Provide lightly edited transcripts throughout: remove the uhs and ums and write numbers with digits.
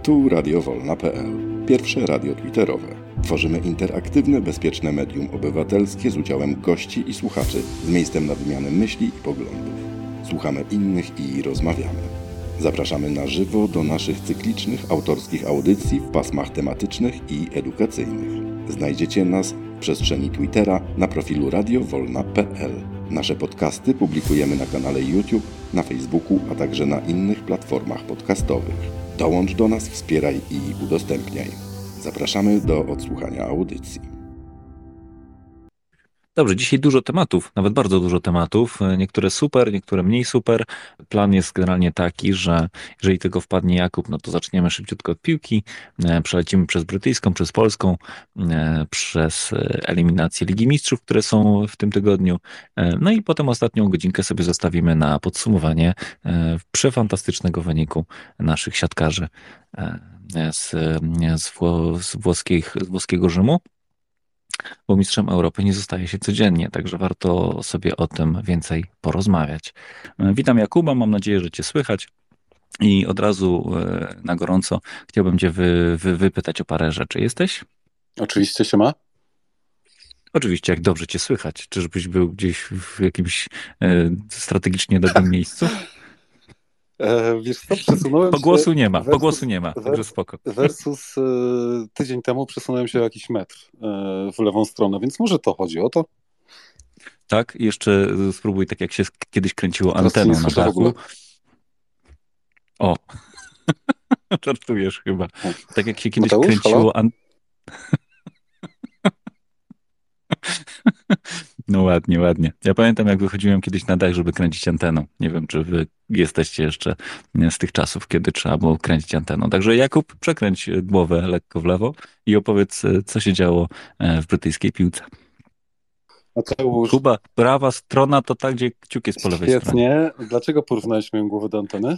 Tu Radio Wolna.pl, pierwsze radio twitterowe. Tworzymy interaktywne, bezpieczne medium obywatelskie z udziałem gości i słuchaczy, z miejscem na wymianę myśli i poglądów. Słuchamy innych i rozmawiamy. Zapraszamy na żywo do naszych cyklicznych, autorskich audycji w pasmach tematycznych i edukacyjnych. Znajdziecie nas w przestrzeni Twittera na profilu radiowolna.pl. Nasze podcasty publikujemy na kanale YouTube, na Facebooku, a także na innych platformach podcastowych. Dołącz do nas, wspieraj i udostępniaj. Zapraszamy do odsłuchania audycji. Dobrze, dzisiaj dużo tematów, nawet bardzo dużo tematów, niektóre super, niektóre mniej super. Plan jest generalnie taki, że jeżeli tylko wpadnie Jakub, no to zaczniemy szybciutko od piłki, przelecimy przez brytyjską, przez polską, przez eliminację Ligi Mistrzów, które są w tym tygodniu, no i potem ostatnią godzinkę sobie zostawimy na podsumowanie przefantastycznego wyniku naszych siatkarzy z włoskiego Rzymu. Bo mistrzem Europy nie zostaje się codziennie, także warto sobie o tym więcej porozmawiać. Witam Jakuba, mam nadzieję, że Cię słychać i od razu na gorąco chciałbym Cię wypytać o parę rzeczy. Jesteś? Oczywiście się ma. Oczywiście, jak dobrze Cię słychać. Czyżbyś był gdzieś w jakimś strategicznie dobrym miejscu? Wiesz co, przesunąłem Pogłosu nie ma, także spoko. Versus tydzień temu przesunąłem się o jakiś metr w lewą stronę, więc może to chodzi o to. Tak, jeszcze spróbuj tak jak się kiedyś kręciło Teraz anteną nie na słyszę w ogóle. dachu. O, żartujesz chyba. Tak jak się kiedyś Mateusz, kręciło No ładnie, ładnie. Ja pamiętam, jak wychodziłem kiedyś na dach, żeby kręcić anteną. Nie wiem, czy wy jesteście jeszcze z tych czasów, kiedy trzeba było kręcić anteną. Także Jakub, przekręć głowę lekko w lewo i opowiedz, co się działo w brytyjskiej piłce. Mateusz, Kuba, prawa strona to tak, gdzie kciuk jest po lewej stronie. świetnie. Dlaczego porównałeś moją głowę do anteny?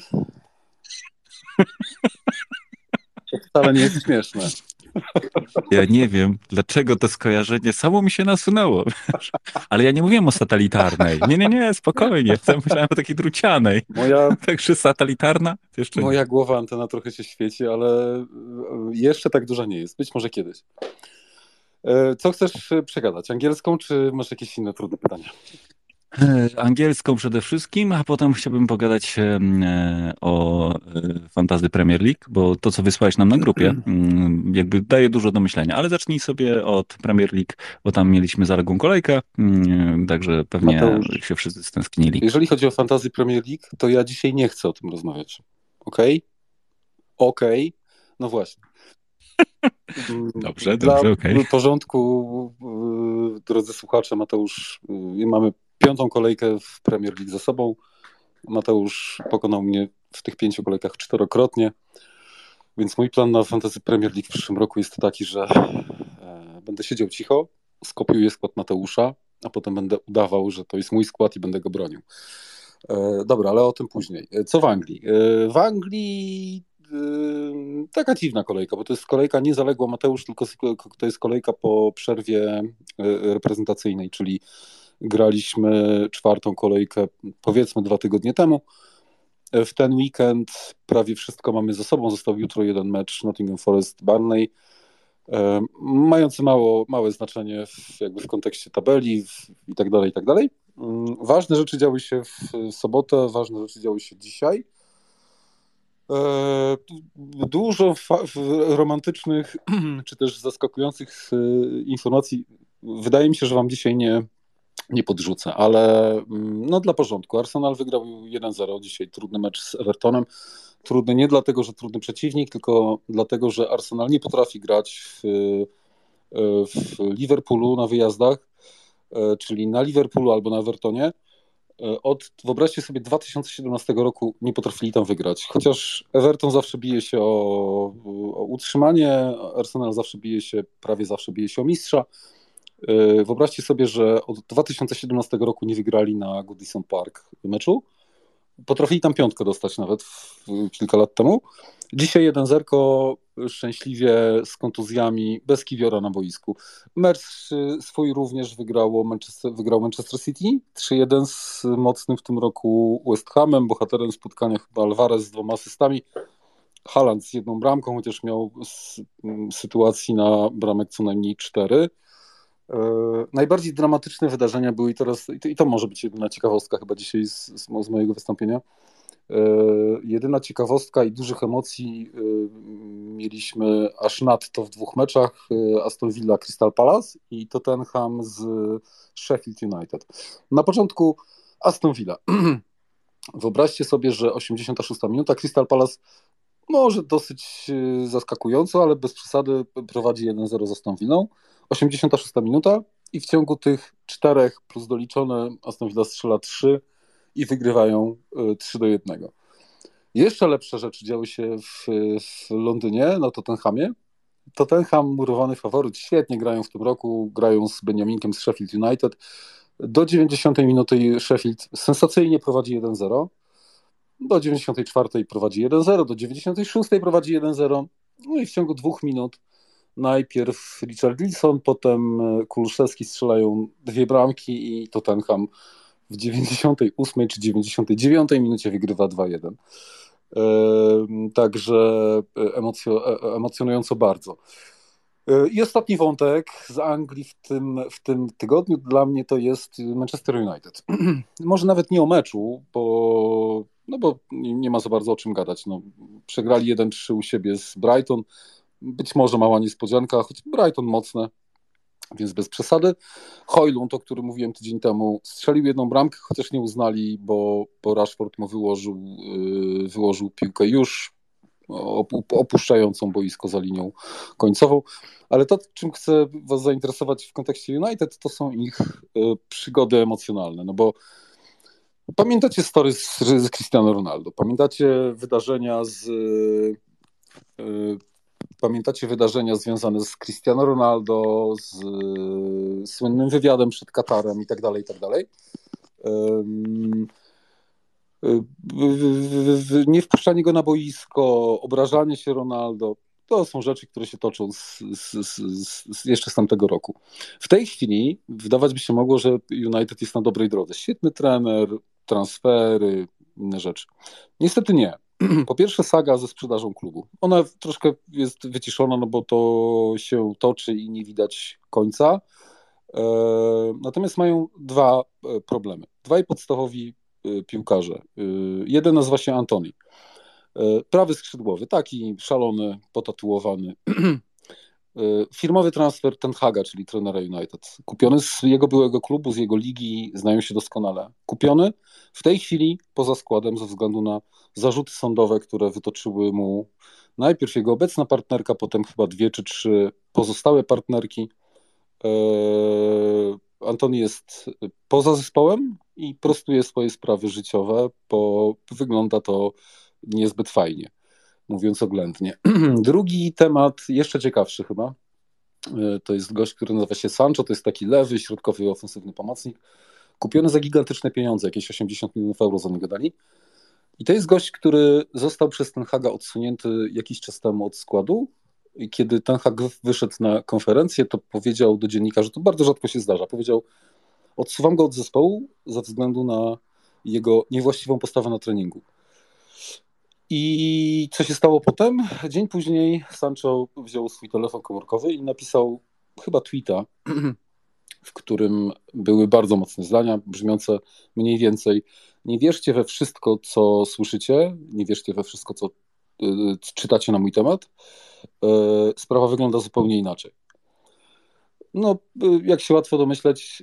To wcale nie jest śmieszne. Ja nie wiem, dlaczego to skojarzenie samo mi się nasunęło. Ale ja nie mówiłem o satelitarnej. Nie, spokojnie. Ja myślałem o takiej drucianej. Także satelitarna? Jeszcze nie. Moja głowa antena trochę się świeci, ale jeszcze tak duża nie jest. Być może kiedyś. Co chcesz przegadać? Angielską, czy masz jakieś inne trudne pytania? Angielską przede wszystkim, a potem chciałbym pogadać o Fantasy Premier League, bo to, co wysłałeś nam na grupie, jakby daje dużo do myślenia, ale zacznij sobie od Premier League, bo tam mieliśmy zaległą kolejkę, także pewnie Mateusz, się wszyscy stęsknili. jeżeli chodzi o Fantasy Premier League, to ja dzisiaj nie chcę o tym rozmawiać. Okej? Okej. No właśnie. Dobrze, okej. W porządku, drodzy słuchacze, Mateusz, mamy 5. kolejkę w Premier League za sobą. Mateusz pokonał mnie w tych 5 kolejkach 4-krotnie, więc mój plan na Fantasy Premier League w przyszłym roku jest taki, że będę siedział cicho, skopiuję skład Mateusza, a potem będę udawał, że to jest mój skład i będę go bronił. Dobra, ale o tym później. Co w Anglii? W Anglii taka dziwna kolejka, bo to jest kolejka nie zaległa, Mateusz, tylko to jest kolejka po przerwie reprezentacyjnej, czyli graliśmy 4. kolejkę powiedzmy 2 tygodnie temu. W ten weekend prawie wszystko mamy ze sobą. Został jutro jeden mecz Nottingham Forest Burnley, mający małe znaczenie jakby w kontekście tabeli i tak dalej, i tak dalej. Ważne rzeczy działy się w sobotę, ważne rzeczy działy się dzisiaj. Dużo romantycznych czy też zaskakujących informacji. Wydaje mi się, że wam dzisiaj nie podrzucę, ale no dla porządku. Arsenal wygrał 1-0 dzisiaj, trudny mecz z Evertonem. Trudny nie dlatego, że trudny przeciwnik, tylko dlatego, że Arsenal nie potrafi grać w Liverpoolu na wyjazdach, czyli na Liverpoolu albo na Evertonie. Wyobraźcie sobie, 2017 roku nie potrafili tam wygrać. Chociaż Everton zawsze bije się o utrzymanie, Arsenal prawie zawsze bije się o mistrza. Wyobraźcie sobie, że od 2017 roku nie wygrali na Goodison Park meczu. Potrafili tam 5 dostać nawet kilka lat temu. Dzisiaj 1-0 szczęśliwie z kontuzjami, bez Kiwiora na boisku. Mecz swój również wygrał Manchester City 3-1 z mocnym w tym roku West Hamem. Bohaterem spotkania chyba Alvarez z 2 asystami. Haaland z jedną bramką, chociaż miał sytuacji na bramek co najmniej 4. Najbardziej dramatyczne wydarzenia były i to może być jedyna ciekawostka chyba dzisiaj z mojego wystąpienia. Jedyna ciekawostka i dużych emocji mieliśmy aż nadto w 2 meczach: Aston Villa Crystal Palace i Tottenham z Sheffield United. Na początku Aston Villa. Wyobraźcie sobie, że 86 minuta, Crystal Palace może dosyć zaskakująco, ale bez przesady prowadzi 1-0 z Aston Villą. 86 minuta i w ciągu tych 4 plus doliczone Aston Villa strzela 3 i wygrywają 3-1. Jeszcze lepsze rzeczy działy się w Londynie, na Tottenhamie. Tottenham, murowany faworyt, świetnie grają w tym roku, grają z Beniaminkiem z Sheffield United. Do 90 minuty Sheffield sensacyjnie prowadzi 1-0. Do 94 prowadzi 1-0, do 96 prowadzi 1-0. No i w ciągu 2 minut najpierw Richarlison, potem Kulusewski strzelają 2 bramki i Tottenham w 98 czy 99 minucie wygrywa 2-1. Także emocjonująco bardzo. I ostatni wątek z Anglii w tym tygodniu dla mnie to jest Manchester United. Może nawet nie o meczu, bo nie ma za bardzo o czym gadać. No, przegrali 1-3 u siebie z Brighton. Być może mała niespodzianka, choć Brighton mocne, więc bez przesady. Højlund, o którym mówiłem tydzień temu, strzelił 1 bramkę, chociaż nie uznali, bo Rashford mu wyłożył piłkę już opuszczającą boisko za linią końcową. Ale to, czym chcę was zainteresować w kontekście United, to są ich przygody emocjonalne. No bo pamiętacie story z Cristiano Ronaldo, pamiętacie wydarzenia związane z Cristiano Ronaldo, z słynnym wywiadem przed Katarem i tak dalej, i tak dalej. Niewpuszczanie go na boisko, obrażanie się Ronaldo, to są rzeczy, które się toczą jeszcze z tamtego roku. W tej chwili wydawać by się mogło, że United jest na dobrej drodze. Świetny trener, transfery, inne rzeczy. Niestety nie. Po pierwsze saga ze sprzedażą klubu. Ona troszkę jest wyciszona, no bo to się toczy i nie widać końca. Natomiast mają 2 problemy. 2 podstawowi piłkarze. Jeden nazywa się Antoni. Prawy skrzydłowy, taki szalony, potatuowany. Firmowy transfer Ten Haga, czyli trenera United. Kupiony z jego byłego klubu, z jego ligi, znają się doskonale. Kupiony w tej chwili poza składem ze względu na zarzuty sądowe, które wytoczyły mu najpierw jego obecna partnerka, potem chyba 2 czy 3 pozostałe partnerki. Antoni jest poza zespołem i prostuje swoje sprawy życiowe, bo wygląda to niezbyt fajnie, mówiąc oględnie. Drugi temat, jeszcze ciekawszy chyba, to jest gość, który nazywa się Sancho, to jest taki lewy, środkowy, ofensywny pomocnik, kupiony za gigantyczne pieniądze, jakieś 80 milionów euro za niego dali. I to jest gość, który został przez Ten Haga odsunięty jakiś czas temu od składu. I kiedy Ten Hag wyszedł na konferencję, to powiedział do dziennikarzy, to bardzo rzadko się zdarza, powiedział: odsuwam go od zespołu ze względu na jego niewłaściwą postawę na treningu. I co się stało potem? Dzień później Sancho wziął swój telefon komórkowy i napisał chyba tweeta, w którym były bardzo mocne zdania, brzmiące mniej więcej: nie wierzcie we wszystko, co słyszycie, nie wierzcie we wszystko, co czytacie na mój temat. Sprawa wygląda zupełnie inaczej. No, jak się łatwo domyśleć,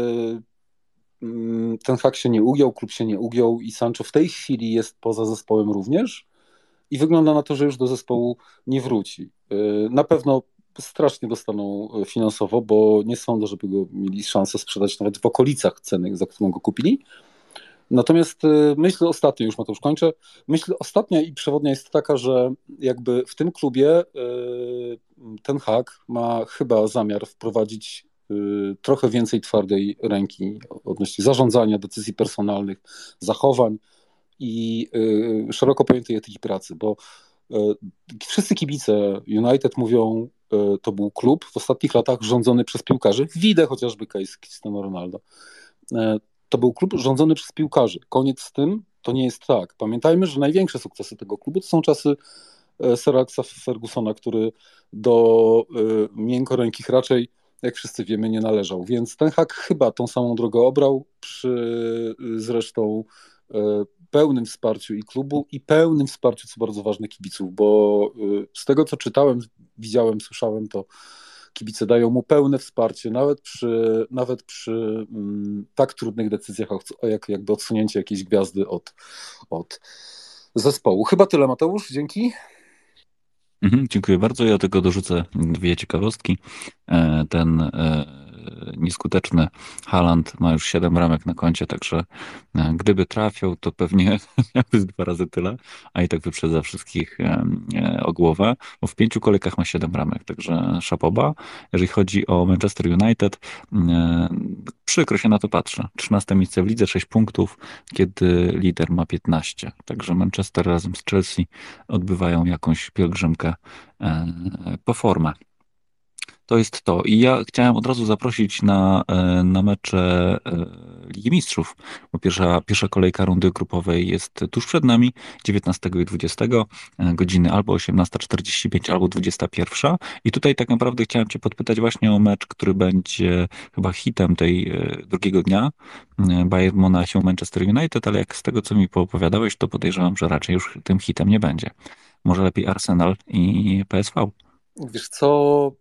Ten Hag się nie ugiął, klub się nie ugiął i Sancho w tej chwili jest poza zespołem również i wygląda na to, że już do zespołu nie wróci. Na pewno strasznie dostaną finansowo, bo nie sądzę, żeby go mieli szansę sprzedać nawet w okolicach ceny, za którą go kupili. Natomiast myśl ostatnia, już Mateusz kończę, myśl ostatnia i przewodnia jest taka, że jakby w tym klubie Ten Hag ma chyba zamiar wprowadzić trochę więcej twardej ręki odnośnie zarządzania, decyzji personalnych, zachowań i szeroko pojętej etyki pracy, bo wszyscy kibice United mówią, to był klub w ostatnich latach rządzony przez piłkarzy. Widzę chociażby case Cristiano Ronaldo. To był klub rządzony przez piłkarzy. Koniec z tym, to nie jest tak. Pamiętajmy, że największe sukcesy tego klubu to są czasy Sir Alexa Fergusona, który do miękkorękich raczej, jak wszyscy wiemy, nie należał. Więc Ten Hag chyba tą samą drogę obrał przy zresztą pełnym wsparciu i klubu i pełnym wsparciu, co bardzo ważne, kibiców, bo z tego, co czytałem, widziałem, słyszałem, to kibice dają mu pełne wsparcie, nawet przy tak trudnych decyzjach, jak jakby odsunięcie jakiejś gwiazdy od zespołu. Chyba tyle, Mateusz, dzięki. Dziękuję bardzo. Ja tylko dorzucę dwie ciekawostki. Ten nieskuteczny Haaland ma już 7 bramek na koncie, także gdyby trafiał, to pewnie miałby z 2 razy tyle, a i tak wyprzedza wszystkich o głowę, bo w 5 kolejkach ma 7 bramek, także szapoba. Jeżeli chodzi o Manchester United, przykro się na to patrzę. 13 miejsce w lidze, 6 punktów, kiedy lider ma 15. Także Manchester razem z Chelsea odbywają jakąś pielgrzymkę po formę. To jest to. I ja chciałem od razu zaprosić na mecze Ligi Mistrzów, bo pierwsza kolejka rundy grupowej jest tuż przed nami, 19 i 20, godziny albo 18:45, albo 21. I tutaj tak naprawdę chciałem Cię podpytać właśnie o mecz, który będzie chyba hitem tej drugiego dnia, Bayern Monachium, Manchester United, ale jak z tego, co mi poopowiadałeś, to podejrzewam, że raczej już tym hitem nie będzie. Może lepiej Arsenal i PSV. Wiesz co,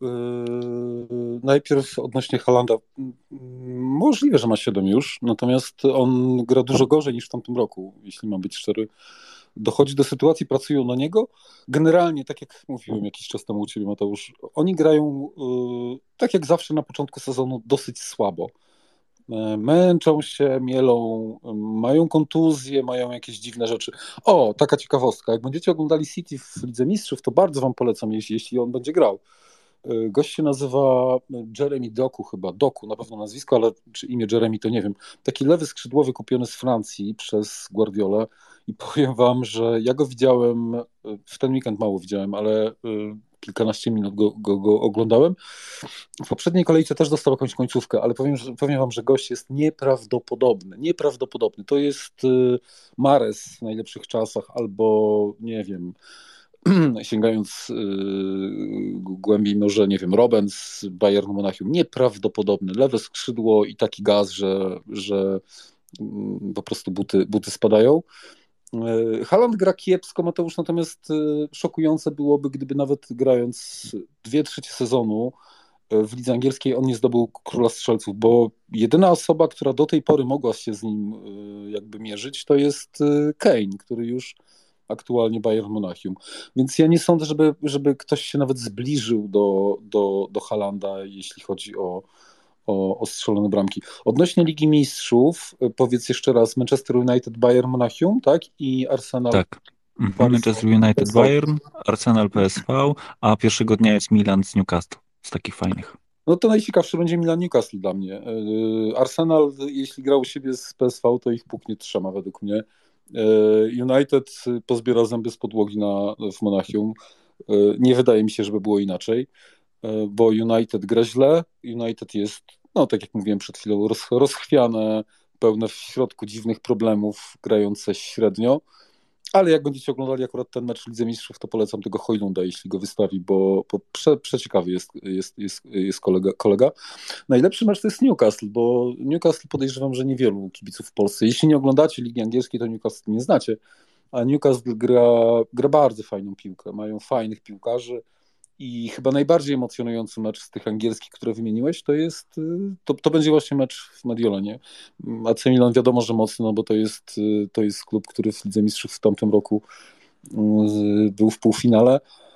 najpierw odnośnie Haalanda. Możliwe, że ma 7 już, natomiast on gra dużo gorzej niż w tamtym roku, jeśli mam być szczery. Dochodzi do sytuacji, pracują na niego. Generalnie, tak jak mówiłem jakiś czas temu u Ciebie, Mateusz, oni grają tak jak zawsze na początku sezonu dosyć słabo. Męczą się, mielą, mają kontuzje, mają jakieś dziwne rzeczy. O, taka ciekawostka. Jak będziecie oglądali City w Lidze Mistrzów, to bardzo wam polecam, jeśli on będzie grał. Gość się nazywa Jeremy Doku chyba. Doku, na pewno nazwisko, ale czy imię Jeremy to nie wiem. Taki lewy skrzydłowy kupiony z Francji przez Guardiolę i powiem wam, że ja go widziałem, w ten weekend mało widziałem, ale kilkanaście minut go oglądałem. W poprzedniej kolejce też dostał jakąś końcówkę, ale powiem wam, że gość jest nieprawdopodobny. Nieprawdopodobny. To jest Mahrez w najlepszych czasach, albo nie wiem, sięgając głębiej może, nie wiem, Robben z Bayernu Monachium. Nieprawdopodobny. Lewe skrzydło i taki gaz, że po prostu buty spadają. Haaland gra kiepsko, Mateusz, natomiast szokujące byłoby, gdyby nawet grając 2/3 sezonu w lidze angielskiej on nie zdobył króla strzelców, bo jedyna osoba, która do tej pory mogła się z nim jakby mierzyć, to jest Kane, który już aktualnie Bayern Monachium. Więc ja nie sądzę, żeby ktoś się nawet zbliżył do Haalanda, jeśli chodzi o strzelone bramki. Odnośnie Ligi Mistrzów, powiedz jeszcze raz, Manchester United, Bayern Monachium, tak? I Arsenal. Tak. Manchester United, PSV. Bayern, Arsenal, PSV, a pierwszego dnia jest Milan z Newcastle, z takich fajnych. No to najciekawszy będzie Milan Newcastle dla mnie. Arsenal, jeśli grał u siebie z PSV, to ich puknie 3 według mnie. United pozbiera zęby z podłogi w Monachium. Nie wydaje mi się, żeby było inaczej, bo United gra źle. United jest, no tak jak mówiłem przed chwilą, rozchwiane, pełne w środku dziwnych problemów, grające średnio. Ale jak będziecie oglądali akurat ten mecz w Lidze Mistrzów, to polecam tego Højlunda, jeśli go wystawi, bo przeciekawy jest kolega. Najlepszy mecz to jest Newcastle, bo Newcastle podejrzewam, że niewielu kibiców w Polsce. Jeśli nie oglądacie Ligi Angielskiej, to Newcastle nie znacie, a Newcastle gra bardzo fajną piłkę. Mają fajnych piłkarzy i chyba najbardziej emocjonujący mecz z tych angielskich, które wymieniłeś, to będzie właśnie mecz w Mediolanie. AC Milan wiadomo, że mocny, no bo to jest klub, który w Lidze Mistrzów w tamtym roku był w półfinale.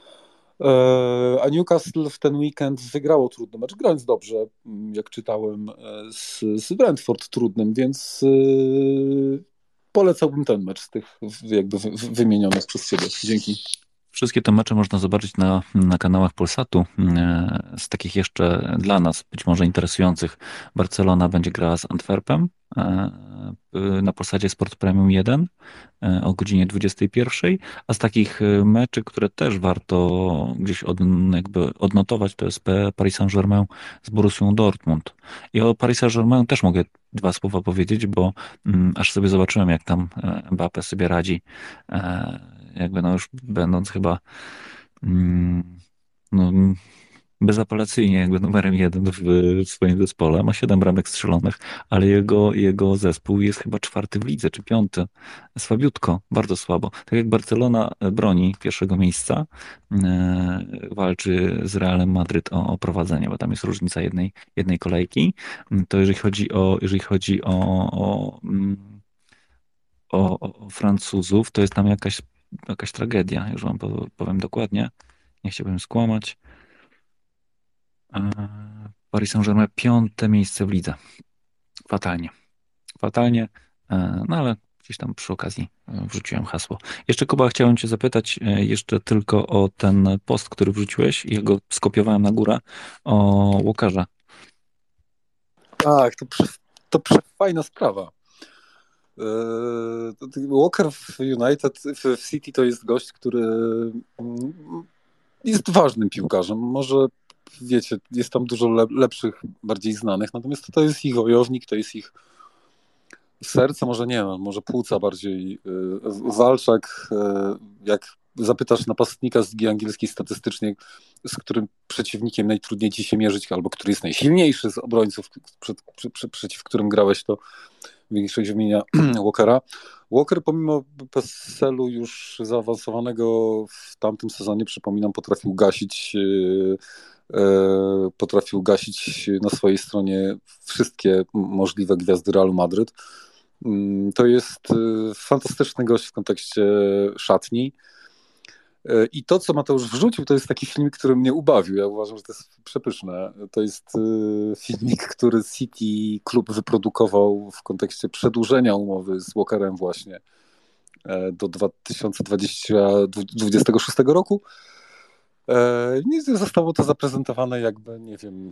A Newcastle w ten weekend wygrało trudny mecz, grając dobrze, jak czytałem, z Brentford trudnym, więc polecałbym ten mecz z tych jakby wymienionych przez Ciebie. Dzięki. Wszystkie te mecze można zobaczyć na kanałach Polsatu. Z takich jeszcze dla nas, być może interesujących, Barcelona będzie grała z Antwerpem na Polsacie Sport Premium 1 o godzinie 21, a z takich meczy, które też warto gdzieś jakby odnotować, to jest Paris Saint-Germain z Borussią Dortmund. I o Paris Saint-Germain też mogę 2 słowa powiedzieć, bo aż sobie zobaczyłem, jak tam Mbappé sobie radzi jakby no już będąc chyba no, bezapelacyjnie jakby numerem jeden w swoim zespole. Ma 7 bramek strzelonych, ale jego zespół jest chyba 4. w lidze, czy 5. Słabiutko, bardzo słabo. Tak jak Barcelona broni pierwszego miejsca, walczy z Realem Madryt o prowadzenie, bo tam jest różnica jednej kolejki, to jeżeli chodzi o Francuzów, to jest tam jakaś tragedia. Już wam powiem dokładnie. Nie chciałbym skłamać. Paris Saint-Germain 5. miejsce w lidze. Fatalnie. Fatalnie, no ale gdzieś tam przy okazji wrzuciłem hasło. Jeszcze Kuba, chciałem cię zapytać jeszcze tylko o ten post, który wrzuciłeś i ja go skopiowałem na górę, o Walkerze. Tak, to fajna sprawa. Walker w United, w City to jest gość, który jest ważnym piłkarzem. Może wiecie, jest tam dużo lepszych, bardziej znanych, natomiast to jest ich wojownik, to jest ich serce, może nie, może płuca bardziej. Walczak, jak zapytasz napastnika z ligi angielskiej statystycznie, z którym przeciwnikiem najtrudniej ci się mierzyć, albo który jest najsilniejszy z obrońców, przeciw którym grałeś, to większość wymienia Walkera. Walker pomimo PESEL-u już zaawansowanego w tamtym sezonie, przypominam, potrafił gasić na swojej stronie wszystkie możliwe gwiazdy Realu Madryt. To jest fantastyczny gość w kontekście szatni. I to, co Mateusz wrzucił, to jest taki filmik, który mnie ubawił. Ja uważam, że to jest przepyszne. To jest filmik, który City Klub wyprodukował w kontekście przedłużenia umowy z Walkerem właśnie do 2026 roku. Nie zostało to zaprezentowane jakby, nie wiem,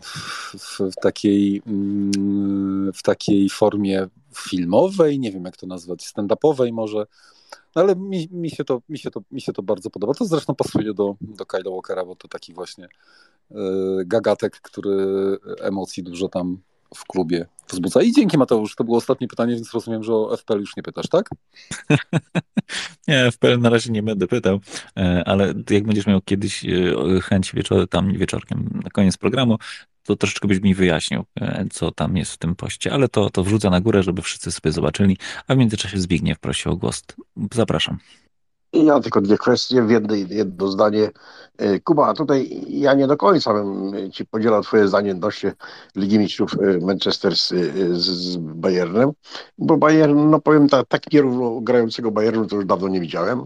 w takiej formie filmowej, nie wiem jak to nazwać, stand-upowej może, no ale mi się to bardzo podoba. To zresztą pasuje do Kyla Walkera, bo to taki właśnie gagatek, który emocji dużo tam w klubie wzbudza. I dzięki, Mateusz, to było ostatnie pytanie, więc rozumiem, że o FPL już nie pytasz, tak? Nie, FPL na razie nie będę pytał, ale jak będziesz miał kiedyś chęć wieczorkiem na koniec programu, to troszeczkę byś mi wyjaśnił, co tam jest w tym poście, ale to wrzucę na górę, żeby wszyscy sobie zobaczyli, a w międzyczasie Zbigniew prosi o głos. Zapraszam. Ja tylko dwie kwestie, jedno zdanie. Kuba, tutaj ja nie do końca bym ci podzielał twoje zdanie odnośnie Ligi Mistrzów Manchester z Bayernem, bo Bayern, no powiem tak nierówno grającego Bayernu to już dawno nie widziałem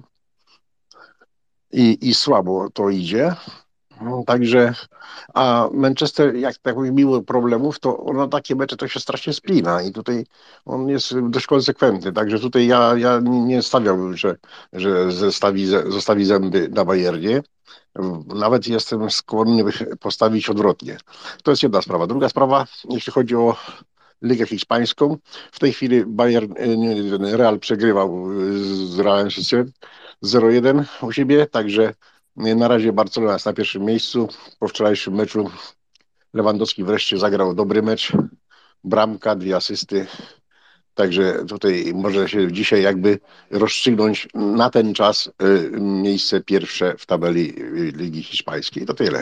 i słabo to idzie. Także, a Manchester, jak tak mówi, mimo problemów, to on na takie mecze to się strasznie splina i tutaj on jest dość konsekwentny. Także tutaj ja nie stawiałbym, że zostawi zęby na Bayernie. Nawet jestem skłonny postawić odwrotnie. To jest jedna sprawa. Druga sprawa, jeśli chodzi o Ligę Hiszpańską. W tej chwili Real przegrywał z Realem Sociedad 0-1 u siebie, także na razie Barcelona jest na pierwszym miejscu. Po wczorajszym meczu Lewandowski wreszcie zagrał dobry mecz. Bramka, 2 asysty. Także tutaj może się dzisiaj jakby rozstrzygnąć na ten czas miejsce pierwsze w tabeli Ligi Hiszpańskiej. To tyle.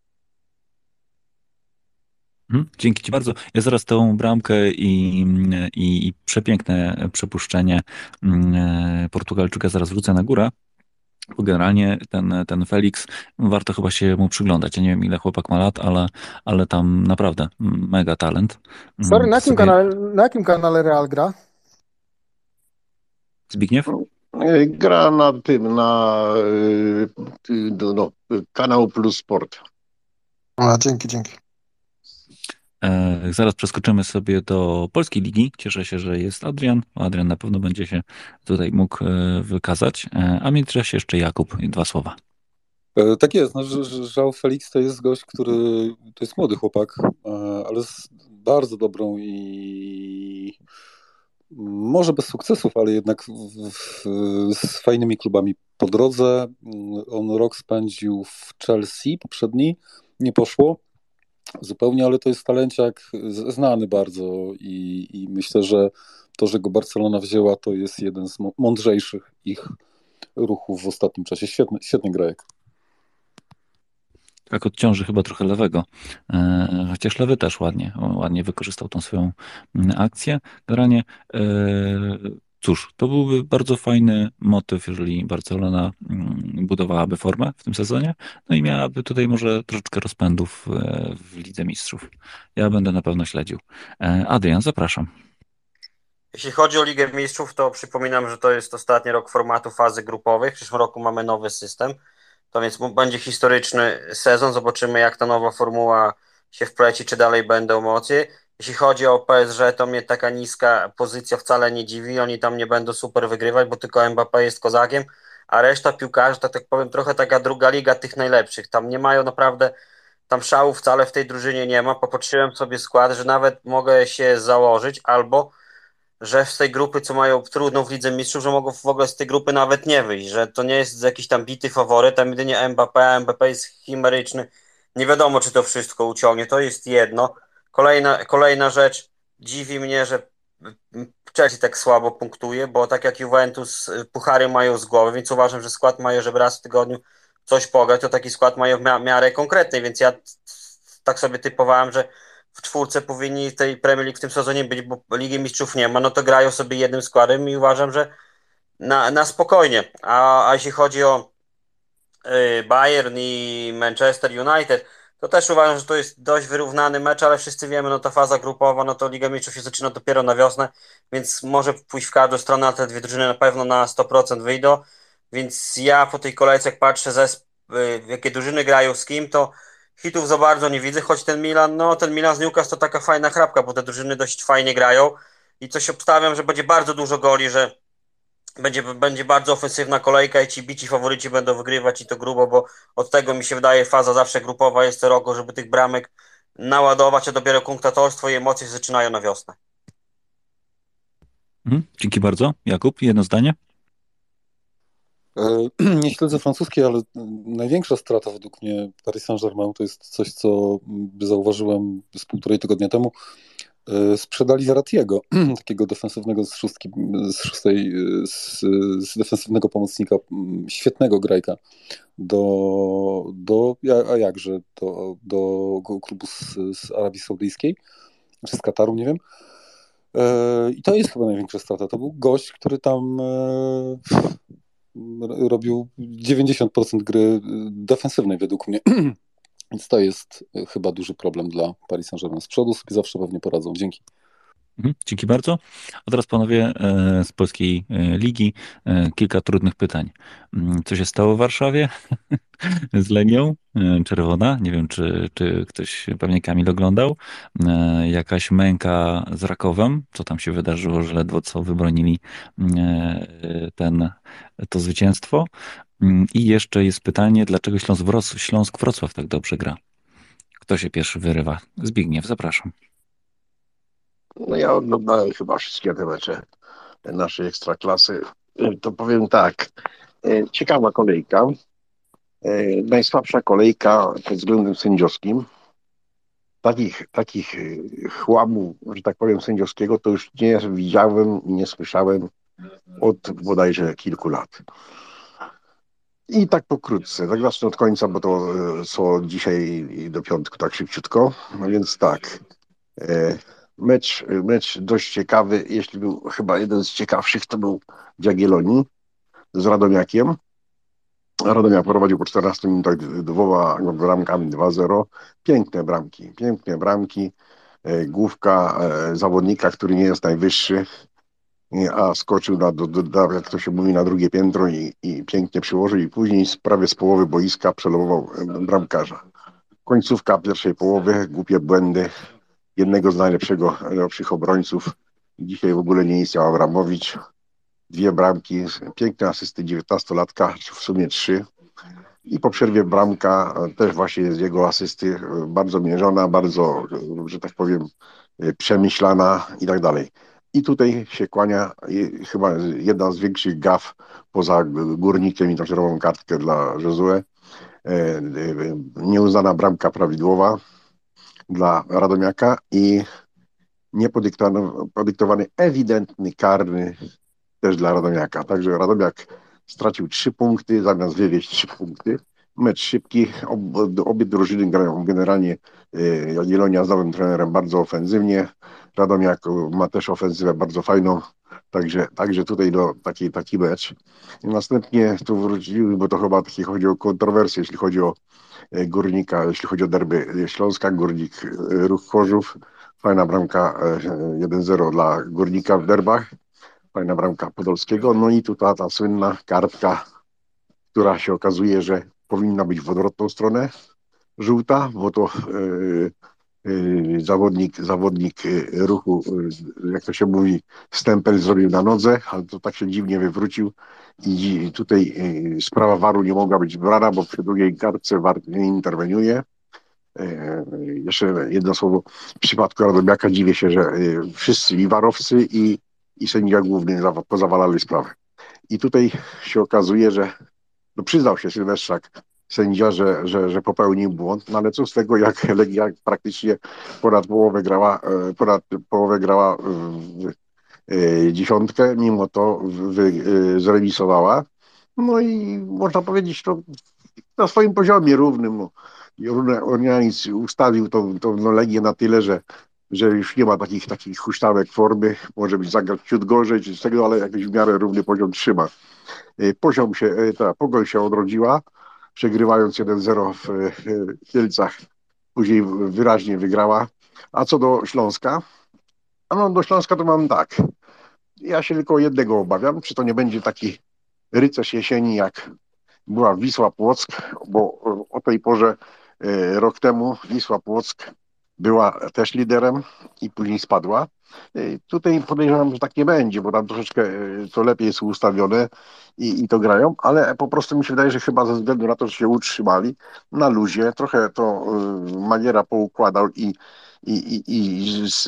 Dzięki Ci bardzo. Ja zaraz tą bramkę i przepiękne przepuszczenie Portugalczyka zaraz wrócę na górę. Bo generalnie ten Felix, warto chyba się mu przyglądać. Ja nie wiem, ile chłopak ma lat, ale tam naprawdę mega talent. Sorry, na jakim kanale Real gra? Zbigniew? Gra na tym, Kanał Plus Sport. A, dzięki. Zaraz przeskoczymy sobie do polskiej ligi. Cieszę się, że jest Adrian. Adrian na pewno będzie się tutaj mógł wykazać. A w międzyczasie jeszcze Jakub. 2 słowa. Tak jest, no, że João Felix to jest gość, to jest młody chłopak, ale z bardzo dobrą i może bez sukcesów, ale jednak z fajnymi klubami po drodze. On rok spędził w Chelsea poprzedni, nie poszło zupełnie, ale to jest talenciak znany bardzo i myślę, że to, że go Barcelona wzięła, to jest jeden z mądrzejszych ich ruchów w ostatnim czasie. Świetny grajek. Tak odciąży chyba trochę lewego. Chociaż lewy też ładnie wykorzystał tą swoją akcję. Generalnie, cóż, to byłby bardzo fajny motyw, jeżeli Barcelona budowałaby formę w tym sezonie, no i miałaby tutaj może troszeczkę rozpędów w Lidze Mistrzów. Ja będę na pewno śledził. Adrian, zapraszam. Jeśli chodzi o Ligę Mistrzów, to przypominam, że to jest ostatni rok formatu fazy grupowej. W przyszłym roku mamy nowy system. To więc będzie historyczny sezon. Zobaczymy, jak ta nowa formuła się wpleci, czy dalej będą emocje. Jeśli chodzi o PSG, to mnie taka niska pozycja wcale nie dziwi. Oni tam nie będą super wygrywać, bo tylko Mbappé jest kozakiem, a reszta piłkarzy, tak powiem, trochę taka druga liga tych najlepszych. Tam nie mają naprawdę, tam szału wcale w tej drużynie nie ma. Popatrzyłem sobie skład, że nawet mogę się założyć, albo że z tej grupy, co mają trudną w Lidze Mistrzów, że mogą w ogóle z tej grupy nawet nie wyjść, że to nie jest jakiś tam bity faworyt, tam jedynie Mbappé, a Mbappé jest chimeryczny. Nie wiadomo, czy to wszystko uciągnie, to jest jedno. Kolejna rzecz, dziwi mnie, że Chelsea tak słabo punktuje, bo tak jak Juventus puchary mają z głowy, więc uważam, że skład mają, żeby raz w tygodniu coś pograć, to taki skład mają w miarę konkretnej, więc ja tak sobie typowałem, że w czwórce powinni tej Premier League w tym sezonie być, bo Ligi Mistrzów nie ma, no to grają sobie jednym składem i uważam, że na spokojnie. A jeśli chodzi o Bayern i Manchester United, to też uważam, że to jest dość wyrównany mecz, ale wszyscy wiemy, no ta faza grupowa, no to Liga Mistrzów się zaczyna dopiero na wiosnę, więc może pójść w każdą stronę, a te dwie drużyny na pewno na 100% wyjdą, więc ja po tej kolejce, jak patrzę, jakie drużyny grają z kim, to hitów za bardzo nie widzę, choć ten Milan z Newcastle to taka fajna chrapka, bo te drużyny dość fajnie grają i coś obstawiam, że będzie bardzo dużo goli, że będzie bardzo ofensywna kolejka i ci bici faworyci będą wygrywać i to grubo, bo od tego mi się wydaje faza zawsze grupowa jest co roku, żeby tych bramek naładować, a dopiero kunktatorstwo i emocje się zaczynają na wiosnę. Dzięki bardzo. Jakub, jedno zdanie? Nie śledzę francuskiej, ale największa strata według mnie Paris Saint-Germain to jest coś, co zauważyłem z 1,5 tygodnia temu. Sprzedali Verrattiego, takiego defensywnego z defensywnego pomocnika, świetnego grajka do klubu z Arabii Saudyjskiej, czy z Kataru, nie wiem. I to jest chyba największa strata. To był gość, który tam robił 90% gry defensywnej według mnie. Więc to jest chyba duży problem dla Paris Saint-Germain. Z przodu sobie zawsze pewnie poradzą. Dzięki. Dzięki bardzo. A teraz panowie z polskiej ligi kilka trudnych pytań. Co się stało w Warszawie z Lenią? Czerwona. Nie wiem, czy ktoś, pewnie Kamil oglądał. Jakaś męka z Rakowem. Co tam się wydarzyło, że ledwo co wybronili to zwycięstwo. I jeszcze jest pytanie, dlaczego Śląsk-Wrocław tak dobrze gra? Kto się pierwszy wyrywa? Zbigniew, zapraszam. No ja oglądałem chyba wszystkie te mecze naszej Ekstraklasy. To powiem tak, ciekawa kolejka, najsłabsza kolejka pod względem sędziowskim. Takich chłamów, że tak powiem, sędziowskiego to już nie widziałem i nie słyszałem od bodajże kilku lat. I tak pokrótce, tak zacznę od końca, bo to co dzisiaj do piątku tak szybciutko. No więc tak, mecz dość ciekawy, jeśli był chyba jeden z ciekawszych, to był Jagiellonii z Radomiakiem. Radomiak prowadził po 14 minutach dwoma bramkami 2-0. Piękne bramki. Główka zawodnika, który nie jest najwyższy, a skoczył jak to się mówi, na drugie piętro i pięknie przyłożył i później prawie z połowy boiska przelomował bramkarza. Końcówka pierwszej połowy, głupie błędy jednego z najlepszych obrońców. Dzisiaj w ogóle nie istniał Abramowicz. 2 bramki, piękne asysty 19-latka, w sumie 3. I po przerwie bramka też właśnie z jego asysty, bardzo mierzona, bardzo, że tak powiem, przemyślana i tak dalej. I tutaj się kłania chyba jedna z większych gaf poza Górnikiem i tą czerwoną kartkę dla Josue. Nieuznana bramka prawidłowa dla Radomiaka i niepodyktowany ewidentny karny też dla Radomiaka. Także Radomiak stracił 3 punkty, zamiast wywieźć 3 punkty. Mecz szybki, obie drużyny grają generalnie, Jagiellonia z nowym trenerem bardzo ofensywnie, Radomiak ma też ofensywę bardzo fajną, także tutaj taki mecz. I następnie tu wróciły, bo to chyba chodzi o kontrowersję, jeśli chodzi o Górnika, jeśli chodzi o derby Śląska, Górnik, Ruch Chorzów, fajna bramka 1-0 dla Górnika w derbach, fajna bramka Podolskiego, no i tu ta słynna kartka, która się okazuje, że powinna być w odwrotną stronę, żółta, bo to zawodnik Ruchu, jak to się mówi, stempel zrobił na nodze, ale to tak się dziwnie wywrócił i tutaj sprawa VAR-u nie mogła być brana, bo przy drugiej kartce VAR nie interweniuje. Jeszcze jedno słowo, w przypadku Radomiaka dziwię się, że wszyscy i warowcy i sędzia główny pozawalali sprawę. I tutaj się okazuje, że przyznał się Sylwestrzak, sędzia, że popełnił błąd, no ale co z tego, jak Legia praktycznie ponad połowę grała dziesiątkę, mimo to zremisowała. No i można powiedzieć, to na swoim poziomie równym. No. Ormianic ustawił tą Legię na tyle, że już nie ma takich huśtawek formy, może być zagrać ciut gorzej czy z tego, ale jakiś w miarę równy poziom trzyma. Pogoń się odrodziła, przegrywając 1-0 w Kielcach, później wyraźnie wygrała. A co do Śląska? Do Śląska to mam tak. Ja się tylko jednego obawiam, czy to nie będzie taki rycerz jesieni, jak była Wisła Płock, bo o tej porze rok temu Wisła Płock była też liderem i później spadła. Tutaj podejrzewam, że tak nie będzie, bo tam troszeczkę to lepiej jest ustawione i to grają, ale po prostu mi się wydaje, że chyba ze względu na to, że się utrzymali na luzie, trochę to Magiera poukładał i z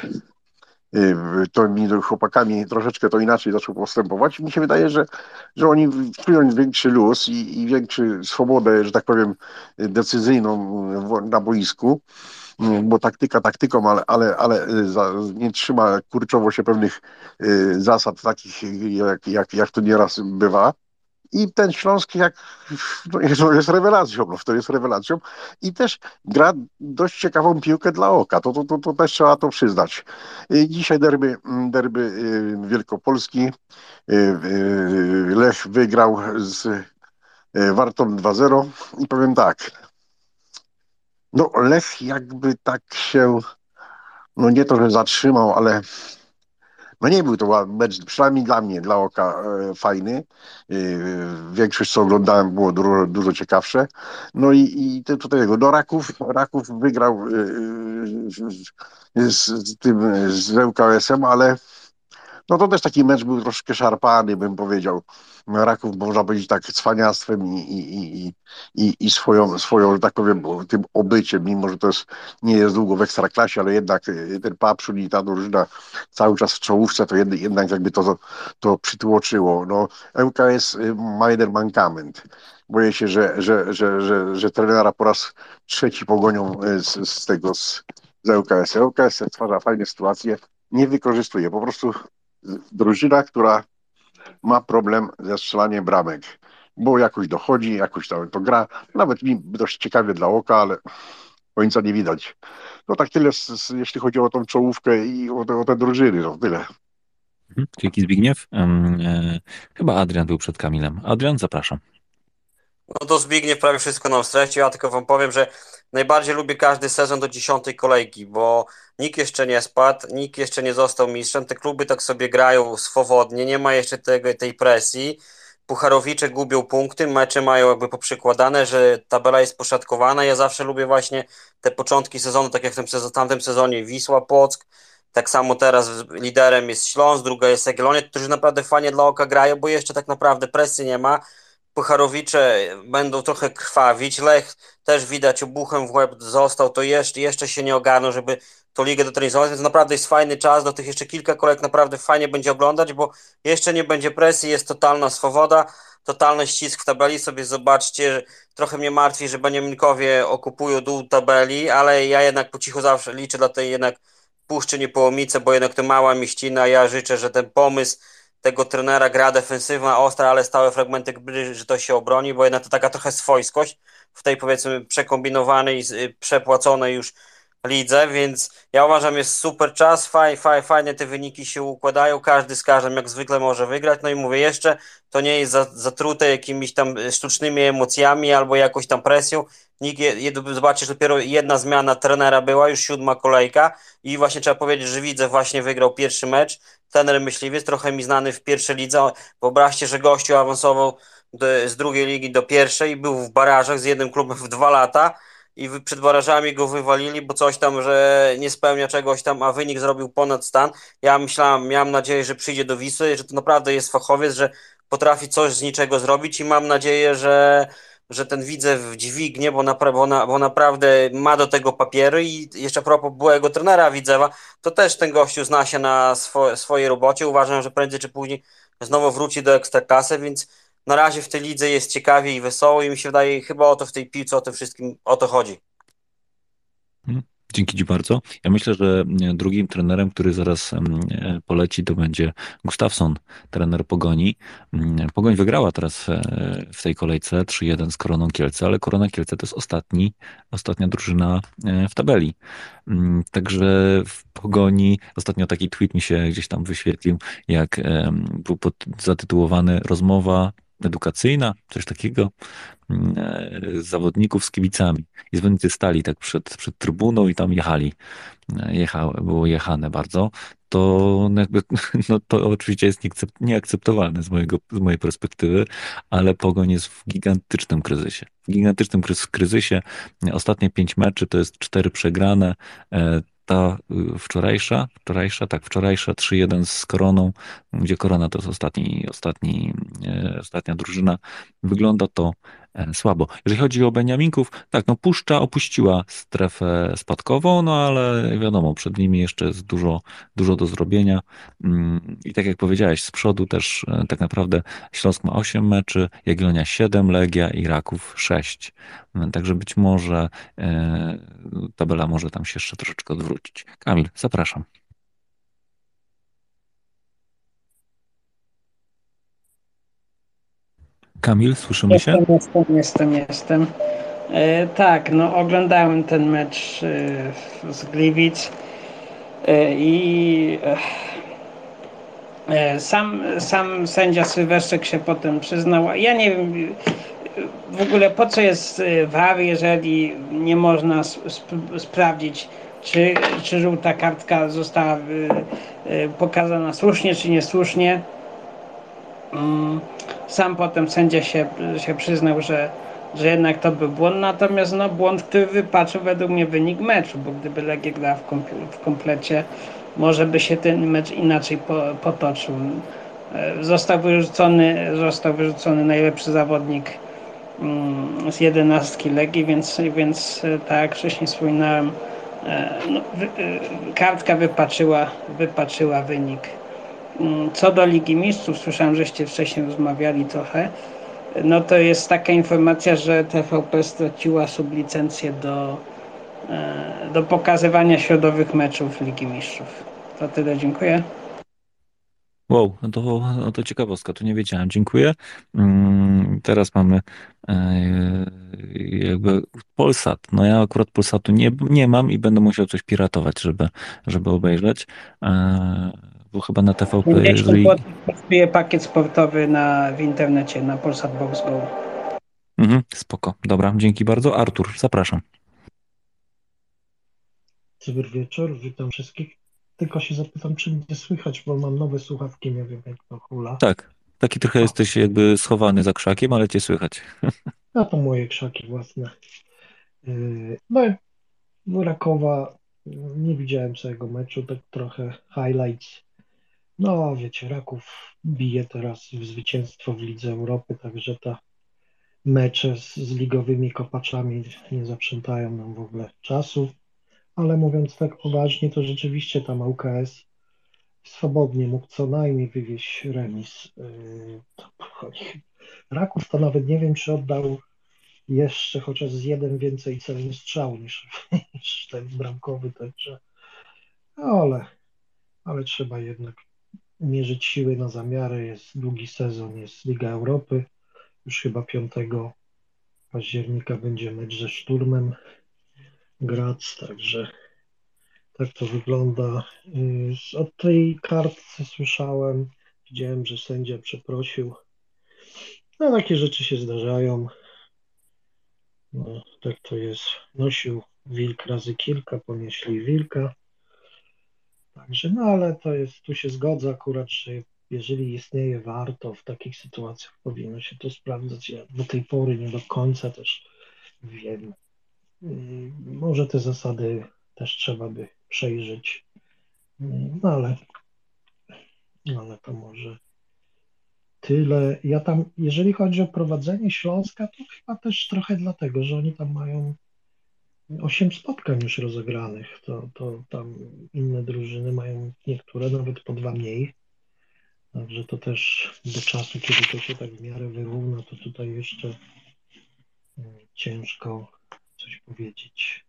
tymi chłopakami troszeczkę to inaczej zaczął postępować. Mi się wydaje, że oni czują większy luz i większą swobodę, że tak powiem, decyzyjną na boisku, bo taktyka taktyką, ale nie trzyma kurczowo się pewnych zasad takich, jak to nieraz bywa. I ten Śląsk jest rewelacją, to jest rewelacją i też gra dość ciekawą piłkę dla oka, to też trzeba to przyznać. Dzisiaj derby Wielkopolski, Lech wygrał z Wartą 2-0 i powiem tak, Lech jakby tak się, nie to, że zatrzymał, ale nie był to mecz, przynajmniej dla mnie, dla oka fajny. Większość, co oglądałem, było dużo ciekawsze. No i tutaj Raków wygrał z ŁKS-em, ale to też taki mecz był troszkę szarpany, bym powiedział. Raków, można powiedzieć tak, cwaniactwem i swoją, że tak powiem, tym obyciem, mimo że nie jest długo w Ekstraklasie, ale jednak ten Papszun i ta drużyna cały czas w czołówce, to jednak jakby to przytłoczyło. ŁKS ma jeden mankament. Boję się, że trenera po raz trzeci pogonią z ŁKS. ŁKS stwarza fajne sytuacje, nie wykorzystuje. Po prostu drużyna, która ma problem ze strzelaniem bramek, bo jakoś dochodzi, jakoś to gra. Nawet mi dość ciekawie dla oka, ale końca nie widać. Tak tyle, jeśli chodzi o tą czołówkę i o te drużyny, tyle. Dzięki, Zbigniew. Chyba Adrian był przed Kamilem. Adrian, zapraszam. To Zbigniew prawie wszystko nam streścił, ja tylko wam powiem, że najbardziej lubię każdy sezon do 10. kolejki, bo nikt jeszcze nie spadł, nikt jeszcze nie został mistrzem, te kluby tak sobie grają swobodnie, nie ma jeszcze tej presji, pucharowicze gubią punkty, mecze mają jakby poprzykładane, że tabela jest poszatkowana, ja zawsze lubię właśnie te początki sezonu, tak jak w tamtym sezonie Wisła Płock, tak samo teraz liderem jest Śląsk, druga jest Jagiellonia, którzy naprawdę fajnie dla oka grają, bo jeszcze tak naprawdę presji nie ma. Pucharowicze będą trochę krwawić. Lech też widać obuchem w łeb został, to jeszcze się nie ogarnął, żeby tą ligę dotrenizować, więc naprawdę jest fajny czas, do tych jeszcze kilka kolejek naprawdę fajnie będzie oglądać, bo jeszcze nie będzie presji, jest totalna swoboda, totalny ścisk w tabeli, sobie zobaczcie, trochę mnie martwi, że Beniaminkowie okupują dół tabeli, ale ja jednak po cichu zawsze liczę dla tej jednak Puszczy Niepołomice, bo jednak to mała mieścina, ja życzę, że ten pomysł tego trenera, gra defensywna, ostra, ale stałe fragmenty gry, że to się obroni, bo jednak to taka trochę swojskość w tej, powiedzmy, przekombinowanej, przepłaconej już lidze, więc ja uważam, jest super czas, fajnie te wyniki się układają, każdy z każdym jak zwykle może wygrać, no i mówię jeszcze, to nie jest zatrute jakimiś tam sztucznymi emocjami albo jakąś tam presją, zobaczysz, dopiero jedna zmiana trenera była, już 7. kolejka i właśnie trzeba powiedzieć, że widzę, właśnie wygrał pierwszy mecz, trener myśliwiec, trochę mi znany w pierwszej lidze, wyobraźcie, że gościu awansował z drugiej ligi do pierwszej, był w barażach z jednym klubem w 2 lata, i przed barażami go wywalili, bo coś tam, że nie spełnia czegoś tam, a wynik zrobił ponad stan. Ja miałem nadzieję, że przyjdzie do Wisły, że to naprawdę jest fachowiec, że potrafi coś z niczego zrobić i mam nadzieję, że ten Widzew dźwignie, bo naprawdę ma do tego papiery i jeszcze a propos byłego trenera Widzewa, to też ten gościu zna się na swojej robocie. Uważam, że prędzej czy później znowu wróci do Ekstraklasy, więc na razie w tej lidze jest ciekawie i wesoło i mi się wydaje, chyba o to w tej piłce, o tym wszystkim, o to chodzi. Dzięki Ci bardzo. Ja myślę, że drugim trenerem, który zaraz poleci, to będzie Gustafsson, trener Pogoni. Pogoń wygrała teraz w tej kolejce 3-1 z Koroną Kielce, ale Korona Kielce to jest ostatnia drużyna w tabeli. Także w Pogoni, ostatnio taki tweet mi się gdzieś tam wyświetlił, jak był zatytułowany Rozmowa edukacyjna, coś takiego, zawodników z kibicami. I zawodnicy stali tak przed trybuną i tam jechali. Było jechane bardzo. To jakby, no to oczywiście jest nieakceptowalne z mojej perspektywy, ale Pogoń jest w gigantycznym kryzysie. W gigantycznym kryzysie. Ostatnie 5 meczy to jest 4 przegrane. Ta wczorajsza 3-1 z Koroną, gdzie Korona to jest ostatnia drużyna. Wygląda to słabo. Jeżeli chodzi o Beniaminków, tak, no Puszcza opuściła strefę spadkową, no ale wiadomo, przed nimi jeszcze jest dużo do zrobienia. I tak jak powiedziałeś, z przodu też tak naprawdę Śląsk ma 8 meczy, Jagiellonia 7, Legia i Raków 6. Także być może tabela może tam się jeszcze troszeczkę odwrócić. Kamil, zapraszam. Kamil, słyszymy się? Jestem. Tak, no oglądałem ten mecz z Gliwic i sam sędzia Sylweszczyk się potem przyznał. Ja nie wiem w ogóle po co jest VAR, jeżeli nie można sprawdzić, czy żółta kartka została pokazana słusznie, czy niesłusznie. Sam potem sędzia się przyznał, że jednak to był błąd, natomiast no, błąd, który wypaczył według mnie wynik meczu, bo gdyby Legia grała w komplecie, może by się ten mecz inaczej potoczył. Został wyrzucony najlepszy zawodnik z 11 Legii, więc tak jak wcześniej wspominałem, no, kartka wypaczyła wynik. Co do Ligi Mistrzów, słyszałem, żeście wcześniej rozmawiali trochę, no to jest taka informacja, że TVP straciła sublicencję do pokazywania środowych meczów Ligi Mistrzów. To tyle, dziękuję. Wow, no to ciekawostka, to nie wiedziałem, dziękuję. Teraz mamy jakby Polsat. No ja akurat Polsatu nie mam i będę musiał coś piratować, żeby obejrzeć. Bo chyba na TVP, 50 jeżeli... kosztuje pakiet sportowy w internecie, na Polsat Box Go. Spoko, dobra, dzięki bardzo. Artur, zapraszam. Dobry wieczór, witam wszystkich. Tylko się zapytam, czy mnie słychać, bo mam nowe słuchawki, nie wiem jak to hula. Tak, taki trochę jesteś jakby schowany za krzakiem, ale cię słychać. No to moje krzaki własne. No, Rakowa nie widziałem całego meczu, tak trochę highlights. No wiecie, Raków bije teraz w zwycięstwo w Lidze Europy, także ta mecze z ligowymi kopaczami nie zaprzątają nam w ogóle czasu. Ale mówiąc tak poważnie, to rzeczywiście tam ŁKS swobodnie mógł co najmniej wywieźć remis. Raków to nawet nie wiem, czy oddał jeszcze chociaż z jeden więcej celny strzał niż ten bramkowy, także ale trzeba jednak mierzyć siły na zamiary. Jest długi sezon, jest Liga Europy. Już chyba 5 października będzie mecz ze Szturmem Graz, także tak to wygląda. Od tej kartce słyszałem, widziałem, że sędzia przeprosił. No takie rzeczy się zdarzają. No, tak to jest. Nosił wilk razy kilka, ponieśli wilka. Także, no ale to jest, tu się zgodzę akurat, że jeżeli istnieje VAR, to w takich sytuacjach powinno się to sprawdzać. Ja do tej pory nie do końca też wiem. Może te zasady też trzeba by przejrzeć. No ale to może tyle. Ja tam, jeżeli chodzi o prowadzenie Śląska, to chyba też trochę dlatego, że oni tam mają 8 spotkań już rozegranych. To tam inne drużyny mają niektóre nawet po 2 mniej. Także to też do czasu, kiedy to się tak w miarę wyrówna, to tutaj jeszcze ciężko coś powiedzieć.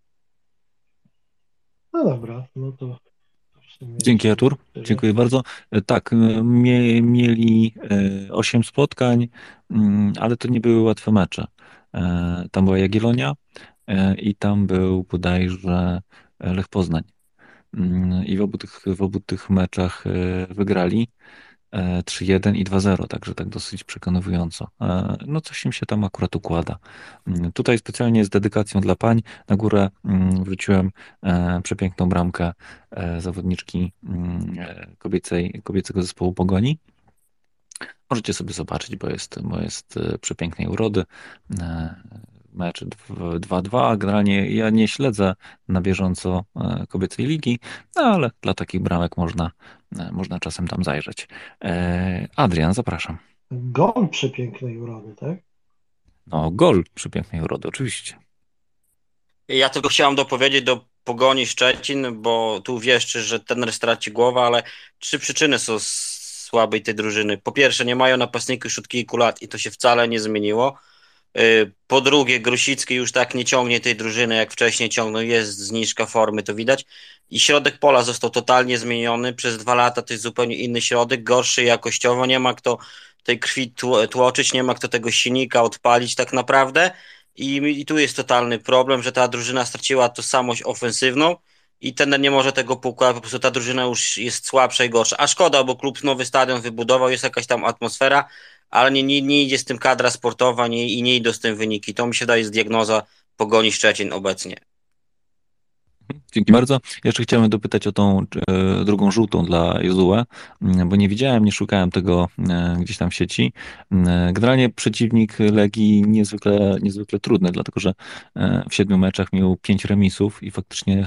No dobra, no to w sumie Dzięki, Artur. tyle. Dziękuję bardzo. Tak, mieli 8 spotkań, ale to nie były łatwe mecze. Tam była Jagiellonia i tam był bodajże Lech Poznań. I w obu tych meczach wygrali 3-1 i 2-0, także tak dosyć przekonywująco. No coś im się tam akurat układa. Tutaj specjalnie z dedykacją dla pań na górę wrzuciłem przepiękną bramkę zawodniczki kobiecego zespołu Pogoni. Możecie sobie zobaczyć, bo jest przepięknej urody. Mecz 2-2. Generalnie ja nie śledzę na bieżąco kobiecej ligi, no ale dla takich bramek można czasem tam zajrzeć. Adrian, zapraszam. Gol przepięknej urody, tak? No, gol przepięknej urody, oczywiście. Ja tylko chciałem dopowiedzieć do Pogoni Szczecin, bo tu wieszczy, że trener straci głowę, ale 3 przyczyny są słabej tej drużyny. Po pierwsze, nie mają napastników już od kilku lat i to się wcale nie zmieniło. Po drugie, Grosicki już tak nie ciągnie tej drużyny, jak wcześniej ciągnął, jest zniżka formy, to widać. I środek pola został totalnie zmieniony. Przez 2 lata to jest zupełnie inny środek, gorszy jakościowo, nie ma kto tej krwi tłoczyć, nie ma kto tego silnika odpalić tak naprawdę. I tu jest totalny problem, że ta drużyna straciła tożsamość ofensywną i ten nie może tego poukładać, po prostu ta drużyna już jest słabsza i gorsza. A szkoda, bo klub nowy stadion wybudował, jest jakaś tam atmosfera, ale nie idzie z tym kadra sportowa i nie idą z tym wyniki. To mi się daje z diagnoza Pogoni Szczecin obecnie. Dzięki bardzo. Jeszcze chciałem dopytać o tą drugą żółtą dla Jozue, bo nie widziałem, nie szukałem tego gdzieś tam w sieci. Generalnie przeciwnik Legii niezwykle trudny, dlatego że w 7 meczach miał 5 remisów i faktycznie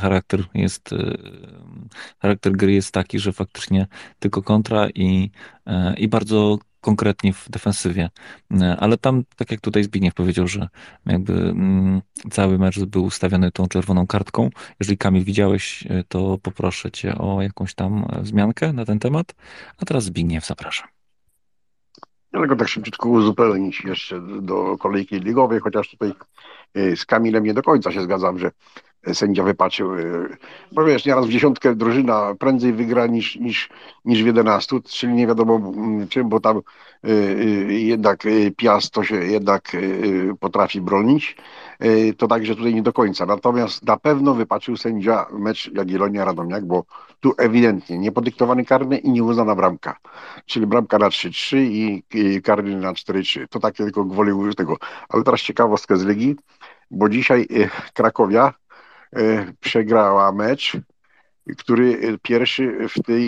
charakter gry jest taki, że faktycznie tylko kontra i bardzo konkretnie w defensywie. Ale tam, tak jak tutaj Zbigniew powiedział, że jakby cały mecz był ustawiony tą czerwoną kartką. Jeżeli Kamil widziałeś, to poproszę cię o jakąś tam wzmiankę na ten temat. A teraz Zbigniew, zapraszam. Ja tylko tak szybciutko uzupełnić jeszcze do kolejki ligowej, chociaż tutaj z Kamilem nie do końca się zgadzam, że sędzia wypaczył. Bo wiesz, nieraz w 10 drużyna prędzej wygra niż w 11, czyli nie wiadomo czym, bo tam jednak Piast to się jednak potrafi bronić. To także tutaj nie do końca. Natomiast na pewno wypaczył sędzia mecz Jagiellonia-Radomiak, bo tu ewidentnie niepodyktowany karny i nieuznana bramka. Czyli bramka na 3-3 i karny na 4-3. To takie tylko gwoli tego. Ale teraz ciekawostka z Legii, bo dzisiaj Krakowia przegrała mecz, który pierwszy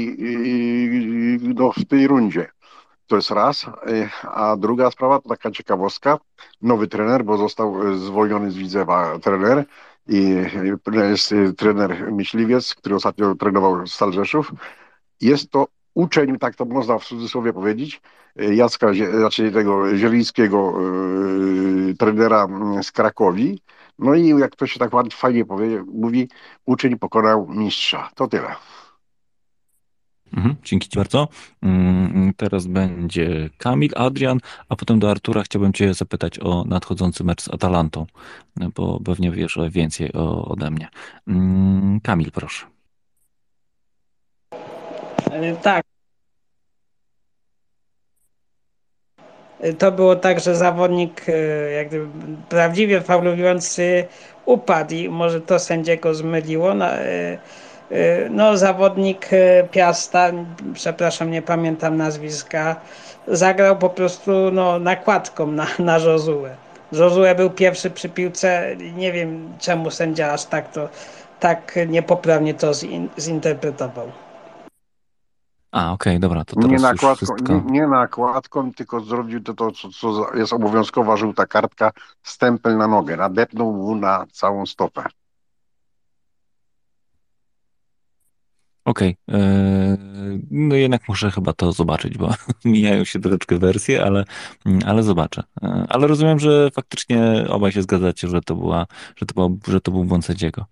w tej rundzie. To jest raz. A druga sprawa to taka ciekawostka. Nowy trener, bo został zwolniony z Widzewa trener i jest trener Myśliwiec, który ostatnio trenował Stal Rzeszów. Jest to uczeń, tak to można w cudzysłowie powiedzieć, Jacka, znaczy tego zielińskiego trenera z Krakowi. No i jak to się tak fajnie mówi, uczeń pokonał mistrza. To tyle. Dzięki ci bardzo. Teraz będzie Kamil, Adrian, a potem do Artura chciałbym cię zapytać o nadchodzący mecz z Atalantą, bo pewnie wiesz więcej ode mnie. Kamil, proszę. Tak. to było tak, że zawodnik jak gdyby prawdziwie faulujący upadł i może to sędziego zmyliło. No, zawodnik Piasta, przepraszam, nie pamiętam nazwiska, zagrał po prostu no, nakładką na Josuę. Josue był pierwszy przy piłce, nie wiem czemu sędzia aż tak niepoprawnie to zinterpretował. Okej, dobra, to Nie teraz już nakładką, wszystko. nie nakładką, tylko zrobił to, co jest obowiązkowa żółta kartka, stempel na nogę, nadepnął mu na całą stopę. Okej, no jednak muszę chyba to zobaczyć, bo mijają się troszeczkę wersje, ale zobaczę. Ale rozumiem, że faktycznie obaj się zgadzacie, że to był błąd sędziego.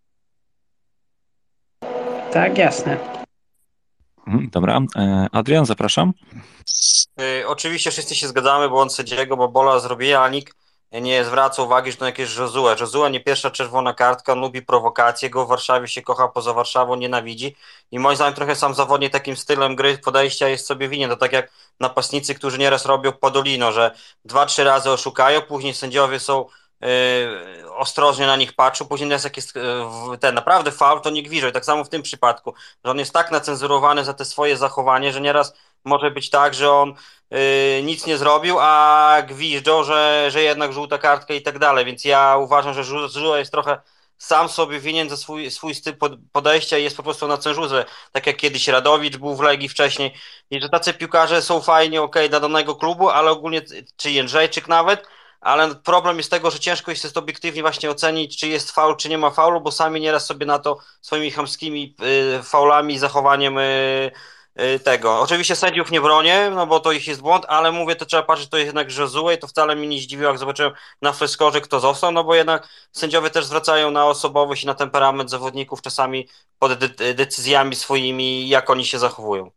Tak, jasne. Dobra, Adrian, zapraszam. Oczywiście wszyscy się zgadzamy, bo on sędziego, bo bola zrobiła, a nikt nie zwraca uwagi, że to jakieś Josue. Josue nie pierwsza czerwona kartka, on lubi prowokacje, go w Warszawie się kocha, poza Warszawą nienawidzi i moim zdaniem trochę sam zawodnik takim stylem gry, podejścia jest sobie winien. To tak jak napastnicy, którzy nieraz robią Podolino, że 2-3 razy oszukają, później sędziowie są ostrożnie na nich patrzą, później jak jest ten naprawdę faul, to nie gwiżdżą. I tak samo w tym przypadku, że on jest tak nacenzurowany za te swoje zachowanie, że nieraz może być tak, że on nic nie zrobił, a gwiżdżą, że jednak żółta kartka i tak dalej, więc ja uważam, że Żużu jest trochę sam sobie winien za swój styl podejścia i jest po prostu na cenzurze, tak jak kiedyś Radowicz był w Legii wcześniej i że tacy piłkarze są fajnie, dla danego klubu, ale ogólnie, czy Jędrzejczyk nawet, ale problem jest tego, że ciężko jest obiektywnie właśnie ocenić, czy jest faul, czy nie ma faulu, bo sami nieraz sobie na to swoimi chamskimi faulami i zachowaniem tego. Oczywiście sędziów nie bronię, no bo to ich jest błąd, ale mówię, to trzeba patrzeć, to jest jednak Josue i to wcale mnie nie zdziwiło, jak zobaczyłem na Fleskorze, kto został, no bo jednak sędziowie też zwracają na osobowość i na temperament zawodników czasami pod decyzjami swoimi, jak oni się zachowują.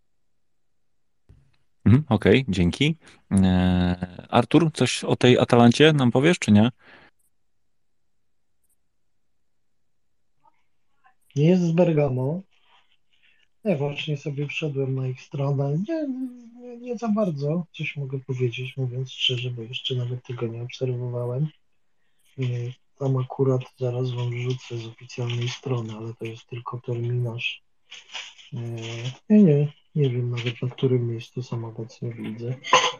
Okej, dzięki. Artur, coś o tej Atalancie nam powiesz, czy nie? Jest z Bergamo. Ja właśnie sobie wszedłem na ich stronę. Nie za bardzo coś mogę powiedzieć, mówiąc szczerze, bo jeszcze nawet tego nie obserwowałem. Tam akurat zaraz wam wrzucę z oficjalnej strony, ale to jest tylko terminarz. Nie wiem nawet na którym miejscu są obecnie widzę.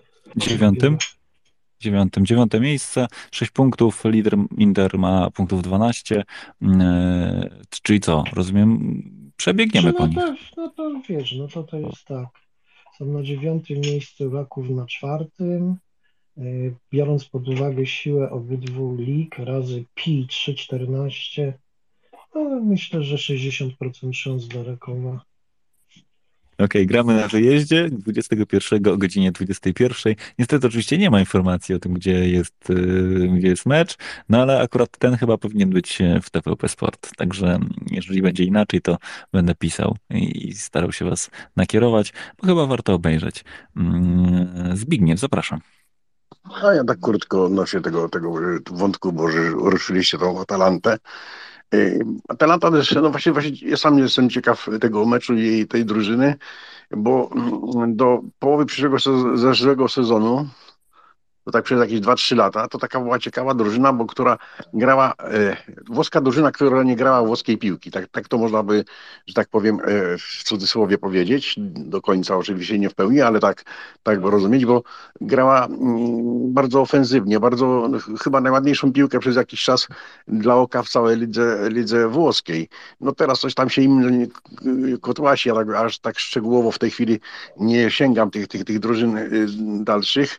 Dziewiąte miejsce, 6 punktów, lider Inter ma punktów 12, czyli co, rozumiem, przebiegniemy po nich. No to wiesz, to jest tak. Są na 9. miejscu, Raków na 4. Biorąc pod uwagę siłę obydwu lig razy pi 3,14, to myślę, że 60% szans dla Rakowa. Okej, gramy na wyjeździe 21 o godzinie 21. Niestety oczywiście nie ma informacji o tym, gdzie jest mecz, no ale akurat ten chyba powinien być w TVP Sport. Także jeżeli będzie inaczej, to będę pisał i starał się was nakierować, bo chyba warto obejrzeć. Zbigniew, zapraszam. A ja tak krótko odnośnie tego wątku, bo że ruszyliście tą Atalantę. Atalanta też, no właśnie ja sam jestem ciekaw tego meczu i tej drużyny, bo do połowy zeszłego sezonu, to tak przez jakieś 2-3 lata, to taka była ciekawa drużyna, bo która grała, włoska drużyna, która nie grała włoskiej piłki. Tak to można by, że tak powiem, w cudzysłowie powiedzieć. Do końca oczywiście nie w pełni, ale tak rozumieć, bo grała bardzo ofensywnie, bardzo chyba najładniejszą piłkę przez jakiś czas dla oka w całej lidze włoskiej. No teraz coś tam się im kotłasi, ja aż tak szczegółowo w tej chwili nie sięgam tych drużyn dalszych,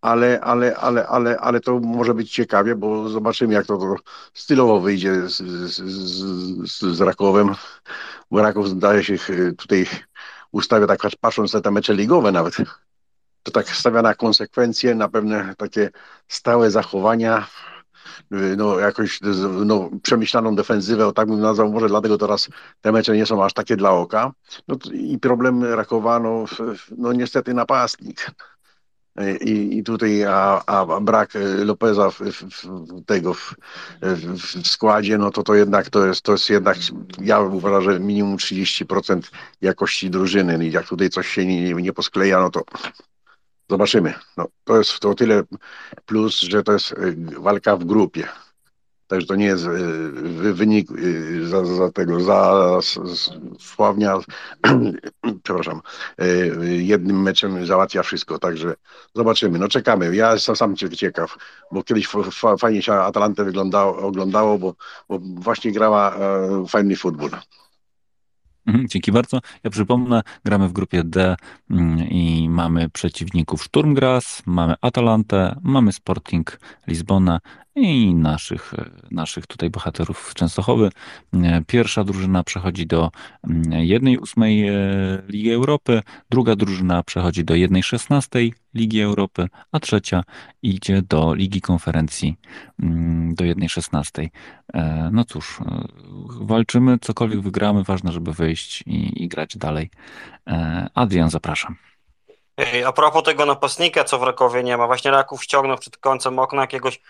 ale to może być ciekawie, bo zobaczymy, jak to stylowo wyjdzie z Rakowem, bo Raków zdaje się tutaj ustawia, tak patrząc na te mecze ligowe nawet, to tak stawia na konsekwencje, na pewne takie stałe zachowania, no jakoś przemyślaną defensywę, o tak bym nazwał, może dlatego teraz te mecze nie są aż takie dla oka. No i problem Rakowa, no niestety napastnik. I tutaj brak Lopeza w składzie, no to jednak to jest jednak, ja uważam, że minimum 30% jakości drużyny. I jak tutaj coś się nie poskleja, no Zobaczymy. No, to jest to o tyle plus, że to jest walka w grupie. Także to nie jest wynik Sławnia, przepraszam, jednym meczem załatwia wszystko, także zobaczymy, no czekamy. Ja jestem sam ciekaw, bo kiedyś fajnie się Atalantę oglądało, bo właśnie grała fajny futbol. Dzięki bardzo. Ja przypomnę, gramy w grupie D i mamy przeciwników Sturm Graz, mamy Atalantę, mamy Sporting Lizbona i naszych tutaj bohaterów z Częstochowy. Pierwsza drużyna przechodzi do 1/8 Ligi Europy, druga drużyna przechodzi do 1/16 Ligi Europy, a trzecia idzie do Ligi Konferencji do 1/16. No cóż, walczymy, cokolwiek wygramy, ważne, żeby wyjść i grać dalej. Adrian, zapraszam. A propos tego napastnika, co w Rakowie nie ma, właśnie Raków ściągnął przed końcem okna jakiegoś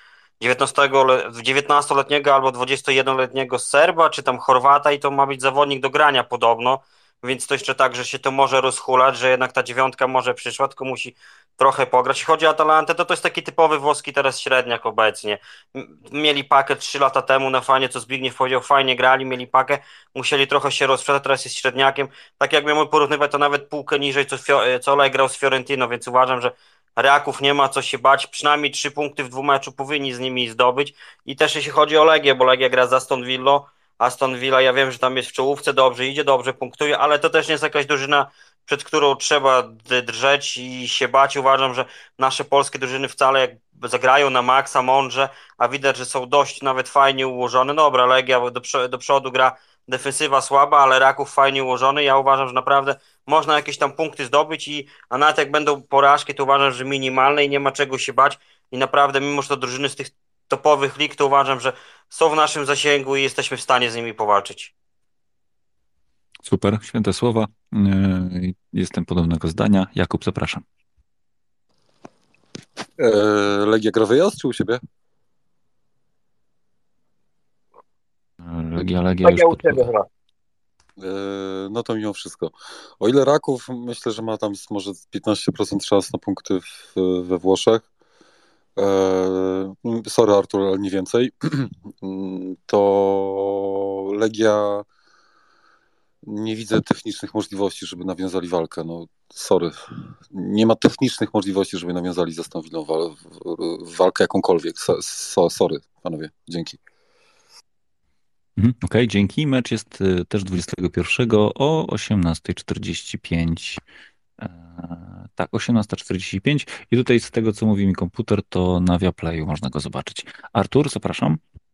19-letniego albo 21-letniego Serba, czy tam Chorwata i to ma być zawodnik do grania podobno, więc to jeszcze tak, że się to może rozhulać, że jednak ta dziewiątka może przyszła, tylko musi trochę pograć. Jeśli chodzi o Atalantę, to jest taki typowy włoski teraz średniak obecnie. Mieli pakę 3 lata temu na fajnie, co Zbigniew powiedział, fajnie grali, mieli pakę, musieli trochę się rozprzedać, teraz jest średniakiem. Tak jak miałem porównywać, to nawet półkę niżej, co Olej grał z Fiorentino, więc uważam, że Raków nie ma co się bać, przynajmniej 3 punkty w 2 meczu powinni z nimi zdobyć. I też jeśli chodzi o Legię, bo Legia gra z Aston Villą, Aston Villa, ja wiem, że tam jest w czołówce, dobrze idzie, dobrze punktuje, ale to też nie jest jakaś drużyna, przed którą trzeba drżeć i się bać. Uważam, że nasze polskie drużyny wcale jak zagrają na maksa, mądrze, a widać, że są dość nawet fajnie ułożone. Dobra, Legia do przodu gra, defensywa słaba, ale Raków fajnie ułożony. Ja uważam, że naprawdę można jakieś tam punkty zdobyć, a nawet jak będą porażki, to uważam, że minimalne i nie ma czego się bać. I naprawdę, mimo że to drużyny z tych topowych lig, to uważam, że są w naszym zasięgu i jesteśmy w stanie z nimi powalczyć. Super, święte słowa. Jestem podobnego zdania. Jakub, zapraszam. Legia gra wyjazd czy u siebie? Legia już podpowiada. No to mimo wszystko. O ile Raków, myślę, że ma tam może 15% szans na punkty we Włoszech. Sorry Artur, ale nie więcej. To Legia nie widzę technicznych możliwości, żeby nawiązali walkę. No sorry. Nie ma technicznych możliwości, żeby nawiązali z Aston Villą walkę jakąkolwiek. Sorry, panowie. Dzięki. Okej, dzięki. Mecz jest też 21 o 18:45. Tak, 18:45 i tutaj z tego, co mówi mi komputer, to na Viaplayu można go zobaczyć. Artur, zapraszam.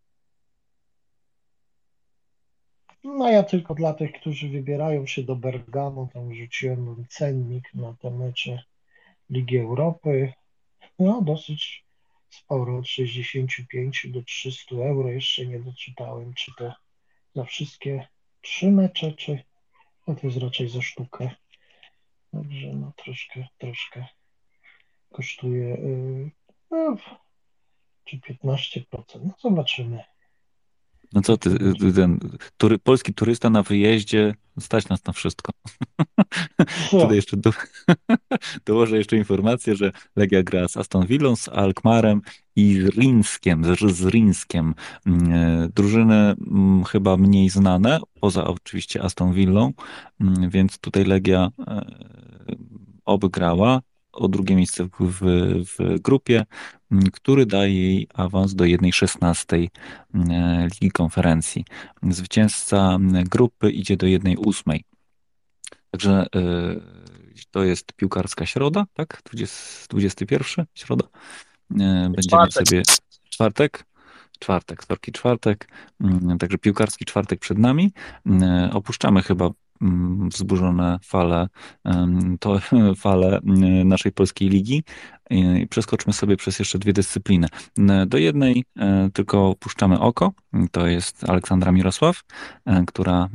No ja tylko dla tych, którzy wybierają się do Bergamo, tam rzuciłem cennik na te mecze Ligi Europy. No dosyć sporo, od 65 do 300 euro. Jeszcze nie doczytałem, czy to za wszystkie 3 mecze, czy no to jest raczej za sztukę. Także no troszkę kosztuje no, czy 15%. No zobaczymy. No co ty, polski turysta na wyjeździe, stać nas na wszystko. Tutaj jeszcze dołożę jeszcze informację, że Legia gra z Aston Villą, z Alkmaarem i z Rinskiem. Drużyny chyba mniej znane, poza oczywiście Aston Villą, więc tutaj Legia oby grała o drugie miejsce w grupie, który daje jej awans do 1/16 Ligi Konferencji. Zwycięzca grupy idzie do 1/8. Także to jest piłkarska środa, tak? 21 środa. Będziemy sobie czwartek. Także piłkarski czwartek przed nami. Opuszczamy chyba wzburzone fale naszej polskiej ligi i przeskoczmy sobie przez jeszcze 2 dyscypliny. Do jednej tylko puszczamy oko, to jest Aleksandra Mirosław, która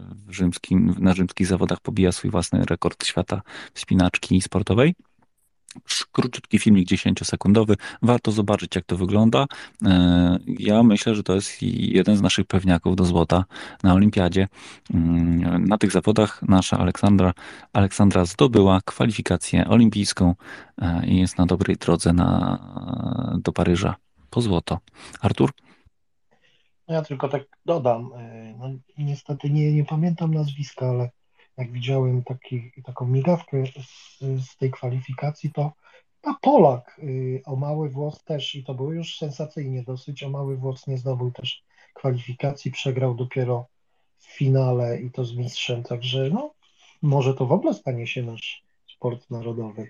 na rzymskich zawodach pobija swój własny rekord świata wspinaczki sportowej. Króciutki filmik 10-sekundowy. Warto zobaczyć, jak to wygląda. Ja myślę, że to jest jeden z naszych pewniaków do złota na olimpiadzie. Na tych zawodach nasza Aleksandra zdobyła kwalifikację olimpijską i jest na dobrej drodze do Paryża po złoto. Artur? Ja tylko tak dodam, no niestety nie pamiętam nazwiska, ale jak widziałem taką migawkę z tej kwalifikacji, to Polak o mały włos też, i to było już sensacyjnie dosyć, o mały włos nie zdobył też kwalifikacji, przegrał dopiero w finale i to z mistrzem, także no może to w ogóle stanie się nasz sport narodowy.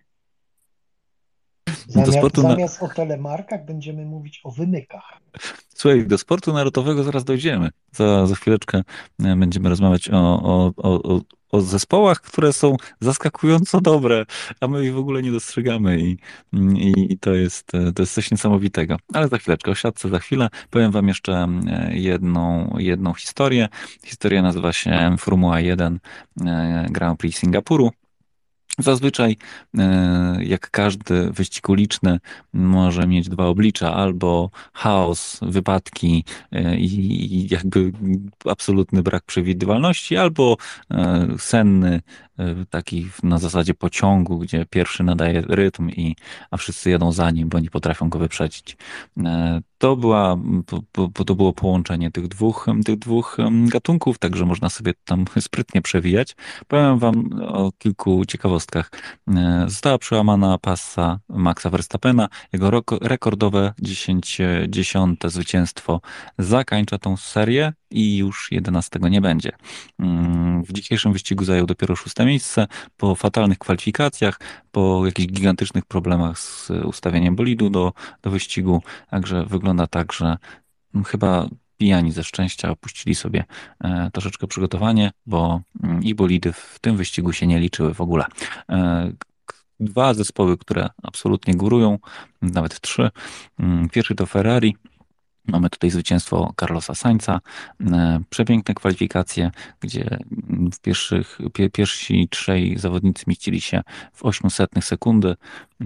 Zamiast o telemarkach będziemy mówić o wymykach. Słuchaj, do sportu narodowego zaraz dojdziemy. Za chwileczkę będziemy rozmawiać o zespołach, które są zaskakująco dobre, a my ich w ogóle nie dostrzegamy i to jest coś niesamowitego. Ale za chwileczkę, o siatce za chwilę. Powiem wam jeszcze jedną historię. Historia nazywa się Formuła 1 Grand Prix Singapuru. Zazwyczaj, jak każdy wyścig uliczny, może mieć dwa oblicza, albo chaos, wypadki i jakby absolutny brak przewidywalności, albo senny, taki na zasadzie pociągu, gdzie pierwszy nadaje rytm, a wszyscy jedą za nim, bo nie potrafią go wyprzedzić. To było połączenie tych dwóch gatunków, także można sobie tam sprytnie przewijać. Powiem wam o kilku ciekawostkach. Została przełamana pasa Maxa Verstappena. Jego rekordowe 10 zwycięstwo zakończa tą serię i już 11 nie będzie. W dzisiejszym wyścigu zajął dopiero 6. miejsce po fatalnych kwalifikacjach, po jakichś gigantycznych problemach z ustawieniem bolidu do wyścigu. Także wygląda tak, że chyba pijani ze szczęścia opuścili sobie troszeczkę przygotowanie, bo ich bolidy w tym wyścigu się nie liczyły w ogóle. Dwa zespoły, które absolutnie górują, nawet trzy. Pierwszy to Ferrari. Mamy tutaj zwycięstwo Carlosa Sainza, przepiękne kwalifikacje, gdzie pierwsi trzej zawodnicy mieścili się w 800 sekundy.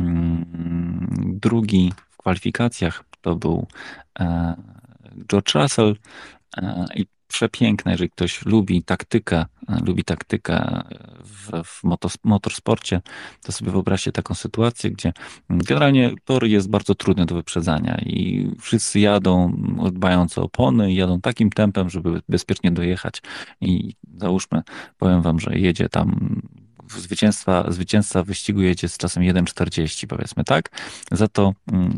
Drugi w kwalifikacjach to był George Russell i przepiękne, jeżeli ktoś lubi taktykę w motorsporcie, to sobie wyobraźcie taką sytuację, gdzie generalnie tor jest bardzo trudny do wyprzedzania i wszyscy jadą dbając o opony i jadą takim tempem, żeby bezpiecznie dojechać i załóżmy, powiem wam, że jedzie tam zwycięzca wyścigu jedzie z czasem 1,40 powiedzmy, tak? Za to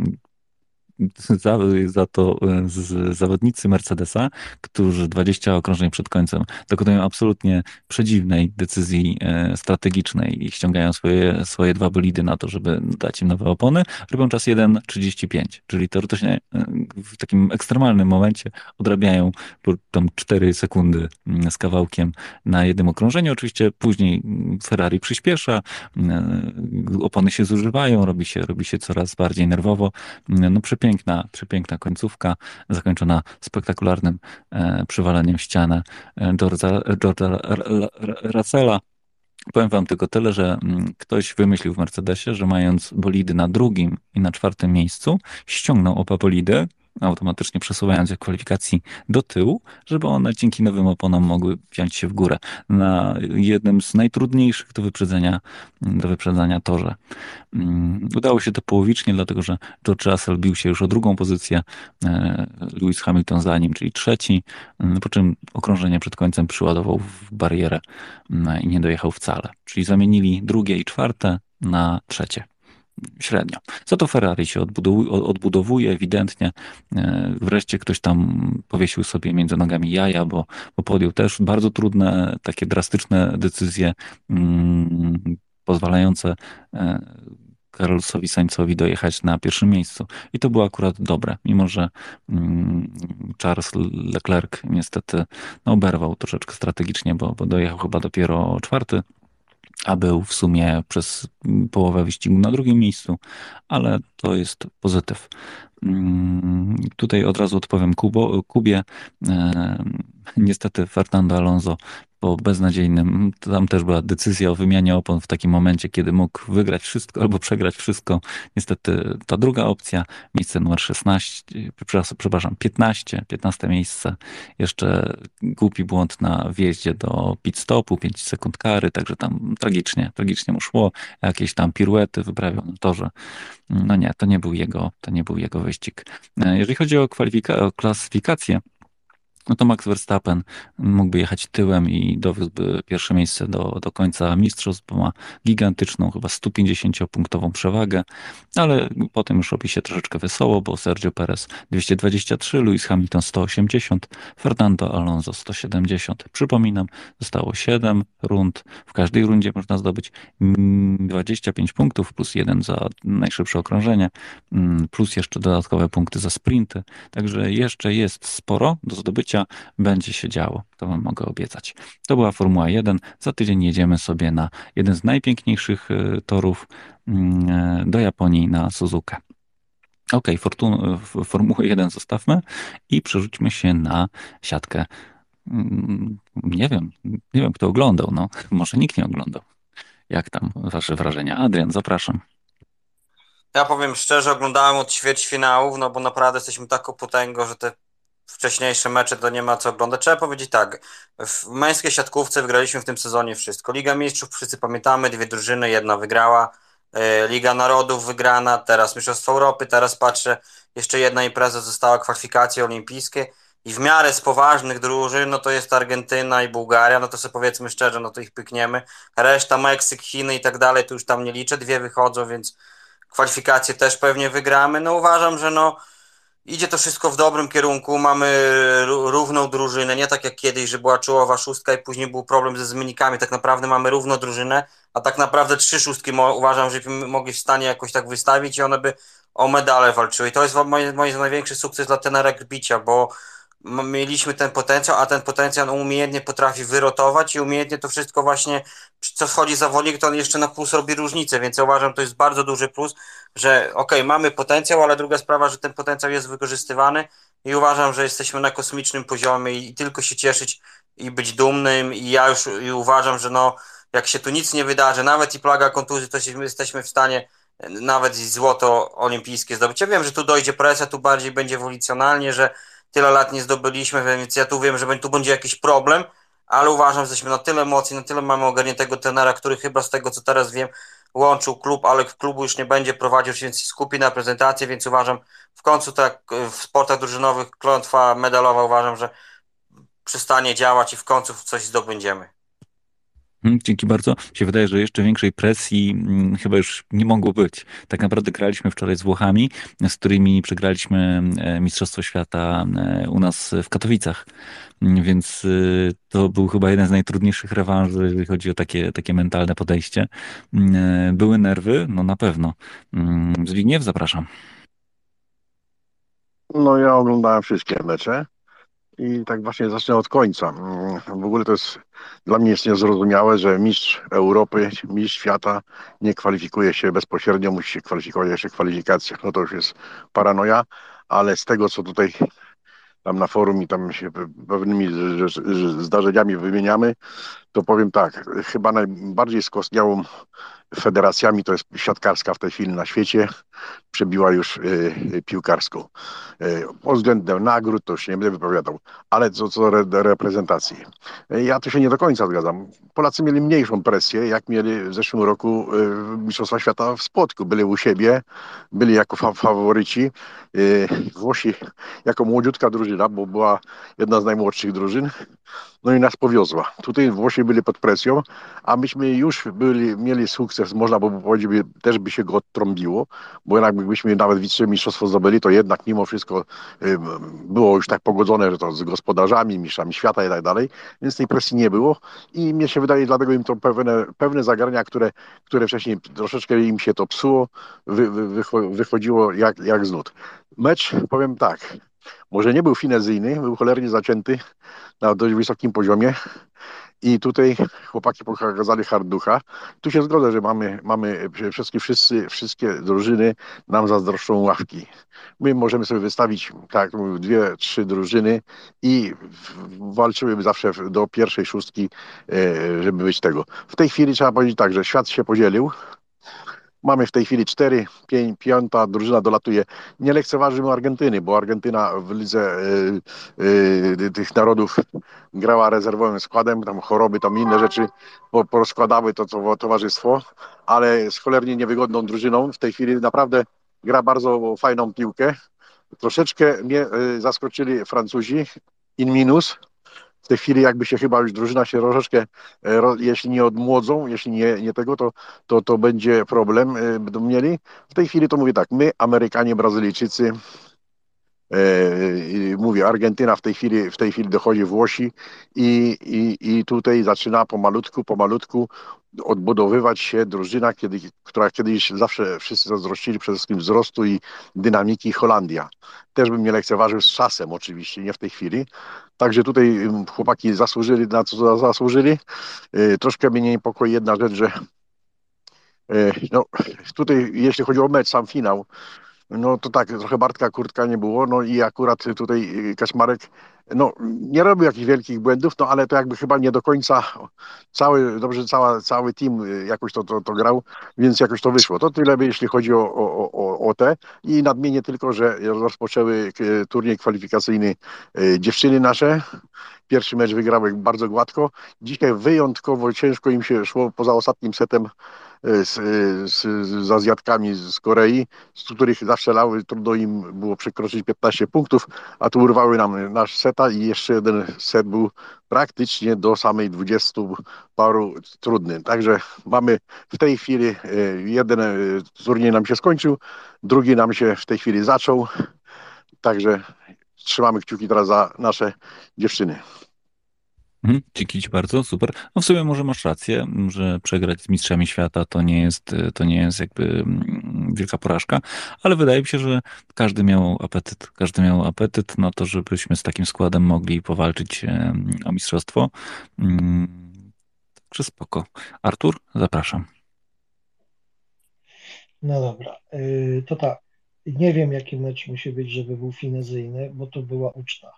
zawodnicy Mercedesa, którzy 20 okrążeń przed końcem dokonują absolutnie przedziwnej decyzji strategicznej i ściągają swoje dwa bolidy na to, żeby dać im nowe opony, robią czas 1,35, czyli teoretycznie w takim ekstremalnym momencie odrabiają tam 4 sekundy z kawałkiem na jednym okrążeniu. Oczywiście później Ferrari przyspiesza, opony się zużywają, robi się coraz bardziej nerwowo. No przepiękna końcówka, zakończona spektakularnym przywaleniem w ścianę George'a Russella. Powiem wam tylko tyle, że ktoś wymyślił w Mercedesie, że mając bolidy na 2. i na 4. miejscu, ściągnął oba bolidy, automatycznie przesuwając je w kwalifikacji do tyłu, żeby one dzięki nowym oponom mogły wziąć się w górę na jednym z najtrudniejszych do wyprzedzania torze. Udało się to połowicznie, dlatego że George Russell bił się już o 2. pozycję, Lewis Hamilton za nim, czyli 3, po czym okrążenie przed końcem przyładował w barierę i nie dojechał wcale. Czyli zamienili 2. i 4. na 3. Średnio. Za to Ferrari się odbudowuje ewidentnie. Wreszcie ktoś tam powiesił sobie między nogami jaja, bo podjął też bardzo trudne, takie drastyczne decyzje pozwalające Carlosowi Sainzowi dojechać na 1. miejscu. I to było akurat dobre, mimo że Charles Leclerc niestety oberwał troszeczkę strategicznie, bo dojechał chyba dopiero 4. a był w sumie przez połowę wyścigu na 2. miejscu, ale to jest pozytyw. Tutaj od razu odpowiem Kubie. Niestety Fernando Alonso po beznadziejnym, tam też była decyzja o wymianie opon w takim momencie, kiedy mógł wygrać wszystko albo przegrać wszystko. Niestety ta druga opcja, miejsce numer 16, przepraszam, 15 miejsce. Jeszcze głupi błąd na wjeździe do pit stopu, 5 sekund kary, także tam tragicznie mu szło. Jakieś tam piruety wyprawiał na torze. No nie, to nie był jego wyścig. Jeżeli chodzi o o klasyfikację, no to Max Verstappen mógłby jechać tyłem i dowiózłby pierwsze miejsce do końca mistrzostw, bo ma gigantyczną, chyba 150-punktową przewagę, ale potem już robi się troszeczkę wesoło, bo Sergio Perez 223, Lewis Hamilton 180, Fernando Alonso 170. Przypominam, zostało 7 rund. W każdej rundzie można zdobyć 25 punktów, plus 1 za najszybsze okrążenie, plus jeszcze dodatkowe punkty za sprinty. Także jeszcze jest sporo do zdobycia. Będzie się działo, to wam mogę obiecać. To była Formuła 1. Za tydzień jedziemy sobie na jeden z najpiękniejszych torów do Japonii, na Suzukę. Okej, Formułę 1 zostawmy i przerzućmy się na siatkę. Nie wiem kto oglądał, no może nikt nie oglądał. Jak tam wasze wrażenia? Adrian, zapraszam. Ja powiem szczerze, oglądałem od ćwierćfinałów, no bo naprawdę jesteśmy taką potęgą, że te wcześniejsze mecze to nie ma co oglądać. Trzeba powiedzieć tak, w męskiej siatkówce wygraliśmy w tym sezonie wszystko. Liga Mistrzów, wszyscy pamiętamy, 2 drużyny, jedna wygrała. Liga Narodów wygrana, teraz Mistrzostwo Europy, teraz patrzę, jeszcze jedna impreza została, kwalifikacje olimpijskie i w miarę z poważnych drużyn, no to jest Argentyna i Bułgaria, no to sobie powiedzmy szczerze, no to ich pykniemy. Reszta, Meksyk, Chiny i tak dalej, to już tam nie liczę, 2 wychodzą, więc kwalifikacje też pewnie wygramy. No uważam, że no idzie to wszystko w dobrym kierunku, mamy równą drużynę, nie tak jak kiedyś, że była czołowa szóstka i później był problem ze zmiennikami, tak naprawdę mamy równą drużynę, a tak naprawdę 3 szóstki uważam, że mogli w stanie jakoś tak wystawić i one by o medale walczyły i to jest moim największy sukces dla tenera Grbicia, bo mieliśmy ten potencjał, a ten potencjał umiejętnie potrafi wyrotować i umiejętnie to wszystko właśnie, co wchodzi zawodnik, to on jeszcze na plus robi różnicę, więc ja uważam, to jest bardzo duży plus, że mamy potencjał, ale druga sprawa, że ten potencjał jest wykorzystywany i uważam, że jesteśmy na kosmicznym poziomie i tylko się cieszyć i być dumnym i ja już uważam, że no, jak się tu nic nie wydarzy, nawet i plaga kontuzji, to jesteśmy w stanie nawet i złoto olimpijskie zdobyć. Ja wiem, że tu dojdzie presja, tu bardziej będzie ewolucjonalnie, że tyle lat nie zdobyliśmy, więc ja tu wiem, że tu będzie jakiś problem, ale uważam, że jesteśmy na tyle mocni, na tyle mamy ogarniętego trenera, który chyba z tego, co teraz wiem, łączył klub, ale klubu już nie będzie prowadził, więc się skupi na prezentację, więc uważam, w końcu tak w sportach drużynowych klątwa medalowa uważam, że przestanie działać i w końcu coś zdobędziemy. Dzięki bardzo. Się wydaje, że jeszcze większej presji chyba już nie mogło być. Tak naprawdę graliśmy wczoraj z Włochami, z którymi przegraliśmy Mistrzostwo Świata u nas w Katowicach. Więc to był chyba jeden z najtrudniejszych rewanży, jeżeli chodzi o takie mentalne podejście. Były nerwy? No na pewno. Zbigniew, zapraszam. No ja oglądałem wszystkie mecze i tak właśnie zacznę od końca. W ogóle to jest dla mnie jest niezrozumiałe, że mistrz Europy, mistrz świata nie kwalifikuje się bezpośrednio, musi się kwalifikować jeszcze w kwalifikacjach. No to już jest paranoja, ale z tego, co tutaj tam na forum i tam się pewnymi zdarzeniami wymieniamy, to powiem tak, chyba najbardziej skostniałą federacjami to jest siatkarska w tej chwili na świecie, przebiła już piłkarską. Pod względem nagród to już nie będę wypowiadał, ale co reprezentacji. Ja tu się nie do końca zgadzam. Polacy mieli mniejszą presję, jak mieli w zeszłym roku Mistrzostwa Świata w Spodku. Byli u siebie, byli jako faworyci. Włosi jako młodziutka drużyna, bo była jedna z najmłodszych drużyn, no i nas powiozła. Tutaj Włosi byli pod presją, a myśmy już mieli sukces, można by powiedzieć, też by się go odtrąbiło, bo jakbyśmy nawet mistrzostwo zdobyli, to jednak mimo wszystko było już tak pogodzone, że to z gospodarzami, mistrzami świata i tak dalej, więc tej presji nie było i mnie się wydaje, dlatego im to pewne zagrania, które wcześniej troszeczkę im się to psuło, wychodziło jak z nut. Mecz, powiem tak, może nie był finezyjny, był cholernie zacięty na dość wysokim poziomie I tutaj chłopaki pokazali hardducha. Tu się zgodzę, że mamy wszystkie drużyny nam zazdroszczą ławki. My możemy sobie wystawić, tak jak mówię, 2, 3 drużyny i walczymy zawsze do pierwszej szóstki, żeby być tego. W tej chwili trzeba powiedzieć tak, że świat się podzielił. Mamy w tej chwili 4, 5, 5 drużyna dolatuje. Nie lekceważymy Argentyny, bo Argentyna w lidze tych narodów grała rezerwowym składem, tam choroby, tam inne rzeczy porozkładały to towarzystwo, ale z cholernie niewygodną drużyną. W tej chwili naprawdę gra bardzo fajną piłkę. Troszeczkę mnie zaskoczyli Francuzi, in minus. W tej chwili jakby się chyba już drużyna się troszeczkę, jeśli nie odmłodzą, jeśli nie tego, to będzie problem, będą mieli. W tej chwili to mówię tak, my, Amerykanie, Brazylijczycy, mówię, Argentyna w tej chwili dochodzi Włosi i tutaj zaczyna pomalutku odbudowywać się drużyna, która kiedyś zawsze wszyscy zazdrościli przede wszystkim wzrostu i dynamiki Holandia. Też bym nie lekceważył z czasem oczywiście, nie w tej chwili. Także tutaj chłopaki zasłużyli na co zasłużyli. Troszkę mnie niepokoi jedna rzecz, że no, tutaj jeśli chodzi o mecz, sam finał, no to tak, trochę Bartka Kurtka nie było, no i akurat tutaj Kaczmarek, no nie robił jakichś wielkich błędów, no ale to jakby chyba nie do końca cały team jakoś to grał, więc jakoś to wyszło. To tyle by jeśli chodzi o te i nadmienię tylko, że rozpoczęły turniej kwalifikacyjny dziewczyny nasze. Pierwszy mecz wygrały bardzo gładko. Dzisiaj wyjątkowo ciężko im się szło poza ostatnim setem z Azjatkami z Korei, z których zastrzelały, trudno im było przekroczyć 15 punktów, a tu urwały nam nasz seta i jeszcze jeden set był praktycznie do samej 20 paru trudny. Także mamy w tej chwili jeden turniej nam się skończył, drugi nam się w tej chwili zaczął, także trzymamy kciuki teraz za nasze dziewczyny. Dzięki Ci bardzo, super. No w sumie może masz rację, że przegrać z mistrzami świata to nie jest jakby wielka porażka, ale wydaje mi się, że każdy miał apetyt na to, żebyśmy z takim składem mogli powalczyć o mistrzostwo. Także spoko. Artur, zapraszam. No dobra, to tak. Nie wiem, jaki mecz musi być, żeby był finezyjny, bo to była uczta.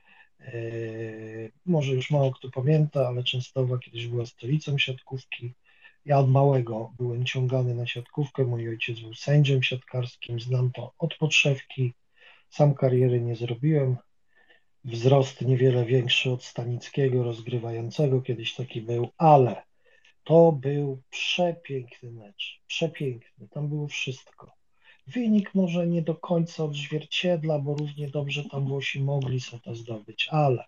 Może już mało kto pamięta, ale Częstochowa kiedyś była stolicą siatkówki. Ja od małego byłem ciągany na siatkówkę. Mój ojciec był sędzią siatkarskim. Znam to od podszewki. Sam kariery nie zrobiłem. Wzrost niewiele większy od Stanickiego, rozgrywającego, kiedyś taki był, ale to był przepiękny mecz. Przepiękny. Tam było wszystko. Wynik może nie do końca odzwierciedla, bo równie dobrze tam Włosi mogli sobie to zdobyć, ale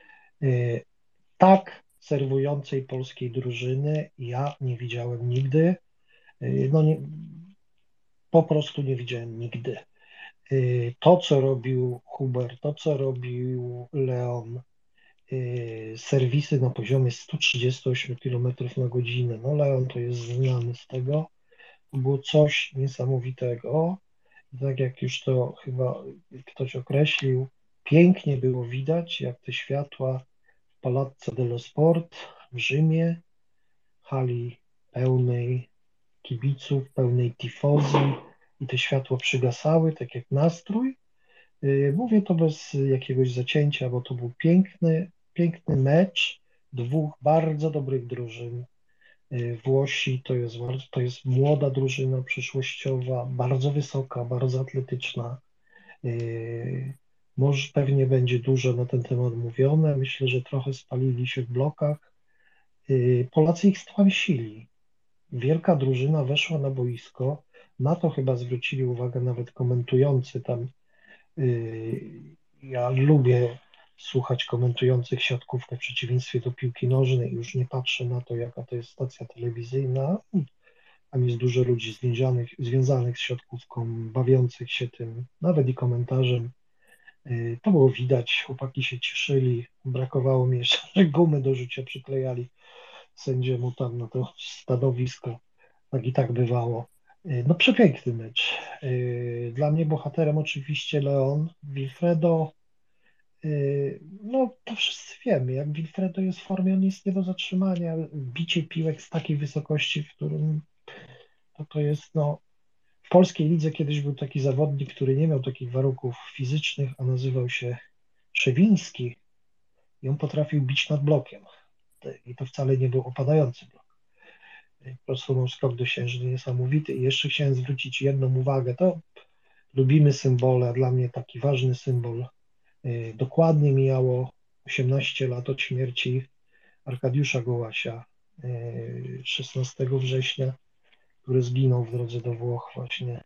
tak serwującej polskiej drużyny ja nie widziałem nigdy. No nie, po prostu nie widziałem nigdy. To, co robił Hubert, to, co robił Leon, serwisy na poziomie 138 km na godzinę. No Leon to jest znany z tego. Było coś niesamowitego. Tak jak już to chyba ktoś określił, pięknie było widać, jak te światła w Palazzo dello Sport w Rzymie, hali pełnej kibiców, pełnej tifosi i te światła przygasały, tak jak nastrój. Mówię to bez jakiegoś zacięcia, bo to był piękny mecz dwóch bardzo dobrych drużyn. Włosi to jest młoda drużyna przyszłościowa, bardzo wysoka, bardzo atletyczna. Może pewnie będzie dużo na ten temat mówione. Myślę, że trochę spalili się w blokach. Polacy ich stłamsili. Wielka drużyna weszła na boisko. Na to chyba zwrócili uwagę nawet komentujący tam. Ja lubię słuchać komentujących siatkówkę w przeciwieństwie do piłki nożnej. Już nie patrzę na to, jaka to jest stacja telewizyjna. Tam jest dużo ludzi związanych z siatkówką, bawiących się tym, nawet i komentarzem. To było widać, chłopaki się cieszyli. Brakowało mi jeszcze, że gumy do rzucia przyklejali sędziemu tam na to stanowisko. Tak i tak bywało. No przepiękny mecz. Dla mnie bohaterem oczywiście Leon, Wilfredo, No, to wszyscy wiemy, jak Wilfredo jest w formie, on jest nie do zatrzymania. Bicie piłek z takiej wysokości, w którym to jest, no, w polskiej lidze kiedyś był taki zawodnik, który nie miał takich warunków fizycznych, a nazywał się Szewiński i on potrafił bić nad blokiem. I to wcale nie był opadający blok. Po prostu miał skok dosiężny niesamowity. I jeszcze chciałem zwrócić jedną uwagę, to lubimy symbole, a dla mnie taki ważny symbol. Dokładnie mijało 18 lat od śmierci Arkadiusza Gołasia 16 września, który zginął w drodze do Włoch właśnie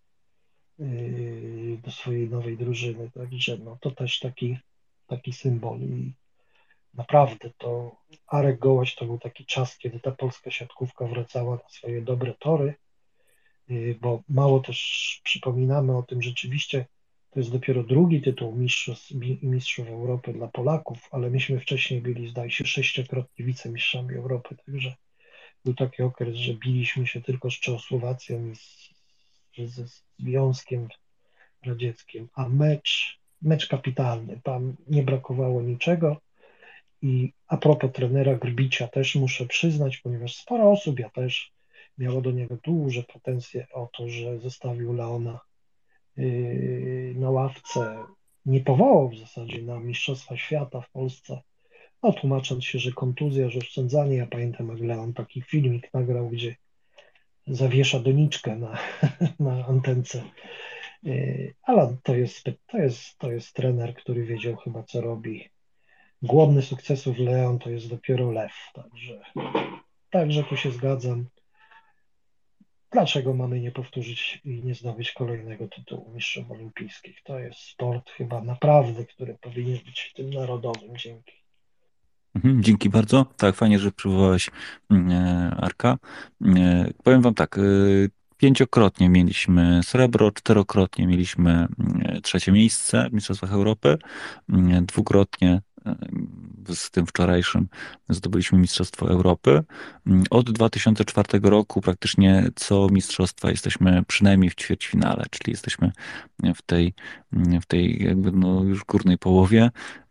do swojej nowej drużyny. Także no, to też taki symbol. I naprawdę to Arek Gołaś to był taki czas, kiedy ta polska siatkówka wracała na swoje dobre tory, bo mało też przypominamy o tym rzeczywiście. To jest dopiero drugi tytuł mistrzów Europy dla Polaków, ale myśmy wcześniej byli, zdaje się, 6-krotnie wicemistrzami Europy, także był taki okres, że biliśmy się tylko z Czechosłowacją i ze Związkiem Radzieckim, a mecz kapitalny, tam nie brakowało niczego. I a propos trenera Grbicia też muszę przyznać, ponieważ sporo osób, ja też, miało do niego duże pretensje o to, że zostawił Leona na ławce, nie powołał w zasadzie na Mistrzostwa Świata w Polsce, no tłumacząc się, że kontuzja, że oszczędzanie. Ja pamiętam, jak Leon taki filmik nagrał, gdzie zawiesza doniczkę na antence. Ale to jest trener, który wiedział chyba, co robi. Głodny sukcesów Leon to jest dopiero lew, także tu się zgadzam. Dlaczego mamy nie powtórzyć i nie zdobyć kolejnego tytułu mistrzów olimpijskich? To jest sport chyba naprawdę, który powinien być tym narodowym. Dzięki. Dzięki bardzo. Tak, fajnie, że przywołałeś Arka. Powiem wam tak, 5-krotnie mieliśmy srebro, 4-krotnie mieliśmy 3. miejsce w Mistrzostwach Europy, 2-krotnie z tym wczorajszym zdobyliśmy Mistrzostwo Europy. Od 2004 roku praktycznie co mistrzostwa jesteśmy przynajmniej w ćwierćfinale, czyli jesteśmy w tej jakby no już górnej połowie.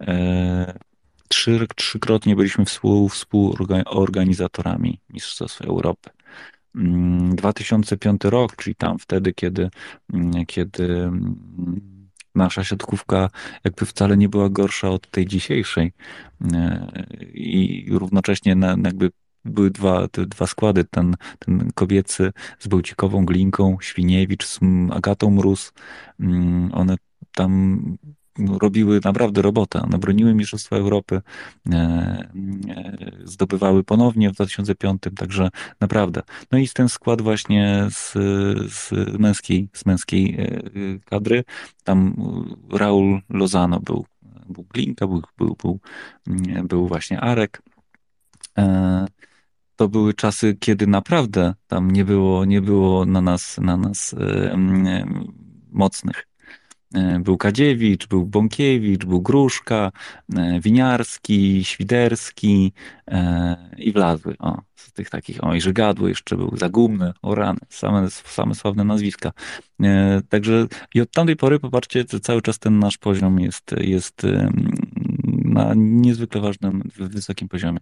Trzykrotnie byliśmy współorganizatorami Mistrzostw Europy. 2005 rok, czyli tam wtedy, kiedy nasza siatkówka jakby wcale nie była gorsza od tej dzisiejszej i równocześnie jakby były te dwa składy, ten kobiecy z Bełcikową, Glinką, Świniewicz z Agatą Mróz. One tam robiły naprawdę robotę. One broniły Mistrzostwa Europy, zdobywały ponownie w 2005, także naprawdę. No i ten skład właśnie z męskiej kadry, tam Raul Lozano był Glinka, był właśnie Arek. To były czasy, kiedy naprawdę tam nie było na nas mocnych. Był Kadziewicz, był Bąkiewicz, był Gruszka, Winiarski, Świderski i Wlazły. O, z tych takich, i Żygadło jeszcze był, Zagumny, Orany, same sławne nazwiska. Także i od tamtej pory, popatrzcie, że cały czas ten nasz poziom jest na niezwykle ważnym, wysokim poziomie.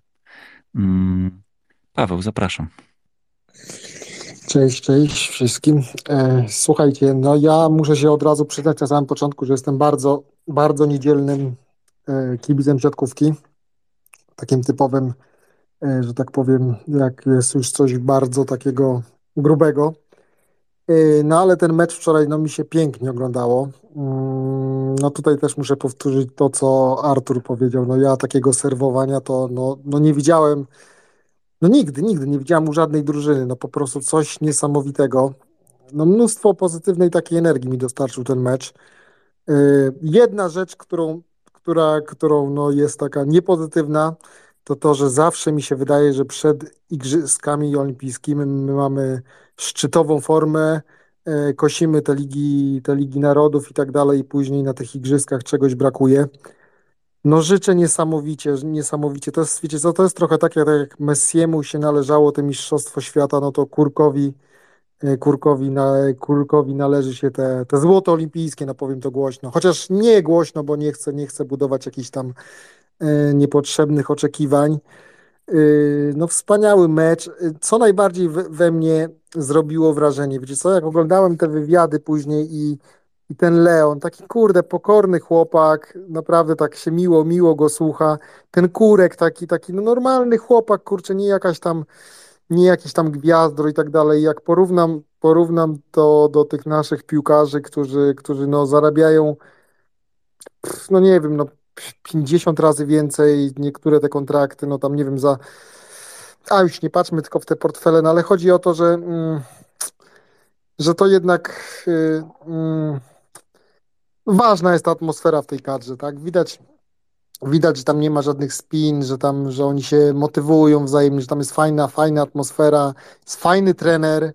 Paweł, zapraszam. Cześć wszystkim. Słuchajcie, no ja muszę się od razu przyznać na samym początku, że jestem bardzo, bardzo niedzielnym kibicem siatkówki. Takim typowym, że tak powiem, jak jest już coś bardzo takiego grubego. No ale ten mecz wczoraj mi się pięknie oglądało. No tutaj też muszę powtórzyć to, co Artur powiedział. No ja takiego serwowania to no nie widziałem. No nigdy nie widziałem u żadnej drużyny, no po prostu coś niesamowitego. No mnóstwo pozytywnej takiej energii mi dostarczył ten mecz. Jedna rzecz, którą no jest taka niepozytywna, to, że zawsze mi się wydaje, że przed Igrzyskami Olimpijskimi my mamy szczytową formę, kosimy te ligi narodów i tak dalej i później na tych igrzyskach czegoś brakuje. No życzę niesamowicie. To jest, wiecie co, to jest trochę tak jak Messiemu się należało to Mistrzostwo Świata, no to Kurkowi Kurkowi należy się te złoto olimpijskie, no powiem to głośno. Chociaż nie głośno, bo nie chcę budować jakichś tam niepotrzebnych oczekiwań. No wspaniały mecz. Co najbardziej we mnie zrobiło wrażenie? Wiecie co, jak oglądałem te wywiady później i ten Leon, taki kurde, pokorny chłopak, naprawdę tak się miło go słucha. Ten Kurek taki no normalny chłopak, kurczę, nie jakiś tam gwiazdor i tak dalej. Jak porównam to do tych naszych piłkarzy, którzy no zarabiają, no nie wiem, no 50 razy więcej, niektóre te kontrakty, no tam nie wiem, już nie patrzmy tylko w te portfele, no ale chodzi o to, że to jednak ważna jest ta atmosfera w tej kadrze, tak? Widać, że tam nie ma żadnych spin, że oni się motywują wzajemnie, że tam jest fajna atmosfera, jest fajny trener.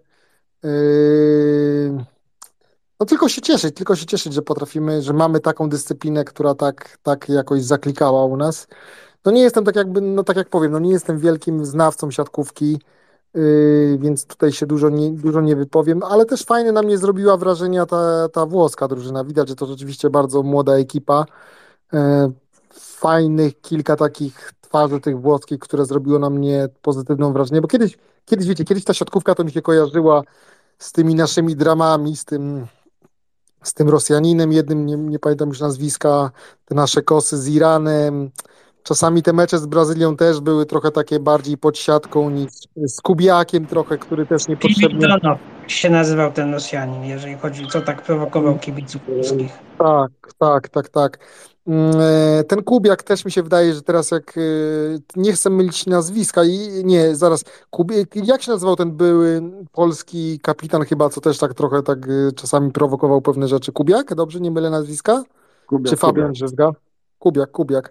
No tylko się cieszyć, że potrafimy, że mamy taką dyscyplinę, która tak jakoś zaklikała u nas. No nie jestem tak jakby, no tak jak powiem, no nie jestem wielkim znawcą siatkówki, więc tutaj się dużo nie wypowiem, ale też fajnie na mnie zrobiła wrażenie ta włoska drużyna. Widać, że to rzeczywiście bardzo młoda ekipa. Fajnych kilka takich twarzy tych włoskich, które zrobiło na mnie pozytywną wrażenie, bo kiedyś ta siatkówka to mi się kojarzyła z tymi naszymi dramami, z tym Rosjaninem jednym, nie pamiętam już nazwiska, te nasze kosy z Iranem. Czasami te mecze z Brazylią też były trochę takie bardziej pod siatką niż z Kubiakiem trochę, który też niepotrzebnie... Filip się nazywał ten Rosjanin, jeżeli chodzi, co tak prowokował kibiców polskich. Tak. Ten Kubiak też mi się wydaje, że teraz nie chcę mylić nazwiska i nie, zaraz, jak się nazywał ten były polski kapitan chyba, co też tak trochę tak czasami prowokował pewne rzeczy? Kubiak? Dobrze, nie mylę nazwiska? Czy Fabian Drzyzga? Kubiak.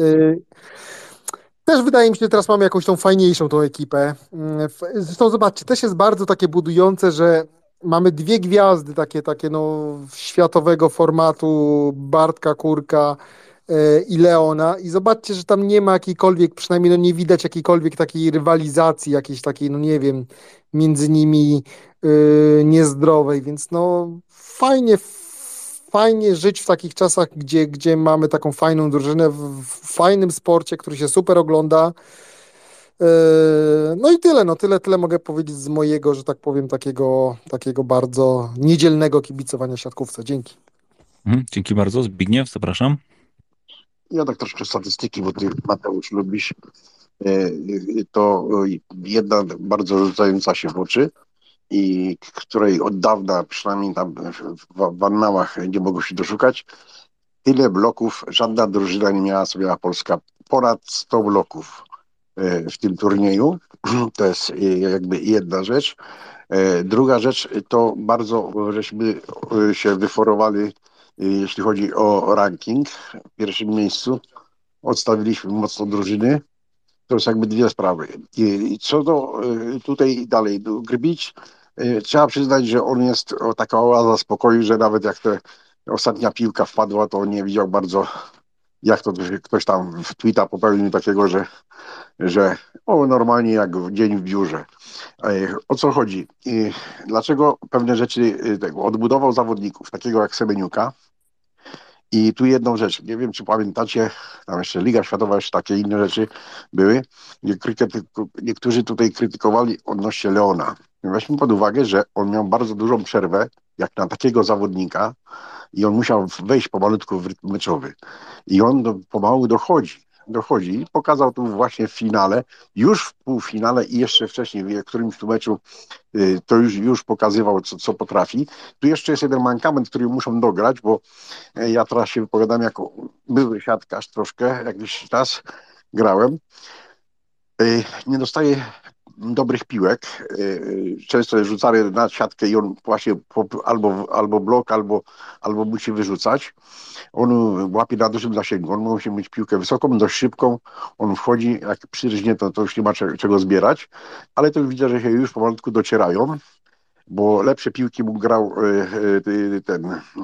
Też wydaje mi się, że teraz mamy jakąś tą fajniejszą tą ekipę. Zresztą zobaczcie, też jest bardzo takie budujące, że mamy dwie gwiazdy takie no światowego formatu, Bartka Kurka i Leona, i zobaczcie, że tam nie ma jakiejkolwiek, przynajmniej no nie widać jakiejkolwiek takiej rywalizacji, jakiejś takiej, no nie wiem, między nimi niezdrowej, więc no fajnie żyć w takich czasach, gdzie mamy taką fajną drużynę w fajnym sporcie, który się super ogląda. No i tyle, tyle mogę powiedzieć z mojego, że tak powiem, takiego bardzo niedzielnego kibicowania siatkówce. Dzięki. Dzięki bardzo. Zbigniew, zapraszam. Ja tak troszkę statystyki, bo ty, Mateusz, lubisz. To jedna bardzo rzucająca się w oczy i której od dawna, przynajmniej tam w annałach nie mogło się doszukać. Tyle bloków żadna drużyna nie miała sobie, a Polska ponad 100 bloków w tym turnieju. To jest jakby jedna rzecz. Druga rzecz to bardzo żeśmy się wyforowali, jeśli chodzi o ranking. W pierwszym miejscu odstawiliśmy mocno drużyny. To jest jakby dwie sprawy. I co do tutaj dalej, Grbić, trzeba przyznać, że on jest taka oaza spokoju, że nawet jak ta ostatnia piłka wpadła, to nie widział bardzo, jak to ktoś tam w tweeta popełnił takiego, że normalnie jak dzień w biurze. O co chodzi? Dlaczego pewne rzeczy odbudował zawodników, takiego jak Semeniuka? I tu jedną rzecz, nie wiem czy pamiętacie, tam jeszcze Liga Światowa, jeszcze takie inne rzeczy były, niektórzy tutaj krytykowali odnośnie Leona. Weźmy pod uwagę, że on miał bardzo dużą przerwę, jak na takiego zawodnika, i on musiał wejść pomalutku w rytm meczowy. I on pomału dochodzi i pokazał tu właśnie w finale, już w półfinale i jeszcze wcześniej w którymś tu meczu to już pokazywał, co potrafi. Tu jeszcze jest jeden mankament, który muszą dograć, bo ja teraz się wypowiadam jako były siatkarz troszkę, jakiś czas grałem. Nie dostaje dobrych piłek. Często jest rzucany na siatkę i on właśnie albo blok, albo musi wyrzucać. On łapie na dużym zasięgu. On musi mieć piłkę wysoką, dość szybką. On wchodzi, jak przyrżnie, to już nie ma czego zbierać. Ale to widzę, że się już pomalutku docierają, bo lepsze piłki mu grał ten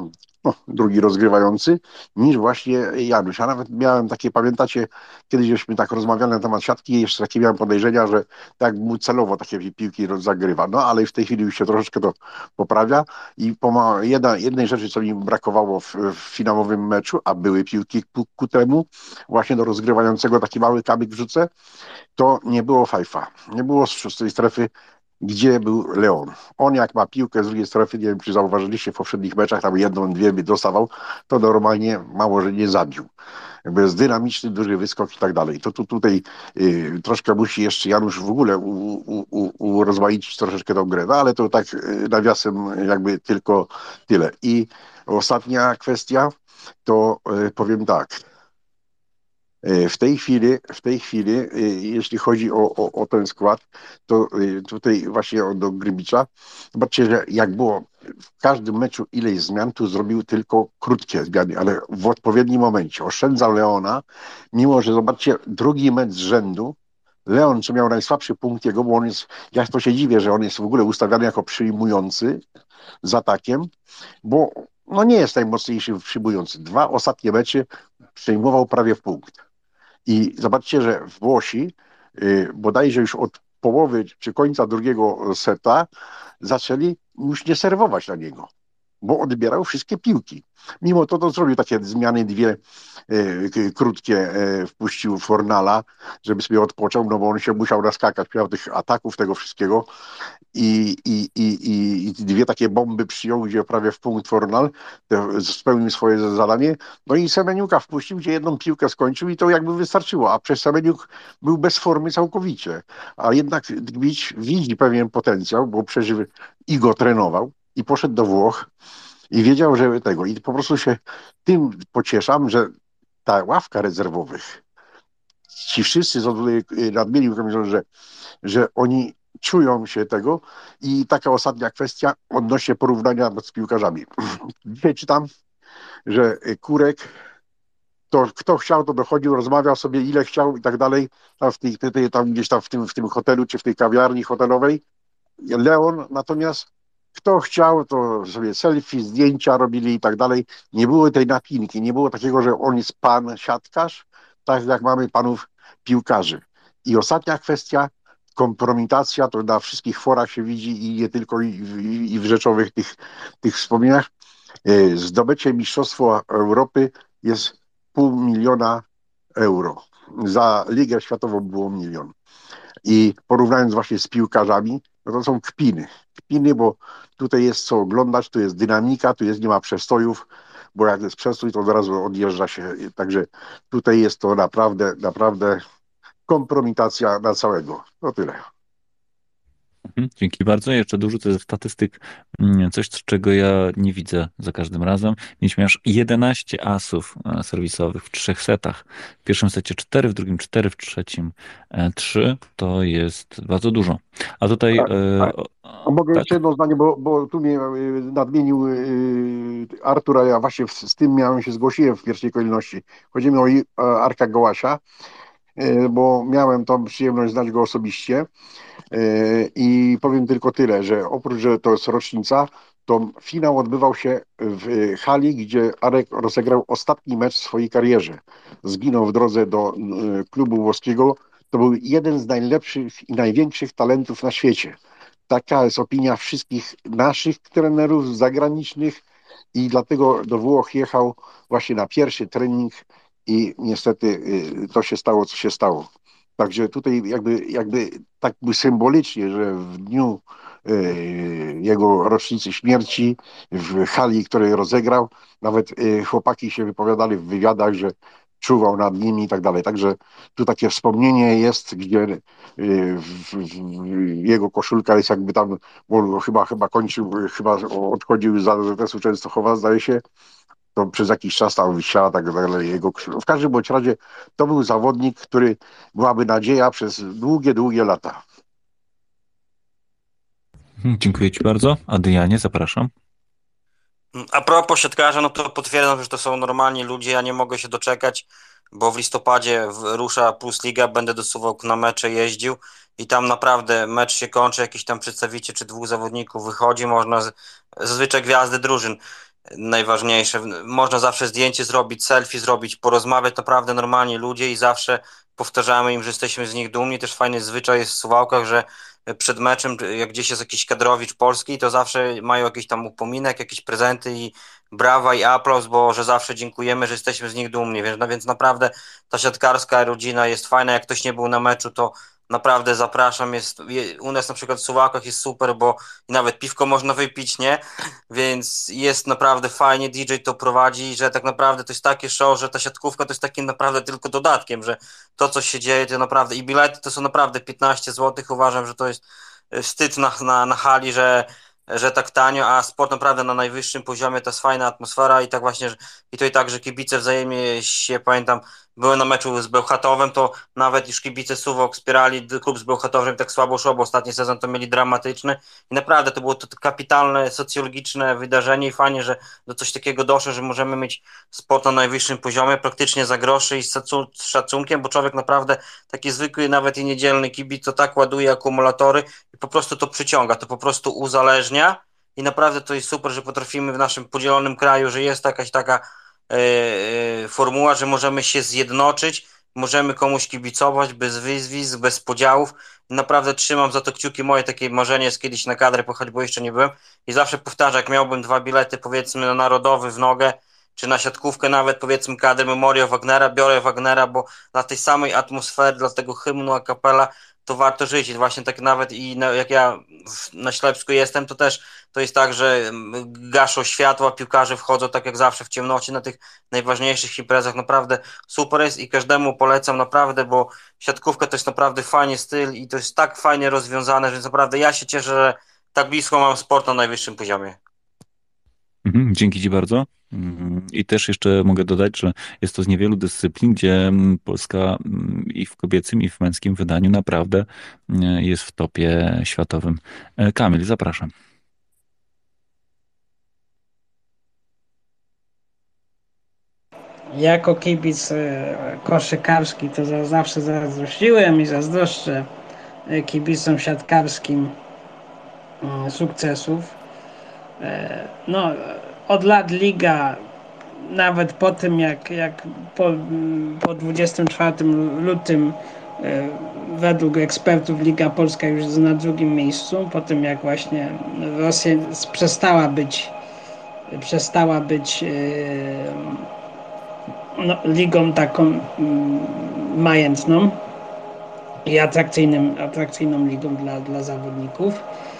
drugi rozgrywający, niż właśnie Janusz. Ja nawet miałem takie, pamiętacie, kiedyś żeśmy tak rozmawiali na temat siatki i jeszcze takie miałem podejrzenia, że tak mu celowo takie piłki zagrywa. No ale w tej chwili już się troszeczkę to poprawia i jednej rzeczy, co mi brakowało w finałowym meczu, a były piłki ku temu, właśnie do rozgrywającego taki mały kamyk wrzucę, to nie było Fajfa. Nie było z tej strefy, gdzie był Leon. On jak ma piłkę z drugiej strefy, nie wiem czy zauważyliście w poprzednich meczach, tam jedną, dwie by dostawał, to normalnie mało, że nie zabił. Jakby jest dynamiczny, duży wyskok i tak dalej. To tutaj troszkę musi jeszcze Janusz w ogóle urozmaicić troszeczkę tą grę, no ale to tak nawiasem jakby tylko tyle. I ostatnia kwestia, to powiem tak. W tej chwili, jeśli chodzi o ten skład, to tutaj właśnie do Grybicza, zobaczcie, że jak było w każdym meczu ileś zmian, tu zrobił tylko krótkie zmiany, ale w odpowiednim momencie. Oszczędzał Leona, mimo że zobaczcie, drugi mecz z rzędu, Leon, co miał najsłabszy punkt jego, bo on jest, ja to się dziwię, że on jest w ogóle ustawiany jako przyjmujący z atakiem, bo no nie jest najmocniejszy przyjmujący. Dwa ostatnie mecze przyjmował prawie w punkt. I zobaczcie, że Włosi bodajże już od połowy czy końca drugiego seta zaczęli już nie serwować na niego, bo odbierał wszystkie piłki. Mimo to zrobił takie zmiany dwie krótkie, wpuścił Fornala, żeby sobie odpoczął, no bo on się musiał naskakać, miał tych ataków, tego wszystkiego i dwie takie bomby przyjął, gdzie prawie w punkt Fornal spełnił swoje zadanie. No i Semeniuka wpuścił, gdzie jedną piłkę skończył i to jakby wystarczyło, a przez Semeniuk był bez formy całkowicie. A jednak Gbić widzi pewien potencjał, bo przecież i go trenował i poszedł do Włoch i wiedział, że tego. I po prostu się tym pocieszam, że ta ławka rezerwowych, ci wszyscy, co tutaj nadmienił, że oni czują się tego i taka ostatnia kwestia odnośnie porównania z piłkarzami. Dzisiaj czytam, że Kurek, to kto chciał, to dochodził, rozmawiał sobie ile chciał i tak dalej, tam gdzieś tam w tym hotelu, czy w tej kawiarni hotelowej. Leon natomiast kto chciał, to sobie selfie, zdjęcia robili i tak dalej. Nie było tej napinki, nie było takiego, że on jest pan siatkarz, tak jak mamy panów piłkarzy. I ostatnia kwestia, kompromitacja, to na wszystkich forach się widzi i nie tylko i w rzeczowych tych wspomnieniach. Zdobycie Mistrzostwa Europy jest 500 000 euro. Za Ligę Światową było 1 000 000. I porównując właśnie z piłkarzami, no to są kpiny. Kpiny, bo tutaj jest co oglądać, tu jest dynamika, nie ma przestojów, bo jak jest przestój, to od razu odjeżdża się. Także tutaj jest to naprawdę, naprawdę kompromitacja na całego. To tyle. Dzięki bardzo. Jeszcze dużo ze statystyk, coś czego ja nie widzę za każdym razem. Mieliśmy aż 11 asów serwisowych w 3 setach. W pierwszym secie 4, w drugim 4, w trzecim 3. To jest bardzo dużo. A tutaj... Mogę tak? jeszcze jedno zdanie, bo tu mnie nadmienił Artur, a ja właśnie z tym miałem się zgłosiłem w pierwszej kolejności. Chodzi mi o Arka Gołasia, bo miałem tą przyjemność znać go osobiście. I powiem tylko tyle, że oprócz, że to jest rocznica, to finał odbywał się w hali, gdzie Arek rozegrał ostatni mecz w swojej karierze. Zginął w drodze do klubu włoskiego. To był jeden z najlepszych i największych talentów na świecie. Taka jest opinia wszystkich naszych trenerów zagranicznych i dlatego do Włoch jechał właśnie na pierwszy trening i niestety to się stało, co się stało. Także tutaj jakby tak by symbolicznie, że w dniu jego rocznicy śmierci w hali, której rozegrał, nawet chłopaki się wypowiadali w wywiadach, że czuwał nad nimi i tak dalej. Także tu takie wspomnienie jest, gdzie jego koszulka jest jakby tam, bo chyba kończył, chyba odchodził z AZS-u Częstochowa, zdaje się, to przez jakiś czas tam wisiała tak dalej jego koszulka. W każdym bądź razie to był zawodnik, który byłaby nadzieja przez długie, długie lata. Dziękuję Ci bardzo. Adrianie, zapraszam. A propos siatkarza, no to potwierdzam, że to są normalni ludzie, ja nie mogę się doczekać, bo w listopadzie rusza Plus Liga, będę do Suwałk na mecze jeździł i tam naprawdę mecz się kończy, jakiś tam przedstawiciel czy 2 zawodników wychodzi, można zazwyczaj gwiazdy drużyn. najważniejsze. Można zawsze zdjęcie zrobić, selfie zrobić, porozmawiać naprawdę normalnie ludzie i zawsze powtarzamy im, że jesteśmy z nich dumni. Też fajny zwyczaj jest w Suwałkach, że przed meczem, jak gdzieś jest jakiś kadrowicz polski, to zawsze mają jakiś tam upominek, jakieś prezenty i brawa i aplauz, bo że zawsze dziękujemy, że jesteśmy z nich dumni. Więc naprawdę ta siatkarska rodzina jest fajna. Jak ktoś nie był na meczu, to naprawdę zapraszam. U nas na przykład w Suwałkach jest super, bo nawet piwko można wypić, nie? Więc jest naprawdę fajnie, DJ to prowadzi, że tak naprawdę to jest takie show, że ta siatkówka to jest takim naprawdę tylko dodatkiem, że to, co się dzieje, to naprawdę i bilety to są naprawdę 15 zł. Uważam, że to jest wstyd na hali, że tak tanio, a sport naprawdę na najwyższym poziomie, to jest fajna atmosfera i tak właśnie, i to i tak, że kibice wzajemnie się, pamiętam, byłem na meczu z Bełchatowem, to nawet już kibice Suwałk wspierali klub z Bełchatowem, tak słabo szło, bo ostatni sezon to mieli dramatyczny i naprawdę to było to kapitalne, socjologiczne wydarzenie i fajnie, że do coś takiego doszło, że możemy mieć sport na najwyższym poziomie, praktycznie za groszy i z szacunkiem, bo człowiek naprawdę, taki zwykły, nawet i niedzielny kibic, to tak ładuje akumulatory i po prostu to przyciąga, to po prostu uzależnia i naprawdę to jest super, że potrafimy w naszym podzielonym kraju, że jest jakaś taka formuła, że możemy się zjednoczyć, możemy komuś kibicować bez wyzwisk, bez podziałów. Naprawdę trzymam za to kciuki. Moje takie marzenie jest kiedyś na kadrę pojechać, bo jeszcze nie byłem. I zawsze powtarzam, jak miałbym 2 bilety, powiedzmy, na narodowy w nogę, czy na siatkówkę nawet, powiedzmy, kadry Memoriał Wagnera, biorę Wagnera, bo dla tej samej atmosfery, dla tego hymnu a cappella, to warto żyć. I właśnie tak nawet jak ja na Ślepsku jestem, to też to jest tak, że gaszą światła, piłkarze wchodzą tak jak zawsze w ciemności na tych najważniejszych imprezach. Naprawdę super jest i każdemu polecam naprawdę, bo siatkówka to jest naprawdę fajny styl i to jest tak fajnie rozwiązane, że naprawdę ja się cieszę, że tak blisko mam sport na najwyższym poziomie. Dzięki Ci bardzo. I też jeszcze mogę dodać, że jest to z niewielu dyscyplin, gdzie Polska i w kobiecym, i w męskim wydaniu naprawdę jest w topie światowym. Kamil, zapraszam. Jako kibic koszykarski to zawsze zazdrościłem i zazdroszczę kibicom siatkarskim sukcesów. No, od lat liga, nawet po tym jak po 24 lutym według ekspertów Liga Polska już jest na drugim miejscu, po tym jak właśnie Rosja przestała być ligą taką majętną i atrakcyjną ligą dla zawodników.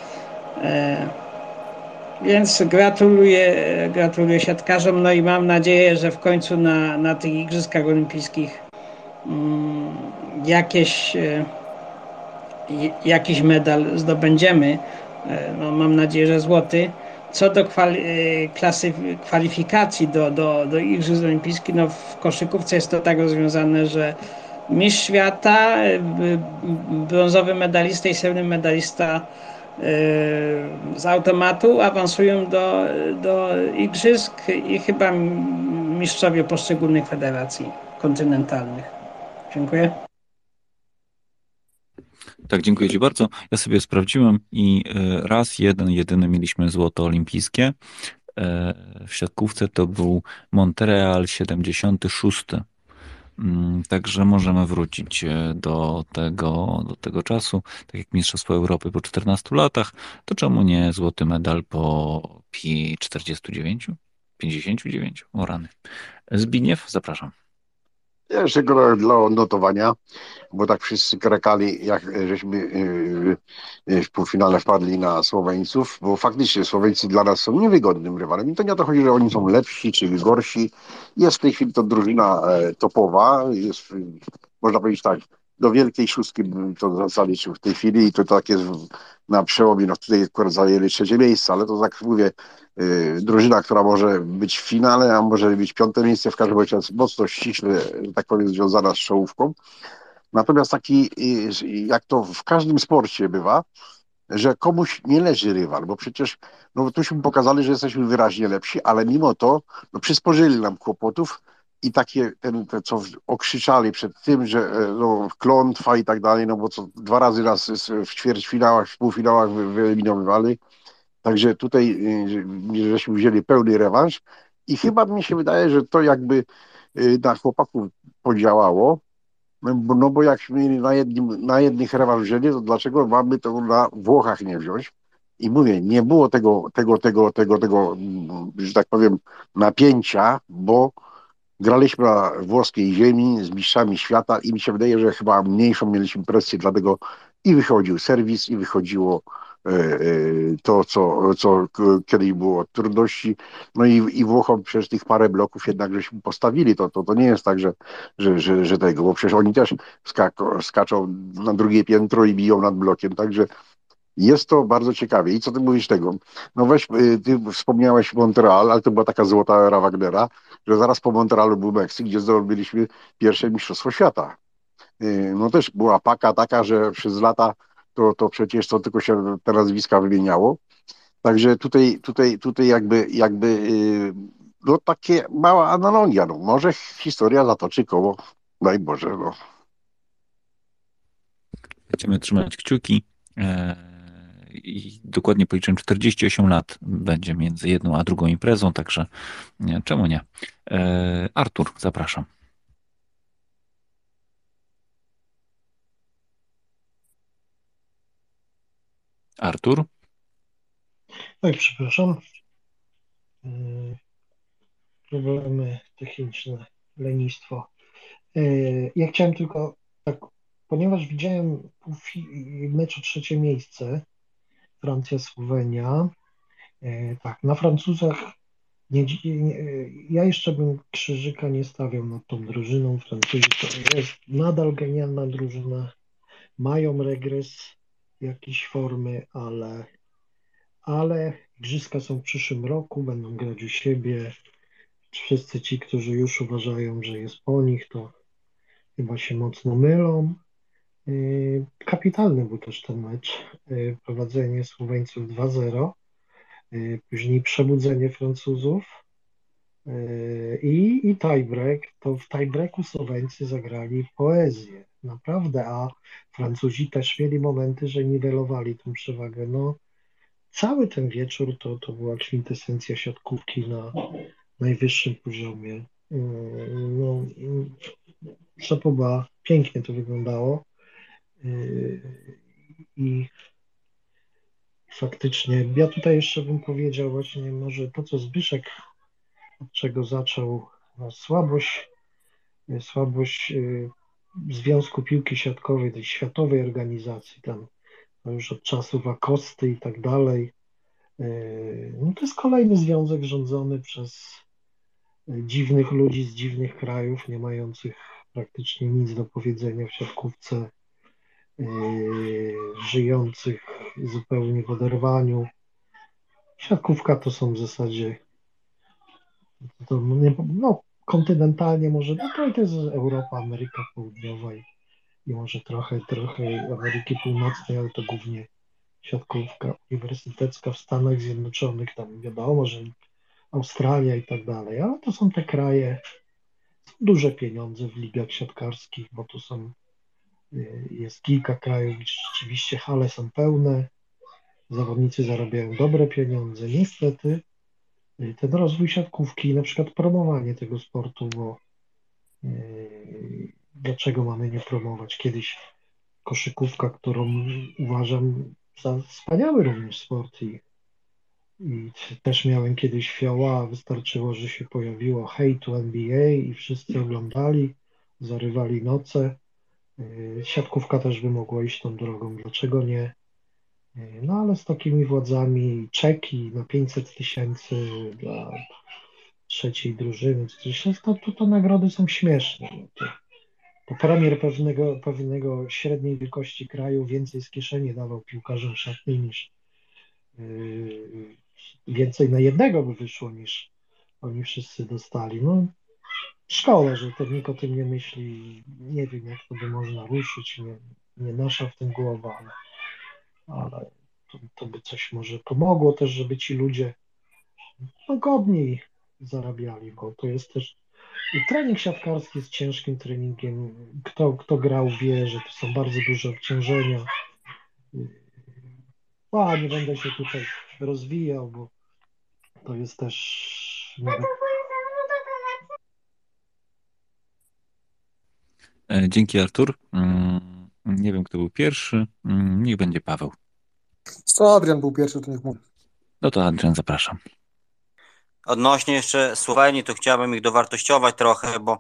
Więc gratuluję siatkarzom, no i mam nadzieję, że w końcu na tych Igrzyskach Olimpijskich jakiś medal zdobędziemy. No, mam nadzieję, że złoty. Co do kwalifikacji do Igrzysk Olimpijskich, no w koszykówce jest to tak rozwiązane, że mistrz świata, brązowy medalista i srebrny medalista z automatu awansują do igrzysk i chyba mistrzowie poszczególnych federacji kontynentalnych. Dziękuję. Tak, dziękuję Ci bardzo. Ja sobie sprawdziłem i raz, jedyny mieliśmy złoto olimpijskie. W siatkówce to był Montreal 76. Także możemy wrócić do tego czasu, tak jak Mistrzostwo Europy po 14 latach, to czemu nie złoty medal po 49? 59? O rany. Zbigniew, zapraszam. Ja jeszcze go dla odnotowania, bo tak wszyscy krakali, jak żeśmy w półfinale wpadli na Słoweńców, bo faktycznie Słoweńcy dla nas są niewygodnym rywalem. I to nie o to chodzi, że oni są lepsi czy gorsi. Jest w tej chwili to drużyna topowa, jest, można powiedzieć tak, do wielkiej szóstki bym to zaliczył w tej chwili i to tak jest na przełomie, no tutaj akurat zajęli 3. miejsce, ale to tak mówię, drużyna, która może być w finale, a może być 5. miejsce, w każdym razie jest mocno ściśle, że tak powiem, związana z czołówką. Natomiast taki, jak to w każdym sporcie bywa, że komuś nie leży rywal, bo przecież no tuśmy pokazali, że jesteśmy wyraźnie lepsi, ale mimo to no, przysporzyli nam kłopotów i takie, co okrzyczali przed tym, że no, klątwa i tak dalej, no bo co 2 razy nas w ćwierćfinałach, w półfinałach wyeliminowywali, Także tutaj żeśmy wzięli pełny rewanż i chyba mi się wydaje, że to jakby na chłopaków podziałało, no bo jakśmy mieli na jednych rewanż wzięli, to dlaczego mamy to na Włochach nie wziąć? I mówię, nie było tego, że tak powiem, napięcia, bo graliśmy na włoskiej ziemi z mistrzami świata i mi się wydaje, że chyba mniejszą mieliśmy presję, dlatego i wychodził serwis, i wychodziło to, co kiedyś było trudności. No i Włochom przecież tych parę bloków jednak żeśmy postawili. To nie jest tak, że tego, bo przecież oni też skaczą na drugie piętro i biją nad blokiem, także jest to bardzo ciekawie. I co ty mówisz tego? No weź, ty wspomniałeś Montreal, ale to była taka złota era Wagnera, że zaraz po Montrealu był Meksyk, gdzie zdobyliśmy pierwsze Mistrzostwo Świata. No też była paka taka, że przez lata to przecież to tylko się te nazwiska wymieniało. Także tutaj jakby no takie mała analogia. No, może historia zatoczy koło, daj Boże. No. Będziemy trzymać kciuki. I dokładnie policzyłem 48 lat będzie między jedną a drugą imprezą, także czemu nie? Artur, zapraszam. Artur? Oj, przepraszam. Problemy techniczne, lenistwo. Ja chciałem tylko tak, ponieważ widziałem mecz o trzecie miejsce, Francja-Słowenia. Tak, na Francuzach ja jeszcze bym krzyżyka nie stawiał nad tą drużyną. Francuzi to jest nadal genialna drużyna. Mają regres jakiejś formy, ale igrzyska są w przyszłym roku, będą grać u siebie. Wszyscy ci, którzy już uważają, że jest po nich, to chyba się mocno mylą. Kapitalny był też ten mecz. Prowadzenie Słoweńców 2-0, później przebudzenie Francuzów i tiebreak. To w tiebreaku Słoweńcy zagrali poezję, naprawdę, a Francuzi też mieli momenty, że niwelowali tę przewagę. No, cały ten wieczór to była kwintesencja siatkówki na najwyższym poziomie. No, Szapoba, pięknie to wyglądało. I faktycznie, ja tutaj jeszcze bym powiedział właśnie może to, co Zbyszek, od czego zaczął, no, słabość Związku Piłki Siatkowej, tej światowej organizacji, tam no już od czasów Akosty i tak dalej. No to jest kolejny związek rządzony przez dziwnych ludzi z dziwnych krajów, nie mających praktycznie nic do powiedzenia w siatkówce, żyjących zupełnie w oderwaniu. Siatkówka to są w zasadzie kontynentalnie może, no to jest Europa, Ameryka Południowa i może trochę Ameryki Północnej, ale to głównie siatkówka uniwersytecka w Stanach Zjednoczonych, tam wiadomo, że Australia i tak dalej, ale to są te kraje, są duże pieniądze w ligach siatkarskich, bo tu jest kilka krajów, gdzie rzeczywiście hale są pełne, zawodnicy zarabiają dobre pieniądze. Niestety ten rozwój siatkówki, na przykład promowanie tego sportu, bo dlaczego mamy nie promować? Kiedyś koszykówka, którą uważam za wspaniały również sport i też miałem kiedyś fioła, wystarczyło, że się pojawiło Hej to NBA i wszyscy oglądali, zarywali noce. Siatkówka też by mogła iść tą drogą, dlaczego nie? No ale z takimi władzami czeki na 500 000 dla trzeciej drużyny, to nagrody są śmieszne. To premier pewnego średniej wielkości kraju więcej z kieszeni dawał piłkarzom szatni niż więcej na jednego by wyszło niż oni wszyscy dostali. No szkoda, że ten nikt o tym nie myśli. Nie wiem, jak to by można ruszyć. Nie nasza w tym głowa, ale to by coś może pomogło też, żeby ci ludzie godniej zarabiali, bo to jest też trening siatkarski jest ciężkim treningiem. Kto grał, wie, że to są bardzo duże obciążenia. Nie będę się tutaj rozwijał, bo to jest też Dzięki, Artur. Nie wiem, kto był pierwszy. Niech będzie Paweł. Co Adrian był pierwszy, to niech mówi. No to Adrian, zapraszam. Odnośnie jeszcze Słowenii, to chciałbym ich dowartościować trochę, bo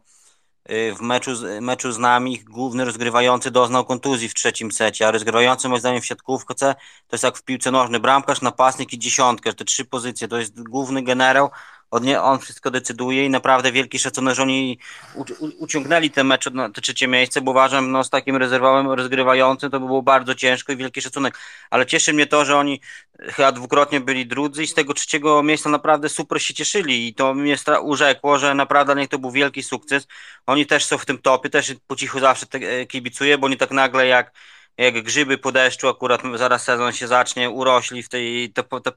w meczu z nami ich główny rozgrywający doznał kontuzji w trzecim secie, a rozgrywający moim zdaniem w siatkówce to jest jak w piłce nożnej, bramkarz, napastnik i dziesiątka, te 3 pozycje, to jest główny generał, on wszystko decyduje i naprawdę wielki szacunek, że oni uciągnęli te mecze na te trzecie miejsce, bo uważam, no z takim rezerwowym rozgrywającym to by było bardzo ciężko i wielki szacunek, ale cieszy mnie to, że oni chyba dwukrotnie byli drudzy i z tego trzeciego miejsca naprawdę super się cieszyli i to mnie urzekło, że naprawdę niech to był wielki sukces. Oni też są w tym topie, też po cichu zawsze kibicuję, bo oni tak nagle jak grzyby po deszczu, akurat zaraz sezon się zacznie, urośli w tej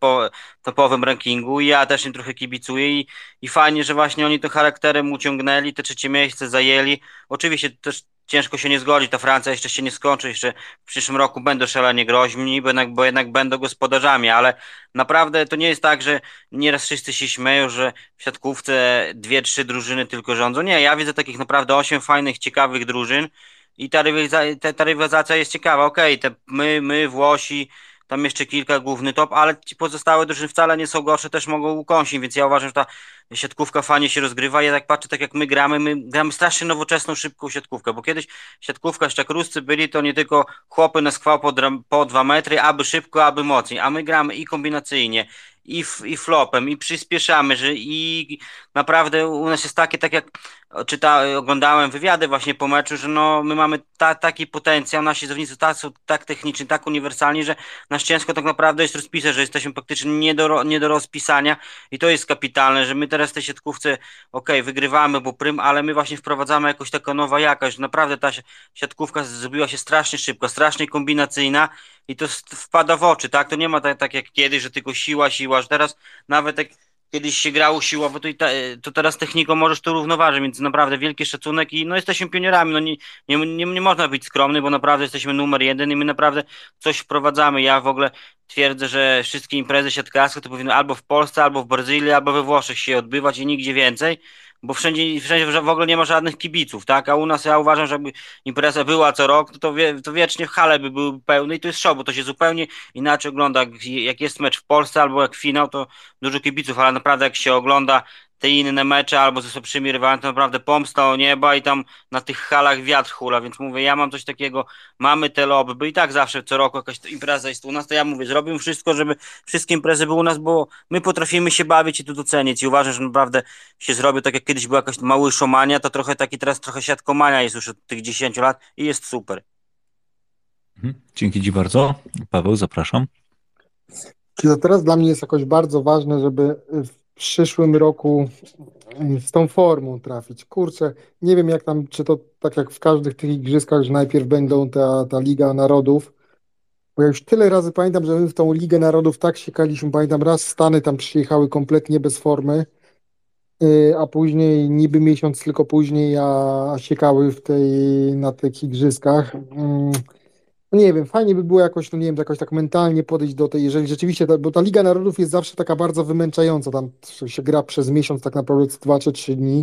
topowym rankingu i ja też im trochę kibicuję i fajnie, że właśnie oni to charakterem uciągnęli, te trzecie miejsce zajęli. Oczywiście też ciężko się nie zgodzić, ta Francja jeszcze się nie skończy, jeszcze w przyszłym roku będą szalenie groźni, bo jednak będą gospodarzami, ale naprawdę to nie jest tak, że nieraz wszyscy się śmieją, że w siatkówce 2, 3 drużyny tylko rządzą. Nie, ja widzę takich naprawdę 8 fajnych, ciekawych drużyn i ta rywalizacja jest ciekawa. Okej, my, Włosi, tam jeszcze kilka główny top, ale ci pozostałe drużyny wcale nie są gorsze, też mogą ukąsić, więc ja uważam, że ta siatkówka fajnie się rozgrywa. Ja tak patrzę, tak jak my gramy strasznie nowoczesną, szybką siatkówkę, bo kiedyś siatkówka, jeszcze jak Ruscy byli, to nie tylko chłopy na skwał po 2 metry, aby szybko, aby mocniej, a my gramy i kombinacyjnie, i flopem, i przyspieszamy, i naprawdę u nas jest takie, tak jak oglądałem wywiady właśnie po meczu, że no, my mamy taki potencjał, nasi zawodnicy są tak techniczni, tak uniwersalni, że nasz ciężko tak naprawdę jest rozpisać, że jesteśmy praktycznie nie do rozpisania i to jest kapitalne, że my teraz w tej siatkówce, wygrywamy, bo prym, ale my właśnie wprowadzamy jakoś taką nowa jakość, naprawdę ta siatkówka zrobiła się strasznie szybko, strasznie kombinacyjna i to wpada w oczy, tak? To nie ma tak jak kiedyś, że tylko siła, że teraz nawet jak kiedyś się grało siłowo, to teraz techniką możesz to równoważyć, więc naprawdę wielki szacunek i no jesteśmy pionierami, no nie można być skromny, bo naprawdę jesteśmy numer 1 i my naprawdę coś wprowadzamy. Ja w ogóle twierdzę, że wszystkie imprezy siatkarskie to powinny albo w Polsce, albo w Brazylii, albo we Włoszech się odbywać i nigdzie więcej, bo wszędzie w ogóle nie ma żadnych kibiców, tak? A u nas ja uważam, że jakby impreza była co rok, to wiecznie w hale by były pełne i to jest show, bo to się zupełnie inaczej ogląda. Jak jest mecz w Polsce albo jak finał, to dużo kibiców, ale naprawdę jak się ogląda te inne mecze albo ze słabszymi rywalami, to naprawdę pomsta o nieba i tam na tych halach wiatr hula, więc mówię, ja mam coś takiego, mamy te lobby, bo i tak zawsze co roku jakaś impreza jest u nas, to ja mówię, zrobimy wszystko, żeby wszystkie imprezy były u nas, bo my potrafimy się bawić i to docenić i uważam, że naprawdę się zrobił tak jak kiedyś była jakaś mały szomania, to trochę taki teraz trochę siatkomania jest już od tych 10 lat i jest super. Dzięki Ci bardzo. Paweł, zapraszam. Czyli to teraz dla mnie jest jakoś bardzo ważne, żeby w przyszłym roku z tą formą trafić. Kurczę, nie wiem jak tam, czy to tak jak w każdych tych igrzyskach, że najpierw będą ta Liga Narodów, bo ja już tyle razy pamiętam, że my w tą Ligę Narodów tak siekaliśmy, pamiętam raz Stany tam przyjechały kompletnie bez formy, a później niby miesiąc tylko później, a siekały na tych igrzyskach. No nie wiem, fajnie by było jakoś, no nie wiem, jakoś tak mentalnie podejść do tej, jeżeli rzeczywiście, bo ta Liga Narodów jest zawsze taka bardzo wymęczająca, tam się gra przez miesiąc tak naprawdę 2 czy 3 dni.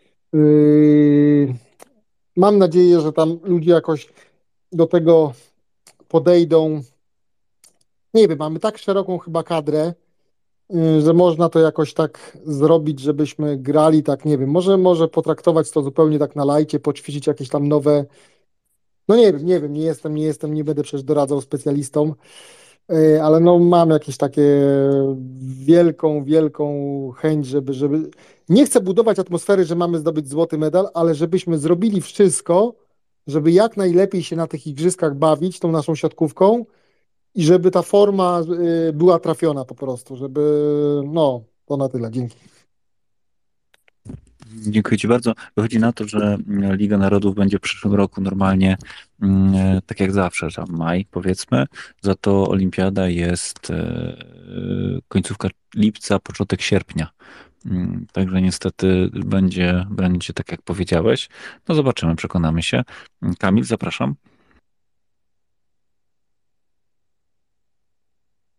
Mam nadzieję, że tam ludzie jakoś do tego podejdą. Nie wiem, mamy tak szeroką chyba kadrę, że można to jakoś tak zrobić, żebyśmy grali tak, nie wiem, może potraktować to zupełnie tak na lajcie, poćwiczyć jakieś tam nowe. No nie wiem, nie będę przecież doradzał specjalistom, ale no mam jakieś takie wielką chęć, żeby nie chcę budować atmosfery, że mamy zdobyć złoty medal, ale żebyśmy zrobili wszystko, żeby jak najlepiej się na tych igrzyskach bawić tą naszą siatkówką i żeby ta forma była trafiona po prostu, no, to na tyle, dzięki. Dziękuję Ci bardzo. Wychodzi na to, że Liga Narodów będzie w przyszłym roku normalnie tak jak zawsze, że maj powiedzmy, za to Olimpiada jest końcówka lipca, początek sierpnia. Także niestety będzie tak jak powiedziałeś. No zobaczymy, przekonamy się. Kamil, zapraszam.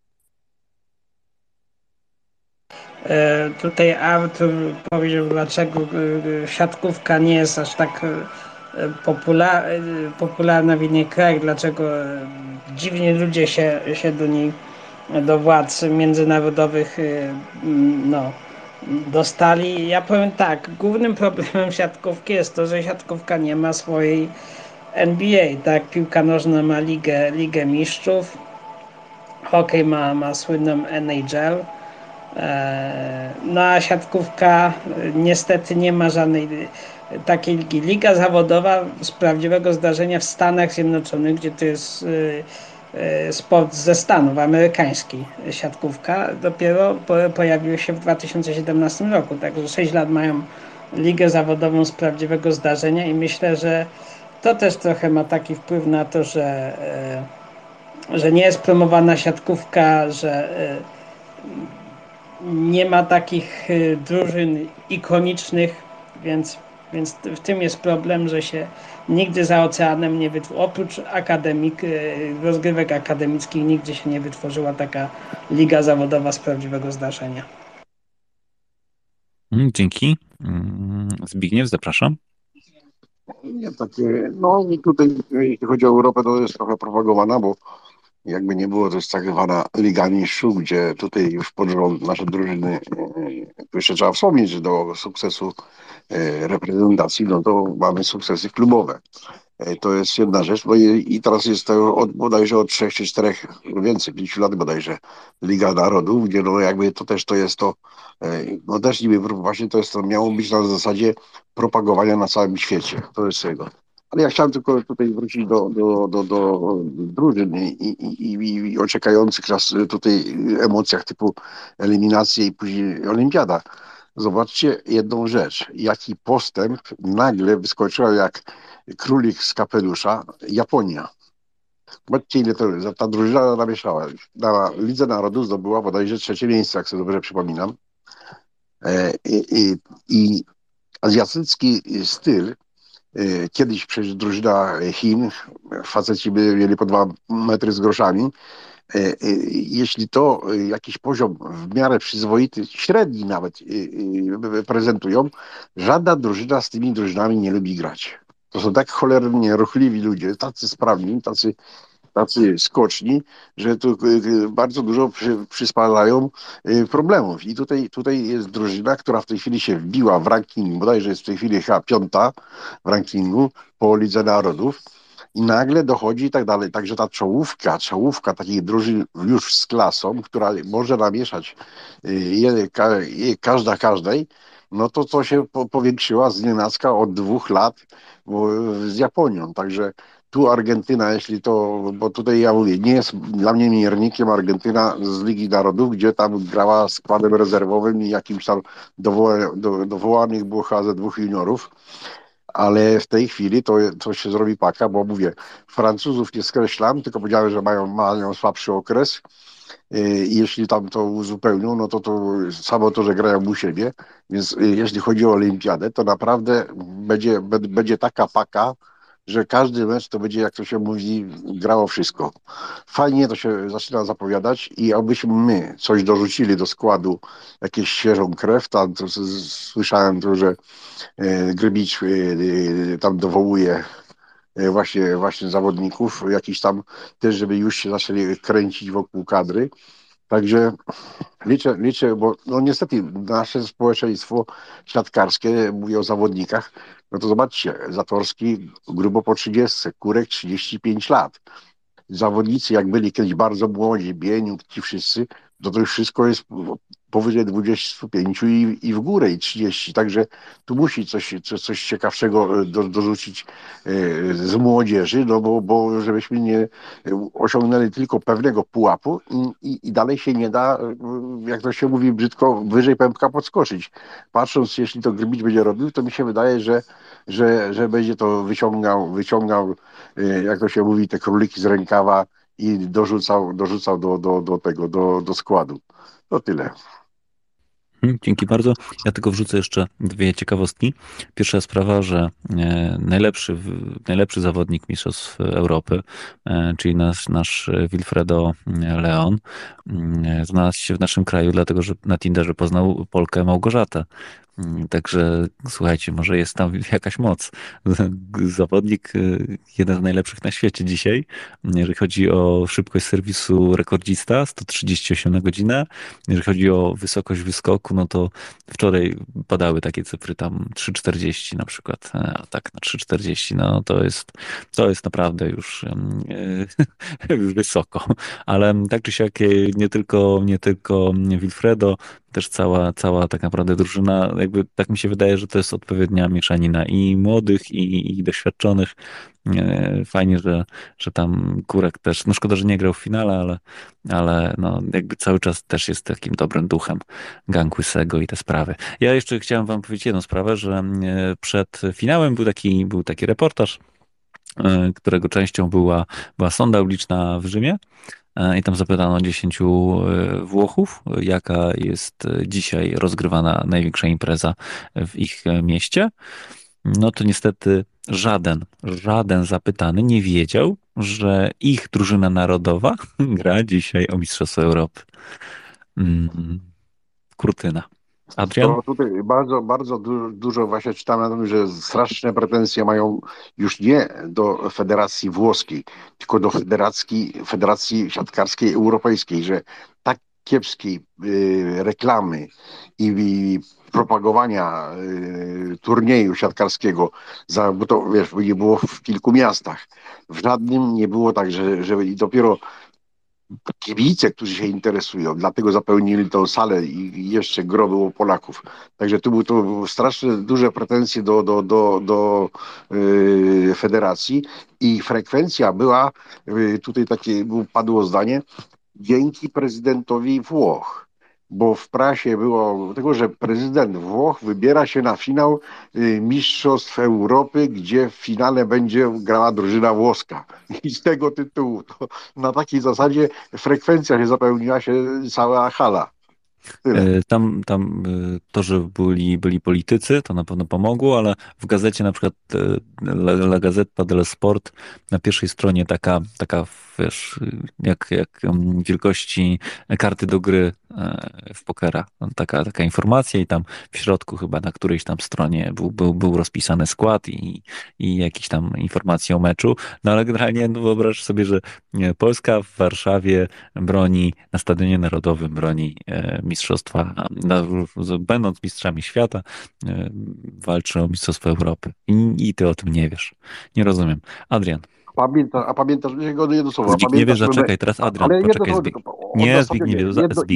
Tutaj Artur powiedział, dlaczego siatkówka nie jest aż tak popularna w innych krajach, dlaczego dziwnie ludzie się do niej, do władz międzynarodowych no, dostali. Ja powiem tak, głównym problemem siatkówki jest to, że siatkówka nie ma swojej NBA, tak? Piłka nożna ma ligę mistrzów, hokej ma słynną NHL, no a siatkówka niestety nie ma żadnej takiej ligi. Liga zawodowa z prawdziwego zdarzenia w Stanach Zjednoczonych, gdzie to jest sport ze Stanów, amerykański siatkówka, dopiero pojawił się w 2017 roku. Także 6 lat mają ligę zawodową z prawdziwego zdarzenia i myślę, że to też trochę ma taki wpływ na to, że nie jest promowana siatkówka, że nie ma takich drużyn ikonicznych, więc w tym jest problem, że się nigdy za oceanem nie wytworzyła, oprócz rozgrywek akademickich, nigdzie się nie wytworzyła taka liga zawodowa z prawdziwego zdarzenia. Dzięki. Zbigniew, zapraszam. Nie, takie, no i tutaj jeśli chodzi o Europę, to jest trochę propagowana, bo jakby nie było, to jest tak zwana Liga Mistrzów, gdzie tutaj już pod rząd nasze drużyny, tu jeszcze trzeba wspomnieć, że do sukcesu reprezentacji, no to mamy sukcesy klubowe. To jest jedna rzecz. No i teraz jest to bodajże od 3 czy 4, więcej, 5 lat bodajże Liga Narodów, gdzie no jakby to też to jest to, no też niby właśnie to jest to, miało być na zasadzie propagowania na całym świecie. To jest tego. Ale ja chciałem tylko tutaj wrócić do drużyn i oczekających nas tutaj emocjach typu eliminacji i później olimpiada. Zobaczcie jedną rzecz, jaki postęp nagle wyskoczyła jak królik z kapelusza Japonia. Zobaczcie, ile ta drużyna namieszała. Na Lidze Narodów zdobyła bodajże 3 miejsce, jak sobie dobrze przypominam. I azjatycki styl, kiedyś przecież drużyna Chin, faceci mieli po 2 metry z groszami. Jeśli to jakiś poziom w miarę przyzwoity, średni nawet prezentują, żadna drużyna z tymi drużynami nie lubi grać. To są tak cholernie ruchliwi ludzie, tacy sprawni, tacy skoczni, że tu bardzo dużo przysparzają problemów. I tutaj jest drużyna, która w tej chwili się wbiła w ranking, bodajże jest w tej chwili chyba 5. w rankingu po Lidze Narodów. I nagle dochodzi i tak dalej. Także ta czołówka takich drużyn już z klasą, która może namieszać każda każdej, no to się powiększyła z nienacka od 2 lat z Japonią. Także tu Argentyna, jeśli to, bo tutaj ja mówię, nie jest dla mnie miernikiem Argentyna z Ligi Narodów, gdzie tam grała składem rezerwowym i jakimś tam dowołanych było chyba ze 2 juniorów. Ale w tej chwili to się zrobi paka, bo mówię, Francuzów nie skreślam, tylko powiedziałem, że mają słabszy okres. I jeśli tam to uzupełnią, no to samo to, że grają u siebie. Więc jeśli chodzi o olimpiadę, to naprawdę będzie taka paka, że każdy mecz to będzie, jak to się mówi, grało wszystko. Fajnie to się zaczyna zapowiadać i abyśmy my coś dorzucili do składu, jakieś świeżą krew. Tam to słyszałem to, że Grybicz tam dowołuje właśnie zawodników, jakiś tam też, żeby już się zaczęli kręcić wokół kadry. Także liczę, bo no niestety nasze społeczeństwo siatkarskie, mówię o zawodnikach, no to zobaczcie, Zatorski grubo po 30, Kurek 35 lat. Zawodnicy, jak byli kiedyś bardzo młodzi, Bieniuk, ci wszyscy, to już wszystko jest powyżej 25 i w górę i 30. Także tu musi coś ciekawszego dorzucić z młodzieży, no bo żebyśmy nie osiągnęli tylko pewnego pułapu i dalej się nie da, jak to się mówi brzydko, wyżej pępka podskoczyć. Patrząc, jeśli to Grbić będzie robił, to mi się wydaje, że będzie to wyciągał, jak to się mówi, te króliki z rękawa i dorzucał do składu. To tyle. Dzięki bardzo. Ja tylko wrzucę jeszcze dwie ciekawostki. Pierwsza sprawa, że najlepszy zawodnik Mistrzostw Europy, czyli nasz Wilfredo Leon, znalazł się w naszym kraju, dlatego że na Tinderze poznał Polkę Małgorzatę. Także słuchajcie, może jest tam jakaś moc. Zawodnik, jeden z najlepszych na świecie dzisiaj, jeżeli chodzi o szybkość serwisu, rekordzista 138 na godzinę. Jeżeli chodzi o wysokość wyskoku, no to wczoraj padały takie cyfry, tam 3,40 na przykład, a tak na 3,40, no to jest naprawdę już, już wysoko. Ale tak czy siak nie tylko Wilfredo, też cała tak naprawdę drużyna, jakby tak mi się wydaje, że to jest odpowiednia mieszanina i młodych, i doświadczonych. Fajnie, że tam Kurek też, no szkoda, że nie grał w finale, ale no jakby cały czas też jest takim dobrym duchem gang Łysego i te sprawy. Ja jeszcze chciałem wam powiedzieć jedną sprawę, że przed finałem był taki reportaż, którego częścią była sonda uliczna w Rzymie. I tam zapytano 10 Włochów, jaka jest dzisiaj rozgrywana największa impreza w ich mieście. No to niestety żaden zapytany nie wiedział, że ich drużyna narodowa gra dzisiaj o Mistrzostwo Europy. Kurtyna. Adrian? To tutaj bardzo, bardzo dużo właśnie czytałem na tym, że straszne pretensje mają już nie do Federacji Włoskiej, tylko do Federacji Siatkarskiej Europejskiej, że tak kiepskiej reklamy i propagowania turnieju siatkarskiego, bo to wiesz, nie było w kilku miastach. W żadnym nie było tak, że i dopiero kibice, którzy się interesują, dlatego zapełnili tą salę i jeszcze gro było Polaków. Także tu były strasznie duże pretensje do federacji i frekwencja była, tutaj takie padło zdanie, dzięki prezydentowi Włoch. Bo w prasie było tego, że prezydent Włoch wybiera się na finał Mistrzostw Europy, gdzie w finale będzie grała drużyna włoska. I z tego tytułu na takiej zasadzie frekwencja się zapełniła cała hala. Tyle. Tam to, że byli politycy, to na pewno pomogło, ale w gazecie na przykład La Gazzetta dello Sport na pierwszej stronie taka wiesz, jak wielkości karty do gry w pokera. Taka informacja i tam w środku chyba na którejś tam stronie był rozpisany skład i jakieś tam informacje o meczu. No ale generalnie wyobraź sobie, że Polska w Warszawie broni, na Stadionie Narodowym broni mistrzostwa, będąc mistrzami świata, walczy o Mistrzostwo Europy. I ty o tym nie wiesz. Nie rozumiem. Adrian. A pamiętasz, jedno słowo. Zbigniewie, zaczekaj, teraz Adrian, ale poczekaj. Nie, Zbigniewie,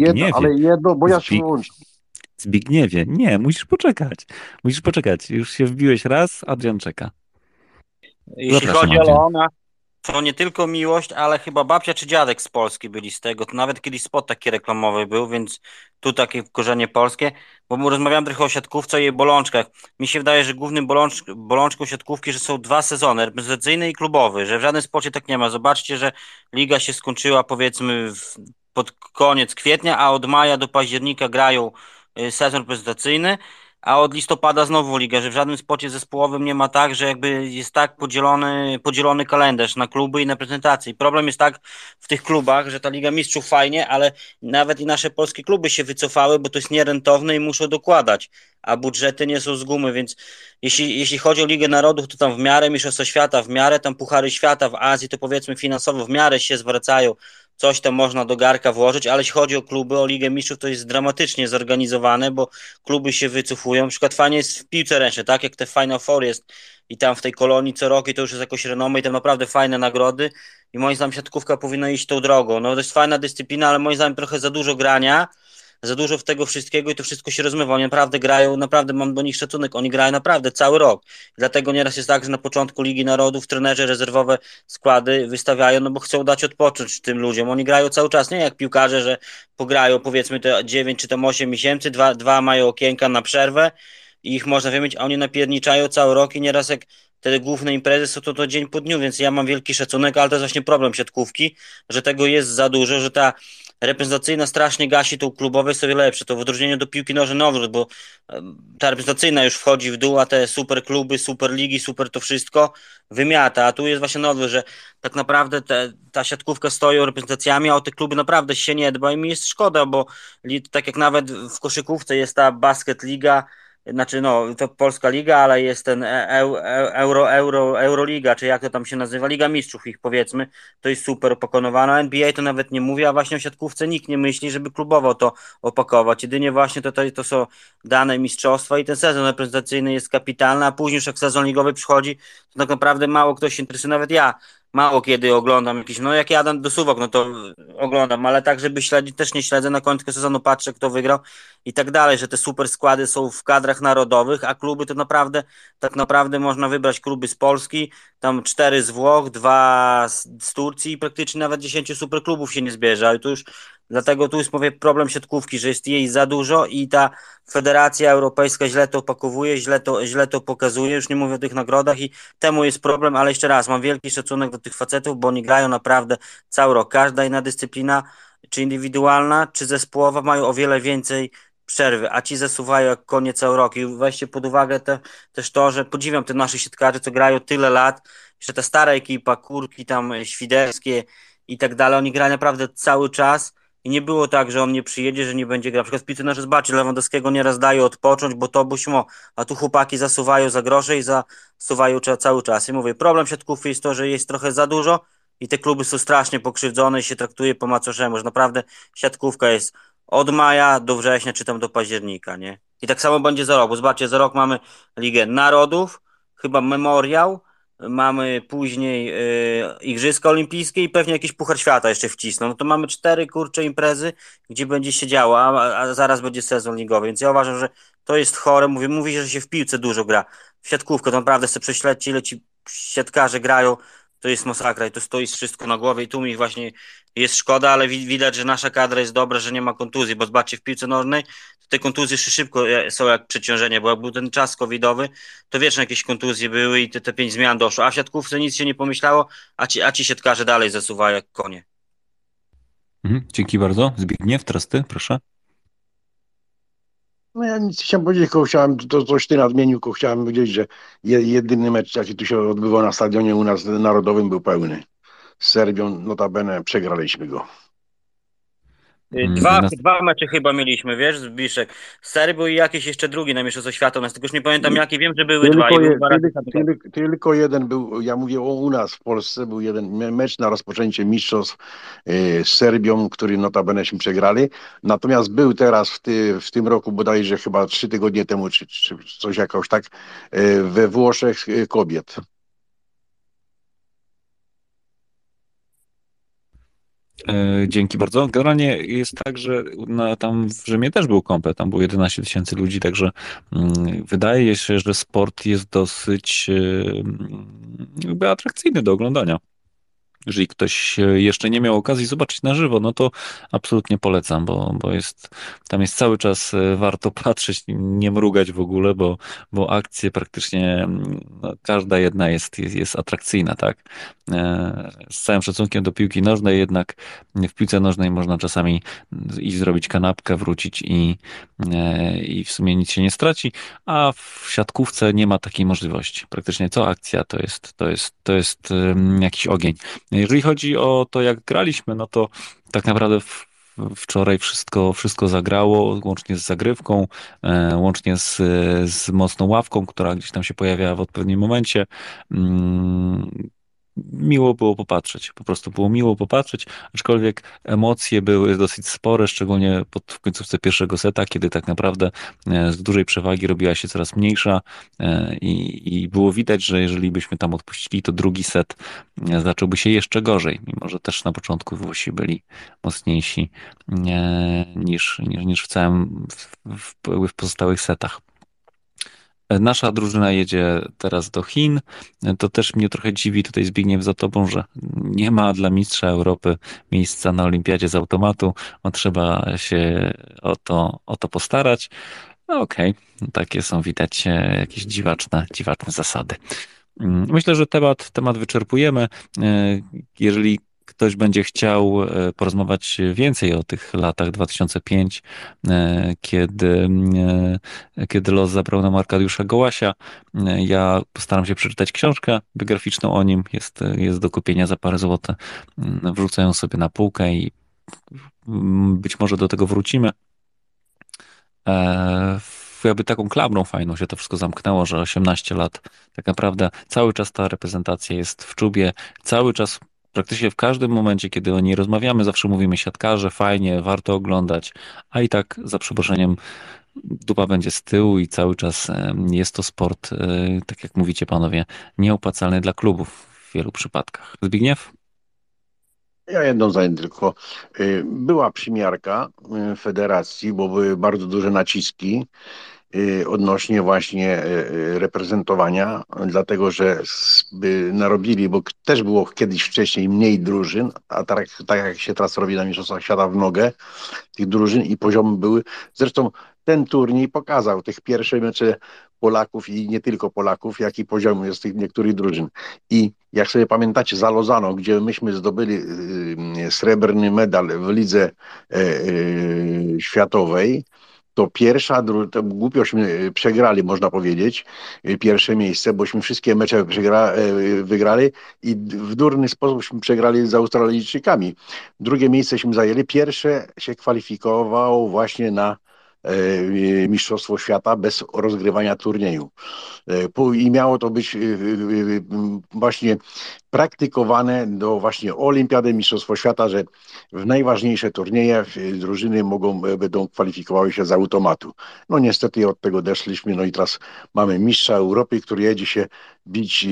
bo ja się wyłączę. Zbigniewie, nie, musisz poczekać. Już się wbiłeś raz, Adrian czeka. Jeśli chodzi o Leona, to nie tylko miłość, ale chyba babcia czy dziadek z Polski byli z tego. To nawet kiedyś spot taki reklamowy był, więc tu takie korzenie polskie. Bo rozmawiałem trochę o siatkówce i jej bolączkach. Mi się wydaje, że głównym bolączką siatkówki, że są 2 sezony, reprezentacyjny i klubowy, że w żadnym sporcie tak nie ma. Zobaczcie, że liga się skończyła powiedzmy pod koniec kwietnia, a od maja do października grają sezon reprezentacyjny, a od listopada znowu liga, że w żadnym sporcie zespołowym nie ma tak, że jakby jest tak podzielony kalendarz na kluby i na prezentacje. Problem jest tak w tych klubach, że ta Liga Mistrzów fajnie, ale nawet i nasze polskie kluby się wycofały, bo to jest nierentowne i muszą dokładać, a budżety nie są z gumy, więc jeśli chodzi o Ligę Narodów, to tam w miarę Mistrzostwa Świata, w miarę tam Puchary Świata w Azji, to powiedzmy finansowo w miarę się zwracają, coś tam można do garka włożyć, ale jeśli chodzi o kluby, o Ligę Mistrzów, to jest dramatycznie zorganizowane, bo kluby się wycofują. Na przykład fajnie jest w piłce ręcznej, tak jak te Final Four jest i tam w tej Kolonii co roku i to już jest jakoś renomę i tam naprawdę fajne nagrody i moim zdaniem siatkówka powinna iść tą drogą. No to jest fajna dyscyplina, ale moim zdaniem trochę za dużo grania, za dużo w tego wszystkiego i to wszystko się rozmywa. Oni naprawdę grają, naprawdę mam do nich szacunek, oni grają naprawdę cały rok. Dlatego nieraz jest tak, że na początku Ligi Narodów trenerzy rezerwowe składy wystawiają, no bo chcą dać odpocząć tym ludziom. Oni grają cały czas, nie jak piłkarze, że pograją powiedzmy te 9 czy tam 8 miesięcy, dwa mają okienka na przerwę i ich można wymienić, a oni napierniczają cały rok i nieraz jak te główne imprezy są to dzień po dniu, więc ja mam wielki szacunek, ale to jest właśnie problem siatkówki, że tego jest za dużo, że ta reprezentacyjna strasznie gasi tą klubowe, sobie lepsze. To w odróżnieniu do piłki nożnej nowy, bo ta reprezentacyjna już wchodzi w dół, a te super kluby, super ligi, super to wszystko wymiata. A tu jest właśnie nowy, że tak naprawdę ta siatkówka stoi o reprezentacjami, a o te kluby naprawdę się nie dba i mi jest szkoda, bo tak jak nawet w koszykówce jest ta Basket Liga, znaczy no, to polska liga, ale jest ten Euroliga, czy jak to tam się nazywa, Liga Mistrzów ich powiedzmy, to jest super opakowana. NBA to nawet nie mówię, a właśnie o siatkówce nikt nie myśli, żeby klubowo to opakować. Jedynie właśnie to są dane mistrzostwa i ten sezon reprezentacyjny jest kapitalny, a później już jak sezon ligowy przychodzi, to tak naprawdę mało ktoś się interesuje, nawet ja mało kiedy oglądam jakiś, no jak jadę do Suwok, no to oglądam, ale tak, żeby śledzić, też nie śledzę, na końcu sezonu patrzę, kto wygrał i tak dalej, że te super składy są w kadrach narodowych, a kluby to naprawdę, tak naprawdę można wybrać kluby z Polski, tam 4 z Włoch, 2 z Turcji i praktycznie nawet 10 superklubów się nie zbierze, ale tu już, dlatego tu jest, mówię, problem siatkówki, że jest jej za dużo i ta Federacja Europejska źle to opakowuje, źle to pokazuje, już nie mówię o tych nagrodach i temu jest problem, ale jeszcze raz, mam wielki szacunek do tych facetów, bo oni grają naprawdę cały rok. Każda inna dyscyplina, czy indywidualna, czy zespołowa, mają o wiele więcej przerwy, a ci zasuwają jak konie cały rok. I weźcie pod uwagę też to, że podziwiam tych naszych siatkarzy, co grają tyle lat, jeszcze ta stara ekipa, Kurki tam, Świderskie i tak dalej, oni grają naprawdę cały czas i nie było tak, że on nie przyjedzie, że nie będzie grał. Na przykład w piłce nożnej zobaczcie, Lewandowskiego nieraz daje odpocząć, bo to buśmo, a tu chłopaki zasuwają za grosze i zasuwają cały czas. I mówię, problem siatkówki jest to, że jest trochę za dużo i te kluby są strasznie pokrzywdzone i się traktuje po macoszemu, że naprawdę siatkówka jest od maja do września, czy tam do października, nie? I tak samo będzie za rok, bo zobaczcie, za rok mamy Ligę Narodów, chyba Memoriał, mamy później Igrzyska Olimpijskie i pewnie jakiś Puchar Świata jeszcze wcisną. No to mamy 4 kurcze imprezy, gdzie będzie się działo, a zaraz będzie sezon ligowy, więc ja uważam, że to jest chore. Mówi się, że się w piłce dużo gra. W siatkówkę to naprawdę sobie prześledźcie, ile ci siatkarze grają, to jest masakra i to stoi wszystko na głowie i tu mi właśnie jest szkoda, ale widać, że nasza kadra jest dobra, że nie ma kontuzji, bo zobaczcie, w piłce nożnej to te kontuzje szybko są jak przeciążenie, bo jak był ten czas covidowy, to wiecznie jakieś kontuzje były i te 5 zmian doszło, a w siatkówce nic się nie pomyślało, a ci siatkarze dalej zasuwają jak konie. Dzięki bardzo. Zbigniew, teraz ty, proszę. No ja nic chciałem powiedzieć, tylko chciałem, to coś ty nadmienił, tylko chciałem powiedzieć, że jedyny mecz, jaki tu się odbywał na stadionie u nas narodowym, był pełny. Z Serbią notabene przegraliśmy go. Dwa mecze chyba mieliśmy, wiesz, Zbiszek. Serbią i jakiś jeszcze drugi na Mistrzostwach Świata. U nas tylko już nie pamiętam jaki, wiem, że były dwa. Tylko jeden był, ja mówię u nas w Polsce, był jeden mecz na rozpoczęcie mistrzostw z Serbią, który notabeneśmy przegrali. Natomiast był teraz w tym roku bodajże chyba 3 tygodnie temu, czy coś jakoś tak, we Włoszech kobiet. Dzięki bardzo. Generalnie jest tak, że tam w Rzymie też był komplet, tam było 11 000 ludzi, także wydaje się, że sport jest dosyć jakby atrakcyjny do oglądania. Jeżeli ktoś jeszcze nie miał okazji zobaczyć na żywo, no to absolutnie polecam, bo tam jest cały czas warto patrzeć, nie mrugać w ogóle, bo akcje praktycznie no, każda jedna jest atrakcyjna, tak? Z całym szacunkiem do piłki nożnej, jednak w piłce nożnej można czasami iść zrobić kanapkę, wrócić i w sumie nic się nie straci, a w siatkówce nie ma takiej możliwości. Praktycznie co akcja to jest jakiś ogień. Jeżeli chodzi o to, jak graliśmy, no to tak naprawdę wczoraj wszystko zagrało, łącznie z zagrywką, łącznie z mocną ławką, która gdzieś tam się pojawiała w odpowiednim momencie. Miło było popatrzeć, po prostu było miło popatrzeć, aczkolwiek emocje były dosyć spore, szczególnie w końcówce pierwszego seta, kiedy tak naprawdę z dużej przewagi robiła się coraz mniejsza i było widać, że jeżeli byśmy tam odpuścili, to drugi set zacząłby się jeszcze gorzej, mimo że też na początku Włosi byli mocniejsi niż w pozostałych setach. Nasza drużyna jedzie teraz do Chin. To też mnie trochę dziwi tutaj, Zbigniew, za tobą, że nie ma dla mistrza Europy miejsca na olimpiadzie z automatu. Trzeba się o to postarać. No okej, takie są widać jakieś dziwaczne zasady. Myślę, że temat wyczerpujemy. Jeżeli ktoś będzie chciał porozmawiać więcej o tych latach 2005, kiedy los zabrał nam Arkadiusza Gołasia, ja postaram się przeczytać książkę biograficzną o nim. Jest do kupienia za parę złotych. Wrzucę ją sobie na półkę i być może do tego wrócimy. Jakby taką klamrą fajną się to wszystko zamknęło, że 18 lat, tak naprawdę cały czas ta reprezentacja jest w czubie, cały czas, praktycznie w każdym momencie, kiedy o niej rozmawiamy, zawsze mówimy siatkarze, fajnie, warto oglądać, a i tak za przeproszeniem dupa będzie z tyłu i cały czas jest to sport, tak jak mówicie panowie, nieopłacalny dla klubów w wielu przypadkach. Zbigniew? Ja jedno zdanie tylko. Była przymiarka federacji, bo były bardzo duże naciski odnośnie właśnie reprezentowania, dlatego że by narobili, bo też było kiedyś wcześniej mniej drużyn, a tak jak się teraz robi na Mistrzostwach Świata w nogę, tych drużyn i poziomy były. Zresztą ten turniej pokazał tych pierwsze mecze Polaków i nie tylko Polaków, jaki poziom jest tych niektórych drużyn. I jak sobie pamiętacie, za Lozano, gdzie myśmy zdobyli srebrny medal w lidze światowej, to to głupiośmy przegrali, można powiedzieć, pierwsze miejsce, bośmy wszystkie mecze wygrali i w durny sposób przegrali z Australijczykami. Drugie miejsceśmy zajęli, pierwsze się kwalifikowało właśnie na Mistrzostwo Świata bez rozgrywania turnieju. I miało to być właśnie praktykowane do właśnie Olimpiady, Mistrzostwo Świata, że w najważniejsze turnieje drużyny będą kwalifikowały się z automatu. No niestety od tego odeszliśmy, no i teraz mamy mistrza Europy, który jedzie się bić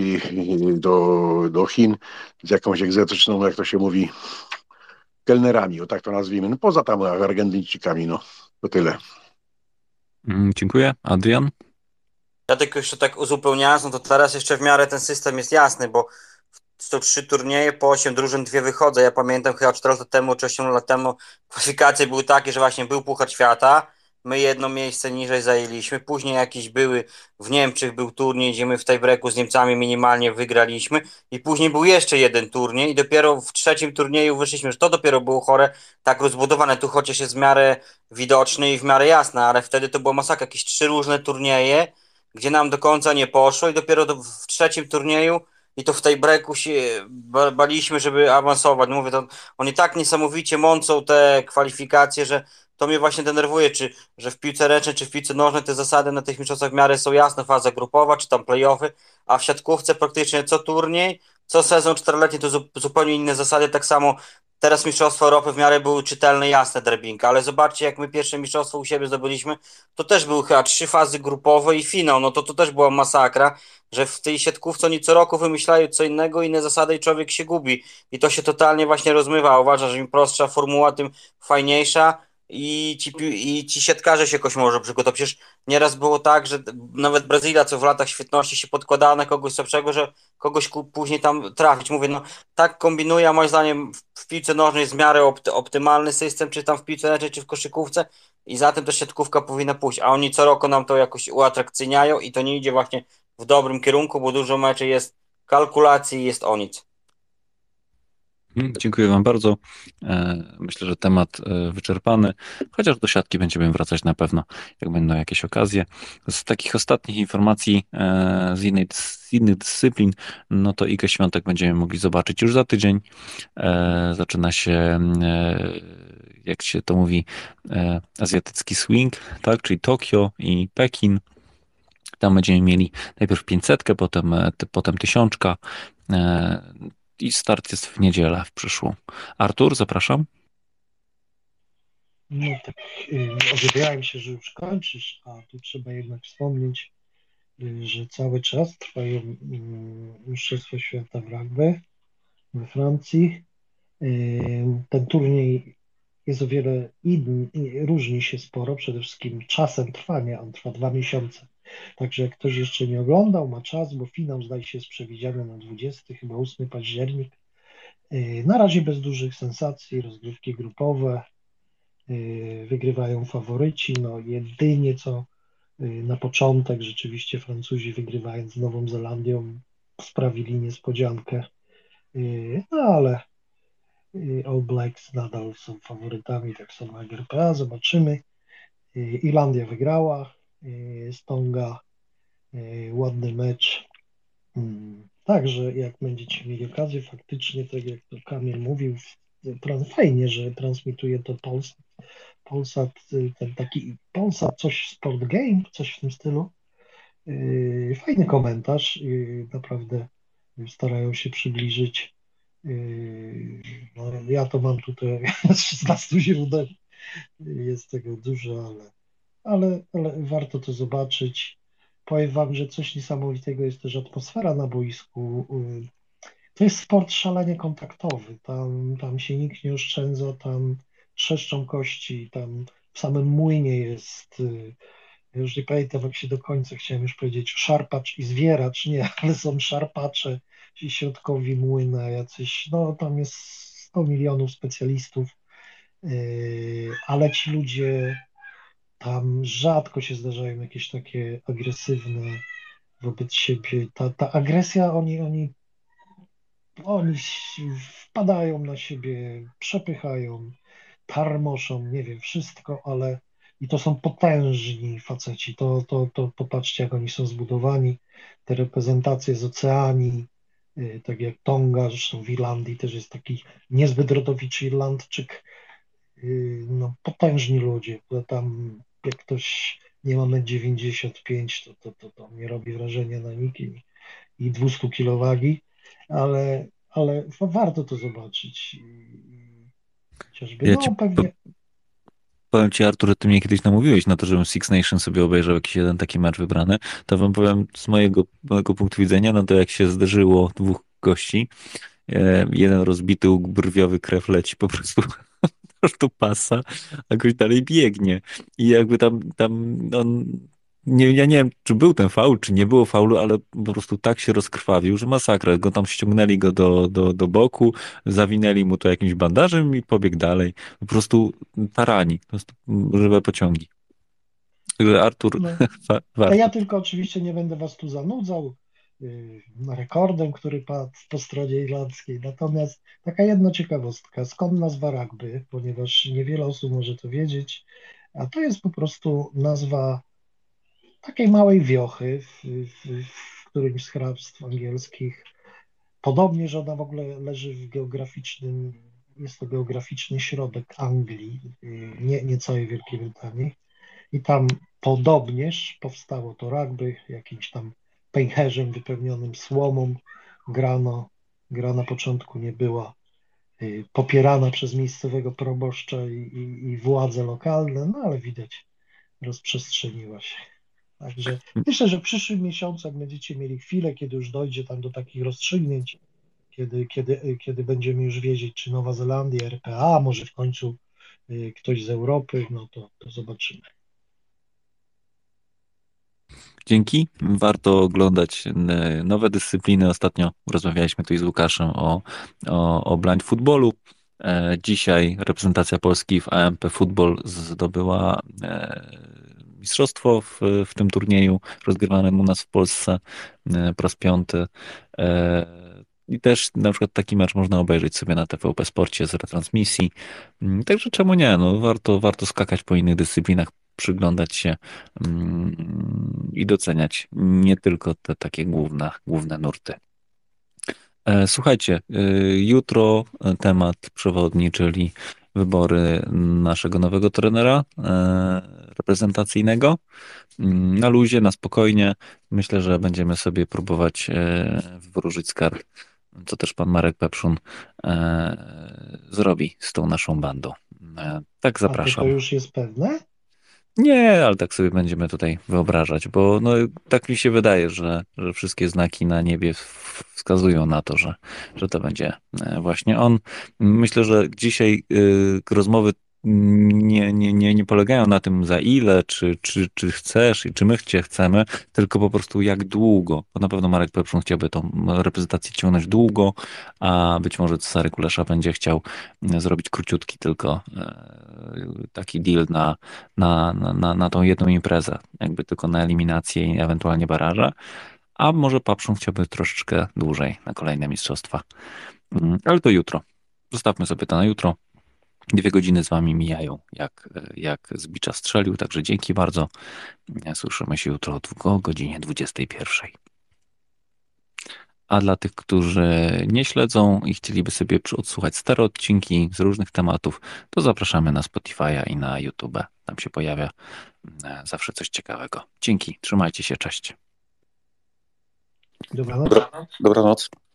do Chin z jakąś egzotyczną, jak to się mówi, kelnerami, o tak to nazwijmy. No poza tam Argentyńczykami, no to tyle. Dziękuję. Adrian? Ja tylko jeszcze tak uzupełniając, no to teraz jeszcze w miarę ten system jest jasny, bo to 3 turnieje, po 8 drużyn, 2 wychodzą. Ja pamiętam chyba 4 lat temu czy 8 lat temu kwalifikacje były takie, że właśnie był Puchar Świata, my jedno miejsce niżej zajęliśmy, później jakieś były w Niemczech, był turniej, gdzie my w tiebreaku z Niemcami minimalnie wygraliśmy i później był jeszcze jeden turniej i dopiero w 3 turnieju wyszliśmy, że to dopiero było chore, tak rozbudowane, tu chociaż jest w miarę widoczny i w miarę jasne, ale wtedy to była masakra, jakieś 3 różne turnieje, gdzie nam do końca nie poszło i dopiero w 3 turnieju i to w tej breaku się baliśmy, żeby awansować. No mówię, to oni tak niesamowicie mącą te kwalifikacje, że to mnie właśnie denerwuje, że w piłce ręcznej, czy w piłce nożnej te zasady na tych mistrzostwach w miarę są jasne, faza grupowa, czy tam play-offy, a w siatkówce praktycznie co turniej, co sezon 4-letni to zupełnie inne zasady, tak samo teraz Mistrzostwa Europy w miarę były czytelne, jasne drabinka, ale zobaczcie, jak my pierwsze mistrzostwo u siebie zdobyliśmy, to też były chyba 3 fazy grupowe i finał, no to też była masakra, że w tej siatkówce oni co roku wymyślają co innego, inne zasady i człowiek się gubi. I to się totalnie właśnie rozmywa. Uważam, że im prostsza formuła, tym fajniejsza i ci siatkarze się jakoś może przygotować. Przecież nieraz było tak, że nawet Brazylia, co w latach świetności się podkładała na kogoś słabszego, że kogoś później tam trafić. Mówię, no tak kombinuje, a moim zdaniem w piłce nożnej jest w miarę optymalny system, czy tam w piłce ręcznej, czy w koszykówce i za tym też siatkówka powinna pójść. A oni co roku nam to jakoś uatrakcyjniają i to nie idzie właśnie w dobrym kierunku, bo dużo meczy jest kalkulacji i jest o nic. Dziękuję Wam bardzo. Myślę, że temat wyczerpany, chociaż do siatki będziemy wracać na pewno, jak będą jakieś okazje. Z takich ostatnich informacji z innych dyscyplin, no to Igę Świątek będziemy mogli zobaczyć już za tydzień. Zaczyna się, jak się to mówi, azjatycki swing, tak, czyli Tokio i Pekin. Tam będziemy mieli najpierw 500, potem 1000 i start jest w niedzielę w przyszłą. Artur, zapraszam. No tak, obawiałem się, że już kończysz, a tu trzeba jednak wspomnieć, że cały czas trwają Mistrzostwa Świata w rugby we Francji. Ten turniej jest o wiele inny, różni się sporo, przede wszystkim czasem trwania, on trwa 2 miesiące. Także jak ktoś jeszcze nie oglądał, ma czas, bo finał zdaje się jest przewidziany na 20, chyba 8 październik. Na razie bez dużych sensacji, rozgrywki grupowe, wygrywają faworyci, no jedynie co na początek rzeczywiście Francuzi wygrywając z Nową Zelandią sprawili niespodziankę, no ale All Blacks nadal są faworytami, tak samo jak RPA, zobaczymy. Irlandia wygrała z Tonga, ładny mecz. Także jak będziecie mieli okazję, faktycznie, tak jak to Kamil mówił, fajnie, że transmituje to Polsat, ten taki Polsat, coś Sport Game, coś w tym stylu. Fajny komentarz, naprawdę starają się przybliżyć. No, ja to mam tutaj z 16 źródeł, jest tego dużo, ale warto to zobaczyć. Powiem wam, że coś niesamowitego jest też atmosfera na boisku. To jest sport szalenie kontaktowy. Tam się nikt nie oszczędza, tam trzeszczą kości, tam w samym młynie jest. Ja już nie pamiętam, jak się do końca chciałem już powiedzieć, szarpacz i zwieracz, nie, ale są szarpacze i środkowi młyna, jacyś, no tam jest 100 milionów specjalistów, ale ci ludzie tam rzadko się zdarzają jakieś takie agresywne wobec siebie. Ta agresja, oni wpadają na siebie, przepychają, tarmoszą, nie wiem, wszystko, ale i to są potężni faceci. To popatrzcie, jak oni są zbudowani. Te reprezentacje z Oceanii, tak jak Tonga, zresztą w Irlandii też jest taki niezbyt rodowiczy Irlandczyk. No, potężni ludzie. Bo tam jak ktoś nie ma 1,95 m, to nie robi wrażenia na nikim i 200 kg wagi, ale warto to zobaczyć. Chociażby, Ja ci no pewnie. powiem ci, Artur, że ty mnie kiedyś namówiłeś na to, żebym Six Nations sobie obejrzał jakiś jeden taki mecz wybrany. To wam powiem z mojego punktu widzenia, no to jak się zderzyło dwóch gości, jeden rozbity łuk brwiowy, krew leci po prostu aż do pasa, a ktoś dalej biegnie. I jakby tam on, nie, ja nie wiem, czy był ten faul, czy nie było faulu, ale po prostu tak się rozkrwawił, że masakra. Go tam ściągnęli go do boku, zawinęli mu to jakimś bandażem i pobiegł dalej. Po prostu tarani, po prostu żywe pociągi. Także Artur, No, a warto. ja tylko oczywiście nie będę was tu zanudzał rekordem, który padł po stronie irlandzkiej. Natomiast taka jedna ciekawostka, skąd nazwa rugby, ponieważ niewiele osób może to wiedzieć, a to jest po prostu nazwa takiej małej wiochy w którymś z hrabstw angielskich. Podobnie, że ona w ogóle leży w geograficznym, jest to geograficzny środek Anglii, nie całej Wielkiej Brytanii. I tam podobnież powstało to rugby, jakimś tam pęcherzem wypełnionym słomą. Gra na początku nie była popierana przez miejscowego proboszcza i władze lokalne, no ale widać, rozprzestrzeniła się. Także myślę, że w przyszłym miesiącu, jak będziecie mieli chwilę, kiedy już dojdzie tam do takich rozstrzygnięć, kiedy będziemy już wiedzieć, czy Nowa Zelandia, RPA, może w końcu ktoś z Europy, no to zobaczymy. Dzięki. Warto oglądać nowe dyscypliny. Ostatnio rozmawialiśmy tutaj z Łukaszem o blind footballu. Dzisiaj reprezentacja Polski w AMP Football zdobyła mistrzostwo w tym turnieju rozgrywanym u nas w Polsce po raz 5. I też na przykład taki mecz można obejrzeć sobie na TVP Sporcie z retransmisji. Także czemu nie? No, warto skakać po innych dyscyplinach, przyglądać się i doceniać nie tylko te takie główne nurty. Słuchajcie, jutro temat przewodni, czyli wybory naszego nowego trenera reprezentacyjnego. Na luzie, na spokojnie. Myślę, że będziemy sobie próbować wywróżyć z kart, co też pan Marek Pepszun zrobi z tą naszą bandą. Tak, zapraszam. A to już jest pewne? Nie, ale tak sobie będziemy tutaj wyobrażać, bo no, tak mi się wydaje, że wszystkie znaki na niebie wskazują na to, że to będzie właśnie on. Myślę, że dzisiaj rozmowy nie polegają na tym, za ile, czy chcesz i czy my cię chcemy, tylko po prostu jak długo. Bo na pewno Marek Peprzun chciałby tą reprezentację ciągnąć długo, a być może Cezary Kulesza będzie chciał zrobić króciutki tylko taki deal na tą jedną imprezę, jakby tylko na eliminację i ewentualnie baraża, a może Peprzun chciałby troszeczkę dłużej na kolejne mistrzostwa. Ale to jutro. zostawmy sobie to na jutro. 2 godziny z wami mijają, jak z bicza strzelił, także dzięki bardzo. Słyszymy się jutro o godzinie 21. A dla tych, którzy nie śledzą i chcieliby sobie odsłuchać stare odcinki z różnych tematów, to zapraszamy na Spotify'a i na YouTube. Tam się pojawia zawsze coś ciekawego. Dzięki, trzymajcie się, cześć. Dobranoc. Dobranoc.